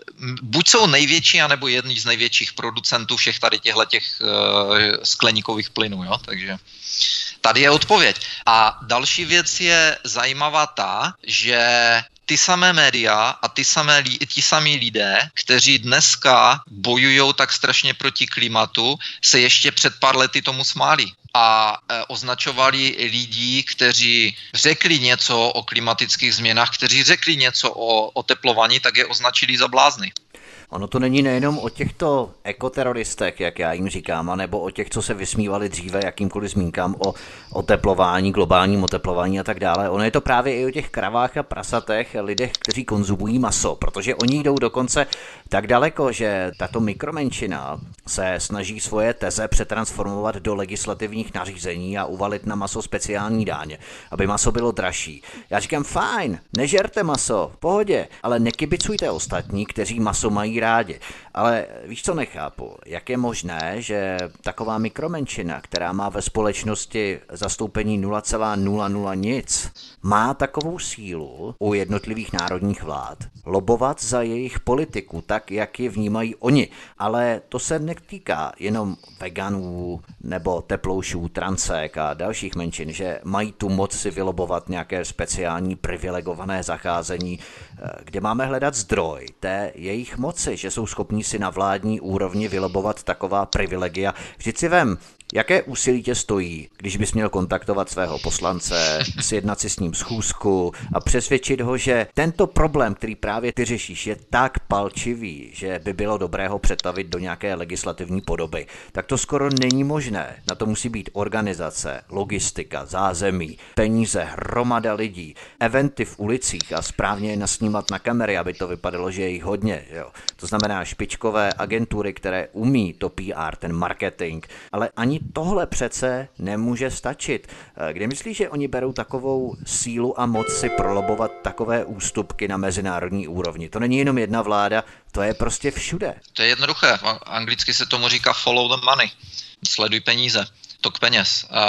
buď jsou největší, anebo jedni z největších producentů všech tady těchto těch skleníkových plynů, jo, takže tady je odpověď. A další věc je zajímavá ta, že ty samé média a ty samé, ti samí lidé, kteří dneska bojují tak strašně proti klimatu, se ještě před pár lety tomu smáli a e, označovali lidí, kteří řekli něco o klimatických změnách, kteří řekli něco o oteplování, tak je označili za blázny. Ono to není nejenom o těchto ekoteroristech, jak já jim říkám, anebo o těch, co se vysmívali dříve jakýmkoliv zmínkám o oteplování, globálním oteplování a tak dále. Ono je to právě i o těch kravách a prasatech, lidech, kteří konzumují maso, protože oni jdou dokonce tak daleko, že tato mikromenšina se snaží svoje teze přetransformovat do legislativních nařízení a uvalit na maso speciální daň, aby maso bylo dražší. Já říkám, fajn, nežerte maso, v pohodě, ale nekibicujte ostatní, kteří maso mají rádi. Ale víš, co nechápu? Jak je možné, že taková mikromenšina, která má ve společnosti zastoupení nula celá nula nula nic, má takovou sílu u jednotlivých národních vlád lobovat za jejich politiku tak, jak je vnímají oni. Ale to se netýká jenom veganů nebo teploušů, transek a dalších menšin, že mají tu moc si vylobovat nějaké speciální privilegované zacházení, kde máme hledat zdroj té jejich moci, že jsou schopní si na vládní úrovni vylobovat taková privilegia. Vždyť si vem, jaké úsilí tě stojí, když bys měl kontaktovat svého poslance, sjednat si s ním schůzku a přesvědčit ho, že tento problém, který právě ty řešíš, je tak palčivý, že by bylo dobré ho přetavit do nějaké legislativní podoby. Tak to skoro není možné. Na to musí být organizace, logistika, zázemí, peníze, hromada lidí, eventy v ulicích a správně je nasnímat na kamery, aby to vypadalo, že je jich hodně. Jo. To znamená špičkové agentury, které umí to P R, ten marketing, ale ani tohle přece nemůže stačit. Kde myslíš, že oni berou takovou sílu a moc si prolobovat takové ústupky na mezinárodní úrovni? To není jenom jedna vláda, to je prostě všude. To je jednoduché. Anglicky se tomu říká follow the money. Sleduj peníze. Tok peněz. Uh,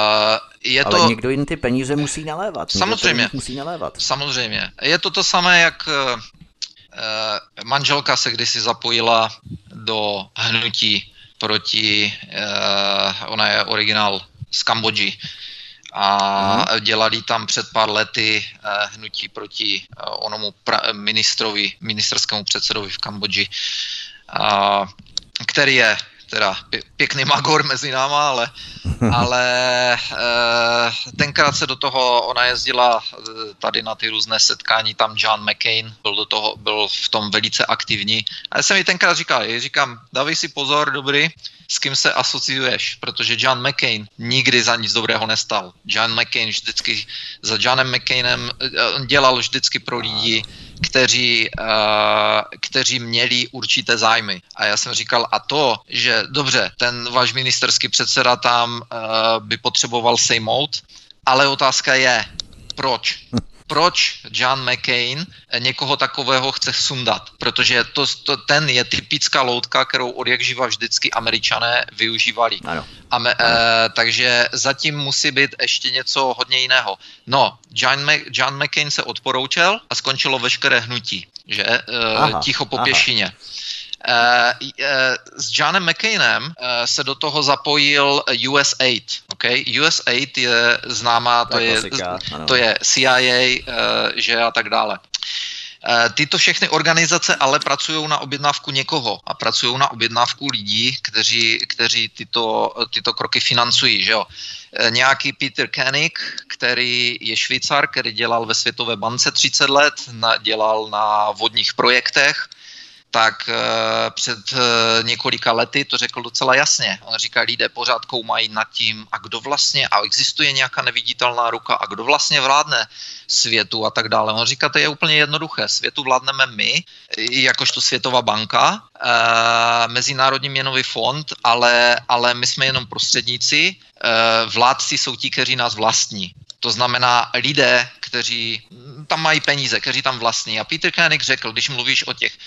je Ale to... někdo jiný ty peníze musí nalévat. Samozřejmě. Musí nalévat. Samozřejmě. Je to to samé, jak uh, manželka se kdysi zapojila do hnutí proti, uh, ona je originál z Kambodži a uh-huh. dělali tam před pár lety uh, hnutí proti uh, onomu pra- ministrovi, ministerskému předsedovi v Kambodži, uh, který je teda pěkný magor mezi náma, ale, ale e, tenkrát se do toho, ona jezdila tady na ty různé setkání, tam John McCain byl, do toho, byl v tom velice aktivní. A já jsem jí tenkrát říkal, já říkám, dávej si pozor, dobrý, s kým se asociuješ, protože John McCain nikdy za nic dobrého nestal. John McCain vždycky, za Johnem McCainem, on dělal vždycky pro lidi, kteří, kteří měli určité zájmy. A já jsem říkal, a to, že dobře, ten váš ministerský předseda tam by potřeboval sejmout, ale otázka je, proč? Proč John McCain někoho takového chce sundat? Protože to, to, ten je typická loutka, kterou od jak živa vždycky Američané využívali. Ano. Ame, ano. E, takže zatím musí být ještě něco hodně jiného. No, John, Mac, John McCain se odporoučel a skončilo veškeré hnutí, že? E, aha, ticho po aha. pěšině. Uh, uh, s Johnem McCainem uh, se do toho zapojil U S A I D. Okay? U S A I D je známá, to, je, to je C I A, uh, že a tak dále. Uh, tyto všechny organizace ale pracují na objednávku někoho a pracují na objednávku lidí, kteří, kteří tyto, tyto kroky financují. Že jo? Uh, nějaký Peter Koenig, který je Švýcar, který dělal ve Světové bance třicet let, na, dělal na vodních projektech, tak uh, před uh, několika lety to řekl docela jasně. On říká, lidé pořád koumají nad tím, a kdo vlastně, a existuje nějaká neviditelná ruka, a kdo vlastně vládne světu a tak dále. On říká, to je úplně jednoduché. Světu vládneme my, jakožto Světová banka, uh, Mezinárodní měnový fond, ale, ale my jsme jenom prostředníci. Uh, vládci jsou ti, kteří nás vlastní. To znamená lidé, kteří tam mají peníze, kteří tam vlastní. A Peter Koenig řekl, když mluvíš o těch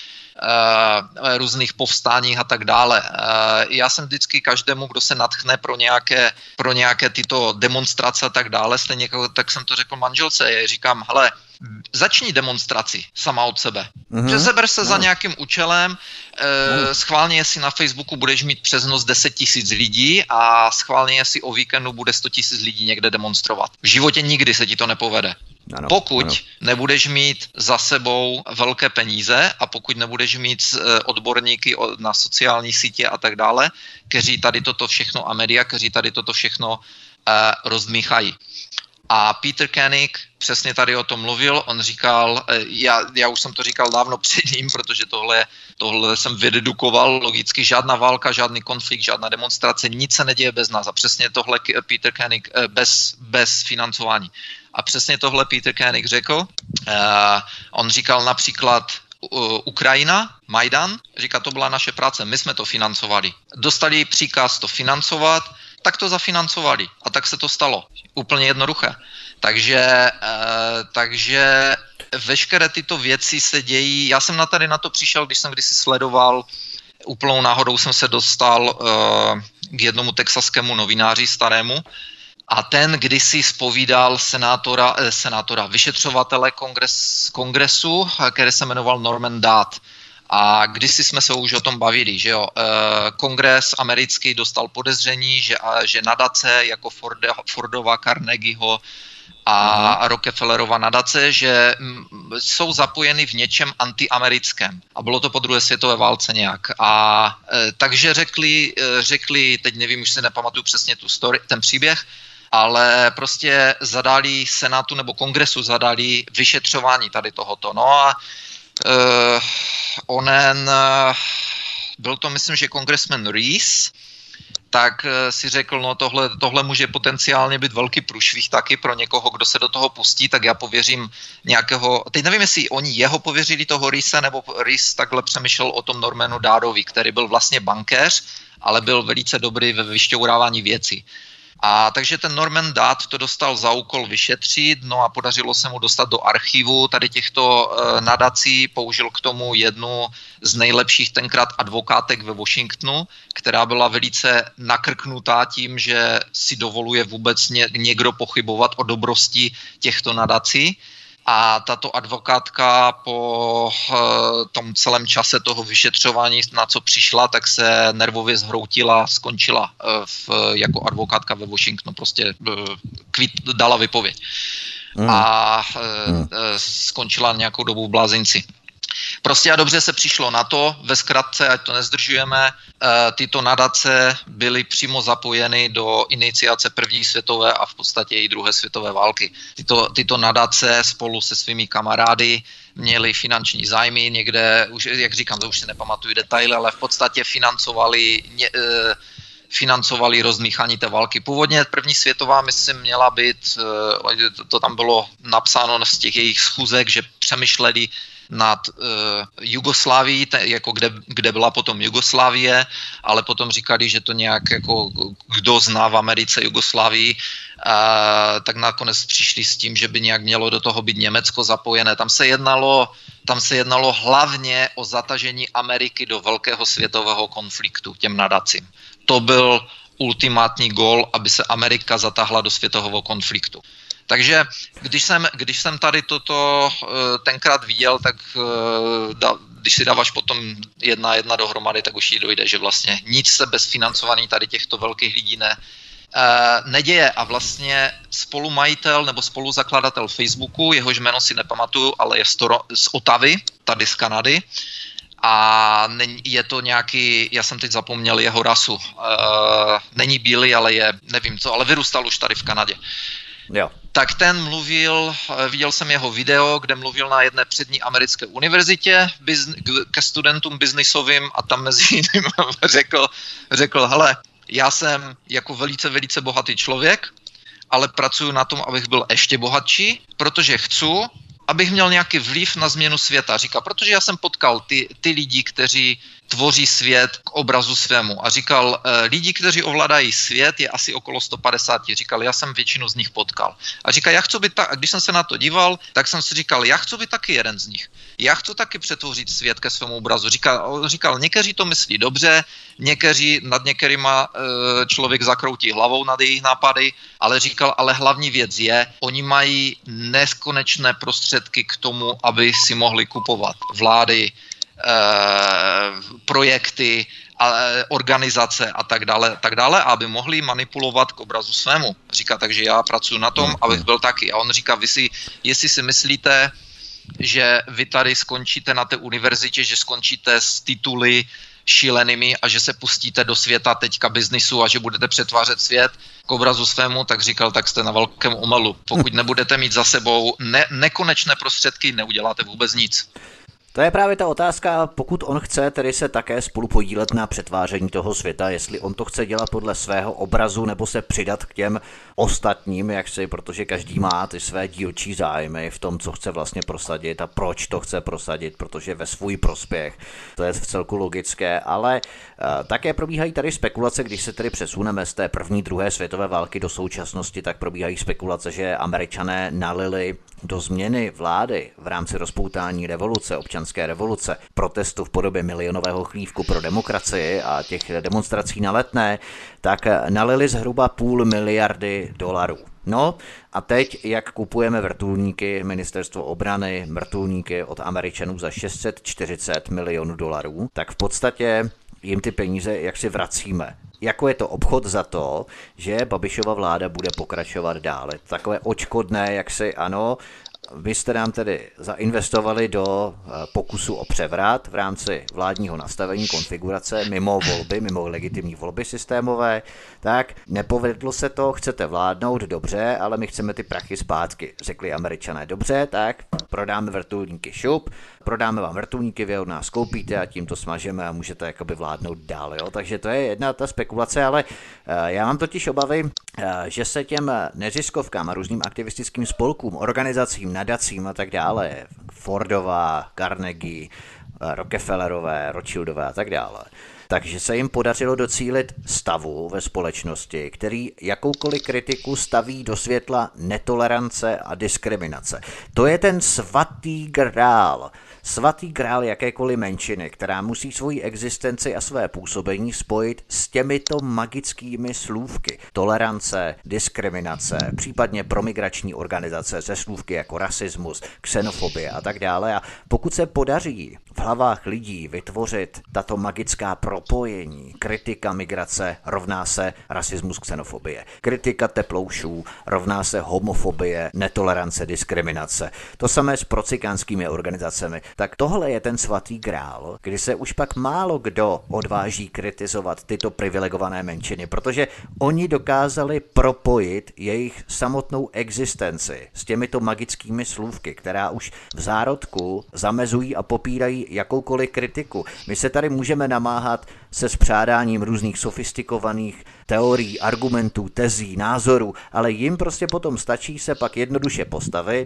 Uh, různých povstáních a tak dále. Uh, já jsem vždycky každému, kdo se nadchne pro nějaké, pro nějaké tyto demonstrace a tak dále, stejně jako, tak jsem to řekl manželce, já říkám, hele, začni demonstraci sama od sebe. Mm-hmm. Že zeber se mm-hmm. za nějakým účelem, uh, mm. schválně, jestli na Facebooku budeš mít přes noc deset tisíc lidí a schválně, jestli o víkendu bude sto tisíc lidí někde demonstrovat. V životě nikdy se ti to nepovede. Ano, pokud ano. nebudeš mít za sebou velké peníze a pokud nebudeš mít odborníky na sociální sítě a tak dále, kteří tady toto všechno a média, kteří tady toto všechno uh, rozdmíchají. A Peter Koenig přesně tady o tom mluvil, on říkal, já, já už jsem to říkal dávno před ním, protože tohle, tohle jsem vydedukoval logicky, žádná válka, žádný konflikt, žádná demonstrace, nic se neděje bez nás a přesně tohle Peter Koenig bez, bez financování. A přesně tohle Peter Koenig řekl, uh, on říkal například uh, Ukrajina, Majdan, říká, to byla naše práce, my jsme to financovali. Dostali příkaz to financovat, tak to zafinancovali a tak se to stalo. Úplně jednoduché. Takže, uh, takže veškeré tyto věci se dějí. Já jsem na tady na to přišel, když jsem kdysi sledoval, úplnou náhodou jsem se dostal uh, k jednomu texaskému novináři starému a ten kdysi zpovídal senátora, eh, senátora vyšetřovatele kongres, kongresu, který se jmenoval Norman Dodd. A kdysi jsme se už o tom bavili, že jo, kongres americký dostal podezření, že, že nadace jako Ford, Fordova, Carnegieho a Rockefellerova nadace, že jsou zapojeny v něčem antiamerickém. A bylo to po druhé světové válce nějak. A takže řekli, řekli, teď nevím, už si nepamatuju přesně tu story, ten příběh, ale prostě zadali senátu nebo kongresu zadali vyšetřování tady tohoto. No a Uh, onen, uh, byl to myslím, že kongresmen Rees, tak uh, si řekl, no tohle, tohle může potenciálně být velký průšvih taky pro někoho, kdo se do toho pustí, tak já pověřím nějakého, teď nevím, jestli oni jeho pověřili toho Reese, nebo Rees takhle přemýšlel o tom Normanu Doddovi, který byl vlastně bankéř, ale byl velice dobrý ve vyšťourávání věcí. A takže ten Norman Dodd to dostal za úkol vyšetřit, no a podařilo se mu dostat do archivu tady těchto e, nadací, použil k tomu jednu z nejlepších tenkrát advokátek ve Washingtonu, která byla velice nakrknutá tím, že si dovoluje vůbec ně, někdo pochybovat o dobrosti těchto nadací. A tato advokátka po uh, tom celém čase toho vyšetřování, na co přišla, tak se nervově zhroutila, skončila uh, v, jako advokátka ve Washingtonu, prostě uh, kvít, dala vypověď. Mm. A uh, mm. uh, skončila nějakou dobu v blázinci. Prostě a dobře se přišlo na to, ve zkratce, ať to nezdržujeme, tyto nadace byly přímo zapojeny do iniciace první světové a v podstatě i druhé světové války. Tyto, tyto nadace spolu se svými kamarády měli finanční zájmy, někde, už, jak říkám, to už si nepamatuju detaily, ale v podstatě financovali ně, financovali rozmíchání té války. Původně první světová, myslím, měla být, to, to tam bylo napsáno z těch jejich schůzek, že přemýšleli nad uh, Jugoslávií, te, jako kde, kde byla potom Jugoslávie, ale potom říkali, že to nějak jako kdo zná v Americe Jugoslávii, uh, tak nakonec přišli s tím, že by nějak mělo do toho být Německo zapojené. Tam se jednalo Tam se jednalo hlavně o zatažení Ameriky do velkého světového konfliktu těm nadacím. To byl ultimátní gól, aby se Amerika zatáhla do světového konfliktu. Takže když jsem, když jsem tady toto tenkrát viděl, tak když si dáváš potom jedna jedna dohromady, tak už jí dojde, že vlastně nic se bez financování tady těchto velkých lidí ne, neděje. A vlastně spolumajitel nebo spoluzakladatel Facebooku, jehož jméno si nepamatuju, ale je z Ottavy, tady z Kanady, a je to nějaký, já jsem teď zapomněl jeho rasu, není bílý, ale je, nevím co, ale vyrůstal už tady v Kanadě. Jo. Tak ten mluvil, viděl jsem jeho video, kde mluvil na jedné přední americké univerzitě ke studentům biznisovým a tam mezi jiným řekl, řekl, hele, já jsem jako velice, velice bohatý člověk, ale pracuji na tom, abych byl ještě bohatší, protože chci, abych měl nějaký vliv na změnu světa. Říká, protože já jsem potkal ty, ty lidi, kteří tvoří svět k obrazu svému. A říkal, lidi, kteří ovládají svět, je asi okolo sto padesát. Říkal, já jsem většinu z nich potkal. A říká, já chci být, ta- a když jsem se na to díval, tak jsem si říkal, já chci být taky jeden z nich. Já chci taky přetvořit svět ke svému obrazu. Říkal, říkal někteří to myslí dobře, někteří nad některýma e, člověk zakroutí hlavou nad jejich nápady, ale říkal, ale hlavní věc je, oni mají neskonečné prostředky k tomu, aby si mohli kupovat vlády, projekty, organizace a tak dále, tak dále, aby mohli manipulovat k obrazu svému. Říká, takže já pracuji na tom, abych byl taky. A on říká, vy si, jestli si myslíte, že vy tady skončíte na té univerzitě, že skončíte s tituly šílenými a že se pustíte do světa teďka biznisu a že budete přetvářet svět k obrazu svému, tak říkal, tak jste na velkém omylu. Pokud nebudete mít za sebou ne- nekonečné prostředky, neuděláte vůbec nic. To je právě ta otázka, pokud on chce tedy se také spolu podílet na přetváření toho světa, jestli on to chce dělat podle svého obrazu nebo se přidat k těm ostatním, jak si, protože každý má ty své dílčí zájmy v tom, co chce vlastně prosadit a proč to chce prosadit, protože ve svůj prospěch. To je v celku logické, ale uh, také probíhají tady spekulace, když se tedy přesuneme z té první, druhé světové války do současnosti, tak probíhají spekulace, že Američané nalili do změny vlády v rámci rozpoutání revoluce, občanské revoluce, protestu v podobě milionového chlívku pro demokracii a těch demonstrací na Letné, tak nalili zhruba půl miliardy dolarů. No a teď, jak kupujeme vrtulníky, ministerstvo obrany, vrtulníky od Američanů za šest set čtyřicet milionů dolarů, tak v podstatě jim ty peníze jak si vracíme. Jako je to obchod za to, že Babišova vláda bude pokračovat dále. Takové odškodné, jak si ano, vy jste nám tedy zainvestovali do pokusu o převrat v rámci vládního nastavení, konfigurace, mimo volby, mimo legitimní volby systémové, tak nepovedlo se to, chcete vládnout, dobře, ale my chceme ty prachy zpátky. Řekli Američané, dobře, tak prodáme vrtulníky šup, prodáme vám vrtulníky, vy od nás koupíte a tím to smažeme a můžete jakoby vládnout dál. Jo? Takže to je jedna ta spekulace, ale uh, já mám totiž obavy, uh, že se těm neziskovkám a různým aktivistickým spolkům, organizacím, nadacím a tak dále, Fordová, Carnegie, uh, Rockefellerové, Rothschildové a tak dále, takže se jim podařilo docílit stavu ve společnosti, který jakoukoliv kritiku staví do světla netolerance a diskriminace. To je ten svatý grál. Svatý grál jakékoliv menšiny, která musí svoji existenci a své působení spojit s těmito magickými slůvky. Tolerance, diskriminace, případně promigrační organizace ze slůvky jako rasismus, xenofobie a tak dále. A pokud se podaří v hlavách lidí vytvořit tato magická propojení, kritika migrace rovná se rasismus, xenofobie, kritika teploušů rovná se homofobie, netolerance, diskriminace. To samé s procikánskými organizacemi. Tak tohle je ten svatý grál, kdy se už pak málo kdo odváží kritizovat tyto privilegované menšiny, protože oni dokázali propojit jejich samotnou existenci s těmito magickými slůvky, která už v zárodku zamezují a popírají jakoukoliv kritiku. My se tady můžeme namáhat se spřádáním různých sofistikovaných teorií, argumentů, tezí, názorů, ale jim prostě potom stačí se pak jednoduše postavit,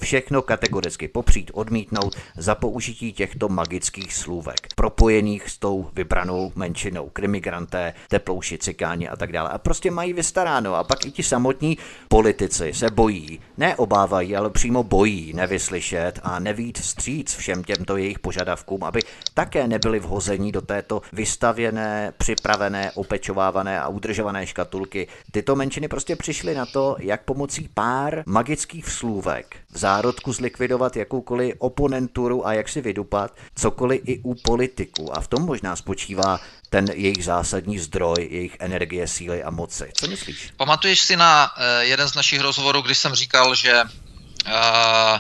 všechno kategoricky popřít, odmítnout za použití těchto magických slůvek, propojených s tou vybranou menšinou, krimigranté, teplouši, cikáni a tak dále. A prostě mají vystaráno. A pak i ti samotní politici se bojí, ne obávají, ale přímo bojí nevyslyšet a nevít vstříc všem těmto jejich požadavkům, aby také nebyli vhození do této vystavěné, připravené, opečovávané a udržované škatulky. Tyto menšiny prostě přišly na to, jak pomocí pár magických vslůvek v zárodku zlikvidovat jakoukoliv oponenturu a jak si vydupat cokoliv i u politiků. A v tom možná spočívá ten jejich zásadní zdroj, jejich energie, síly a moci. Co myslíš? Pamatuješ si na uh, jeden z našich rozhovorů, když jsem říkal, že uh,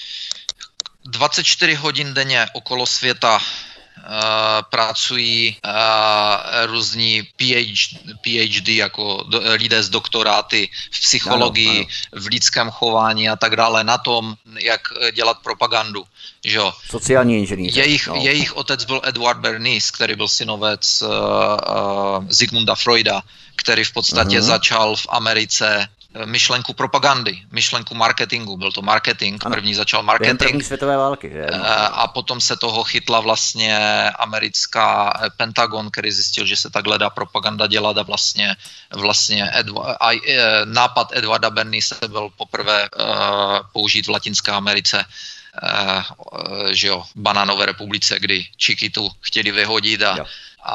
dvacet čtyři hodin denně okolo světa Uh, pracují uh, různí PhD, jako do, lidé z doktoráty v psychologii, ano, ano. v lidském chování a tak dále, na tom, jak dělat propagandu. Že jo? Sociální inženýři. Jejich, no. jejich otec byl Edward Bernays, který byl synovec uh, uh, Sigmunda Freuda, který v podstatě uh-huh. začal v Americe myšlenku propagandy, myšlenku marketingu. Byl to marketing, ano. první začal marketing. Během první světové války. Že? A potom se toho chytla vlastně americká Pentagon, který zjistil, že se takhle dá propaganda dělat a vlastně, vlastně Edward, a, nápad Edwarda Bernayse byl poprvé uh, použít v Latinské Americe, uh, uh, že jo, v Banánové republice, kdy Chiquitu chtěli vyhodit a,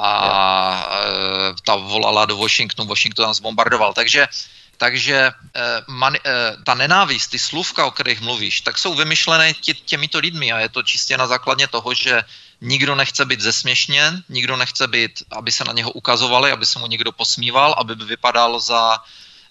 a uh, ta volala do Washingtonu, Washington nás bombardoval. Takže Takže eh, mani, eh, ta nenávist, ty slůvka, o kterých mluvíš, tak jsou vymyšlené tě, těmito lidmi a je to čistě na základě toho, že nikdo nechce být zesměšněn, nikdo nechce být, aby se na něho ukazovali, aby se mu někdo posmíval, aby by vypadal za,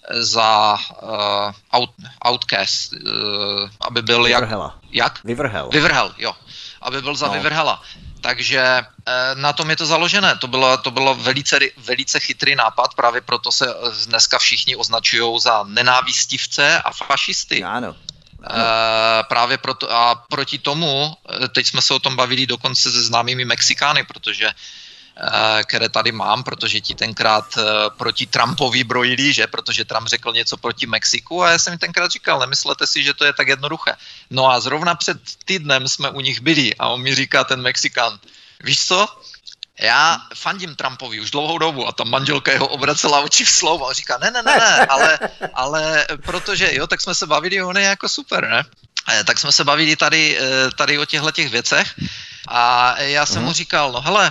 za uh, out, outcast, uh, aby byl Vyvrhela. jak... Jak? Vyvrhel. Vyvrhel, jo. Aby byl za no. vyvrhela. Takže na tom je to založené. To bylo, to bylo velice, velice chytrý nápad, právě proto se dneska všichni označují za nenávistivce a fašisty. Ano. ano. E, právě proto, a proti tomu, teď jsme se o tom bavili dokonce se známými Mexikány, protože e, které tady mám, protože ti tenkrát e, proti Trumpovi brojili, že? Protože Trump řekl něco proti Mexiku a já jsem mi tenkrát říkal, nemyslete si, že to je tak jednoduché. No a zrovna před týdnem jsme u nich byli a on mi říká ten Mexikán, víš co, já fandím Trumpovi už dlouhou dobu a ta manželka jeho obracela oči v slovo a říká, ne, ne, ne, ne, ale, ale protože, jo, tak jsme se bavili, on je jako super, ne? Tak jsme se bavili tady, tady o těchto těch věcech a já jsem mu říkal, no hele,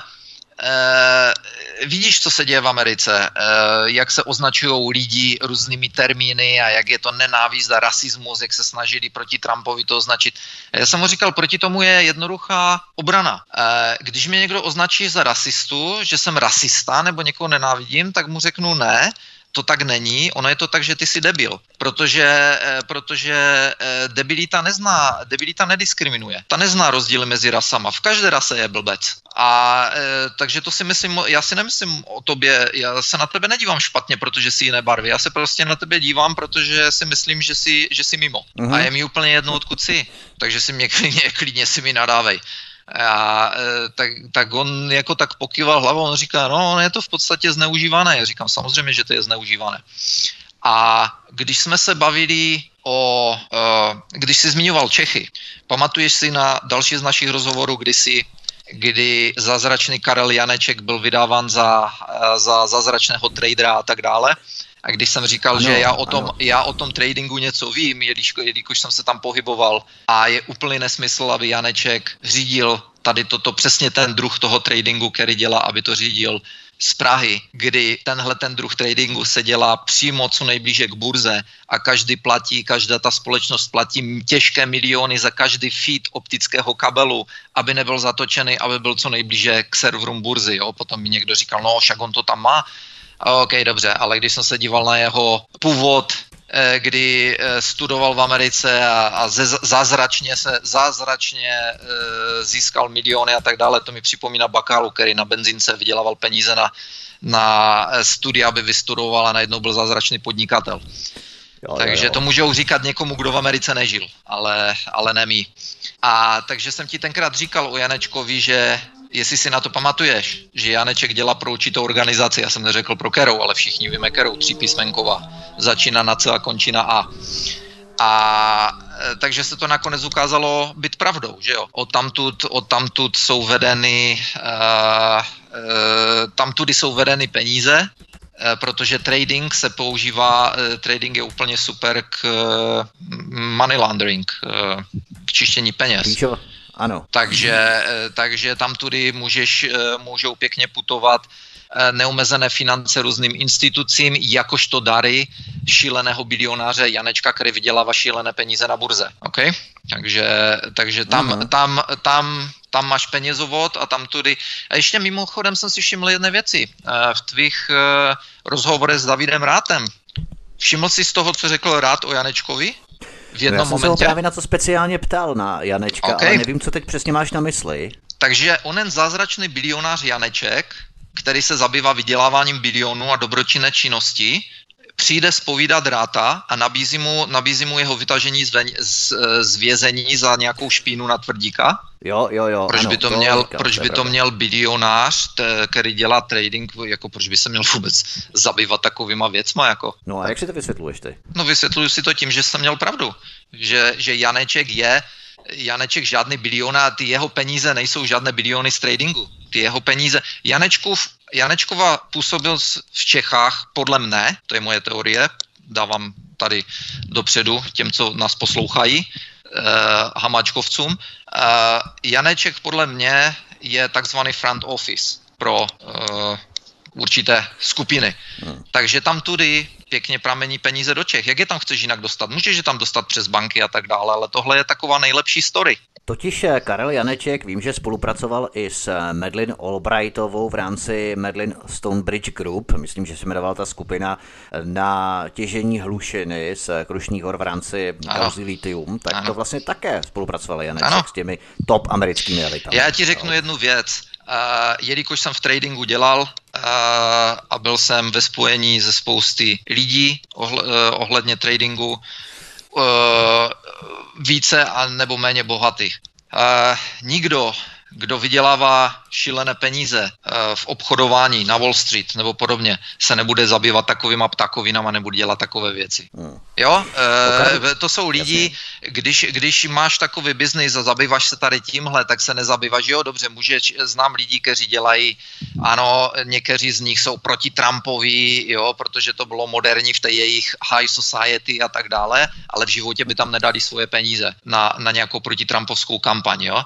Eh, vidíš, co se děje v Americe, eh, jak se označují lidi různými termíny a jak je to nenávist a rasismus, jak se snažili proti Trumpovi to označit. Já jsem mu říkal, proti tomu je jednoduchá obrana. Eh, když mě někdo označí za rasistu, že jsem rasista nebo někoho nenávidím, tak mu řeknu ne, to tak není, ono je to tak, že ty jsi debil, protože, protože debilita nezná, debilita nediskriminuje, ta nezná rozdíly mezi rasama, v každé rase je blbec. A takže to si myslím, já si nemyslím o tobě, já se na tebe nedívám špatně, protože jsi jiné barvy, já se prostě na tebe dívám, protože si myslím, že jsi, že jsi mimo. Uh-huh. A je mi úplně jedno, odkud jsi, takže si mě klidně, klidně si mi nadávej. A tak, tak on jako tak pokýval hlavou, on říká, no on je to v podstatě zneužívané. Já říkám, samozřejmě, že to je zneužívané. A když jsme se bavili o, když jsi zmiňoval Čechy, pamatuješ si na další z našich rozhovorů, kdy si, kdy zázračný Karel Janeček byl vydáván za, za zázračného tradera a tak dále. A když jsem říkal, ano, že já o, tom, já o tom tradingu něco vím, jelikož, jelikož jsem se tam pohyboval a je úplný nesmysl, aby Janeček řídil tady toto, přesně ten druh toho tradingu, který dělá, aby to řídil z Prahy, kdy tenhle ten druh tradingu se dělá přímo co nejblíže k burze a každý platí, každá ta společnost platí těžké miliony za každý feed optického kabelu, aby nebyl zatočený, aby byl co nejblíže k serverům burzy. Jo? Potom mi někdo říkal, no však on to tam má. OK, dobře, ale když jsem se díval na jeho původ, kdy studoval v Americe a, a zázračně, se, zázračně získal miliony a tak dále, to mi připomíná Bakalu, který na benzínce vydělával peníze na, na studia, aby vystudoval a najednou byl zázračný podnikatel. Jo, takže jo, jo. To můžou říkat někomu, kdo v Americe nežil, ale, ale ne my. A takže jsem ti tenkrát říkal o Janečkovi, že jestli si na to pamatuješ, že Janeček dělá pro určitou organizaci, já jsem neřekl pro kterou, ale všichni víme kterou, třípísmenková, začíná na C a končí na A. A takže se to nakonec ukázalo být pravdou, že jo. Odtamtud, odtamtud jsou vedeny, uh, uh, tamtudy jsou vedeny peníze, protože trading se používá, trading je úplně super k money laundering, k čištění peněz. Píčo, ano. Takže, takže tam tudy můžeš, můžou pěkně putovat neomezené finance různým institucím, jakožto dary šíleného bilionáře Janečka, který vydělává šílené peníze na burze. Okay? Takže, takže tam, uh-huh. tam, tam, tam máš penězovod a tam tudy. A ještě mimochodem jsem si všiml jedné věci. V tvých rozhovorech s Davidem Rátem. Všiml jsi z toho, co řekl Rád o Janečkovi? V jednom Já jsem momentě? se ho právě na to speciálně ptal na Janečka, okay. Ale nevím, co teď přesně máš na mysli. Takže onen zázračný bilionář Janeček, který se zabývá vyděláváním bilionů a dobročinné činnosti, přijde zpovídat Ráta a nabízí mu, nabízí mu jeho vytažení z, z, z vězení za nějakou špínu na tvrdíka. Jo, jo, jo. Proč ano, by to, to měl, říkám, proč by to měl bilionář, t, který dělá trading, jako proč by se měl vůbec zabývat takovýma věcma, jako. No a jak si to vysvětluješ ty? No vysvětluju si to tím, že jsem měl pravdu. Že, že Janeček je, Janeček žádný bilionář, ty jeho peníze nejsou žádné biliony z tradingu. Ty jeho peníze, Janečkův, Janečkova působnost v Čechách, podle mne, to je moje teorie, dávám tady dopředu těm, co nás poslouchají, eh, hamáčkovcům. Eh, Janeček podle mě je takzvaný front office pro eh, určité skupiny. Hmm. Takže tam tudy pěkně pramení peníze do Čech. Jak je tam chceš jinak dostat? Můžeš je tam dostat přes banky a tak dále, ale tohle je taková nejlepší story. Totiž Karel Janeček, vím, že spolupracoval i s Madeleine Albrightovou v rámci Madeleine Stonebridge Group, myslím, že se jmenovala ta skupina, na těžení hlušiny z Krušných hor v rámci kauzy Lithium, tak ano. To vlastně také spolupracoval Janeček ano. s těmi top americkými elitami. Já ti řeknu jednu věc. Uh, jelikož jsem v tradingu dělal uh, a byl jsem ve spojení se spousty lidí ohle, uh, ohledně tradingu, uh, více a nebo méně bohatých. Uh, nikdo, kdo vydělává šílené peníze uh, v obchodování na Wall Street nebo podobně, se nebude zabývat takovýma ptakovinama, nebude dělat takové věci. Hmm. Jo? Uh, to jsou lidi, když, když máš takový biznis a zabýváš se tady tímhle, tak se nezabýváš, jo, dobře, můžeš, znám lidi, kteří dělají, ano, někteří z nich jsou proti Trumpovi, jo, protože to bylo moderní v té jejich high society a tak dále, ale v životě by tam nedali svoje peníze na, na nějakou protitrampovskou kampaň, jo.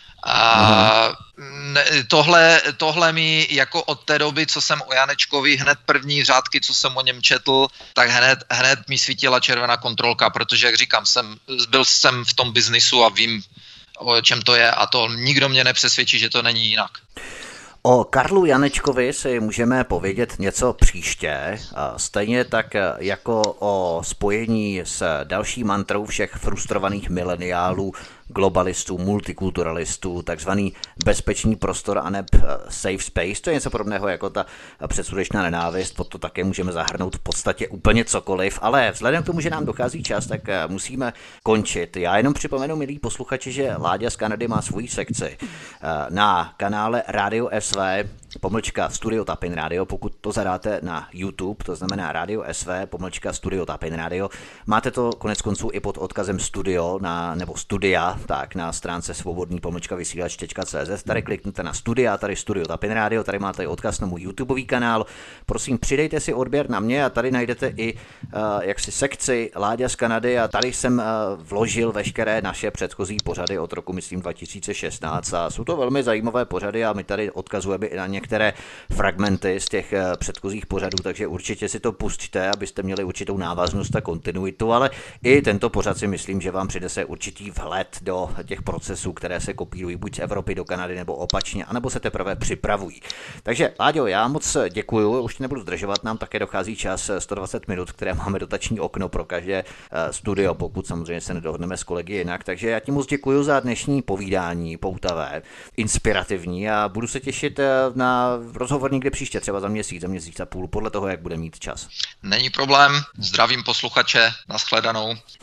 A tohle, tohle mi jako od té doby, co jsem o Janečkovi, hned první řádky, co jsem o něm četl, tak hned, hned mi svítila červená kontrolka, protože, jak říkám, jsem, byl jsem v tom biznisu a vím, o čem to je a to nikdo mě nepřesvědčí, že to není jinak. O Karlu Janečkovi si můžeme povědět něco příště, stejně tak jako o spojení s další mantrou všech frustrovaných mileniálů, globalistů, multikulturalistů, takzvaný bezpečný prostor a neb safe space. To je něco podobného jako ta předsudečná nenávist, pod to také můžeme zahrnout v podstatě úplně cokoliv, ale vzhledem k tomu, že nám dochází čas, tak musíme končit. Já jenom připomenu, milí posluchači, že Láďa z Kanady má svoji sekci na kanále Radio S V, pomlčka Studio Tapin Radio, pokud to zadáte na YouTube, to znamená Radio S V, pomlčka Studio Tapin Radio. Máte to konec konců i pod odkazem studio na, nebo studia, tak na stránce svobodný pomlčka vysílač tečka cé zet. Tady kliknete na studia, tady Studio Tapin Radio, tady máte i odkaz na můj YouTubeový kanál. Prosím, přidejte si odběr na mě a tady najdete i uh, jaksi sekci Láďa z Kanady a tady jsem uh, vložil veškeré naše předchozí pořady od roku, myslím, dva tisíce šestnáct a jsou to velmi zajímavé pořady a my tady odkazujeme i na některé fragmenty z těch uh, předchozích pořadů, takže určitě si to pusťte, abyste měli určitou návaznost a kontinuitu, ale i tento pořad si myslím, že vám přinese určitý vhled do těch procesů, které se kopírují buď z Evropy do Kanady nebo opačně, anebo se teprve připravují. Takže Láďo, já moc děkuju, už nebudu zdržovat, nám také dochází čas sto dvacet minut, které máme dotační okno pro každé studio, pokud samozřejmě se nedohodneme s kolegy jinak. Takže já ti moc děkuju za dnešní povídání, poutavé, inspirativní a budu se těšit na rozhovor někde příště, třeba za měsíc, za měsíc a půl, podle toho, jak bude mít čas. Není problém, zdravím posluchače, nashledanou.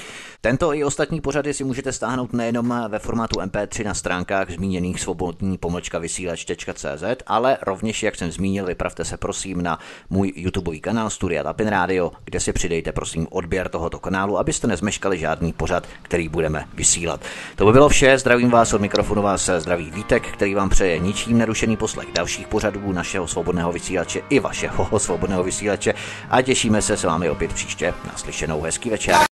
Tento i ostatní pořady si můžete stáhnout nejenom ve formátu em pé tři na stránkách zmíněných svobodní pomlčka vysílač tečka cé zet, ale rovněž, jak jsem zmínil, vypravte se prosím na můj YouTubeový kanál Studia Tapin Radio, kde si přidejte prosím odběr tohoto kanálu, abyste nezmeškali žádný pořad, který budeme vysílat. To by bylo vše, zdravím vás od mikrofonu, vás zdraví Vítek, který vám přeje ničím nerušený poslech dalších pořadů našeho svobodného vysílače i vašeho svobodného vysílače a těšíme se s vámi opět příště. Naslyšenou, hezký večer.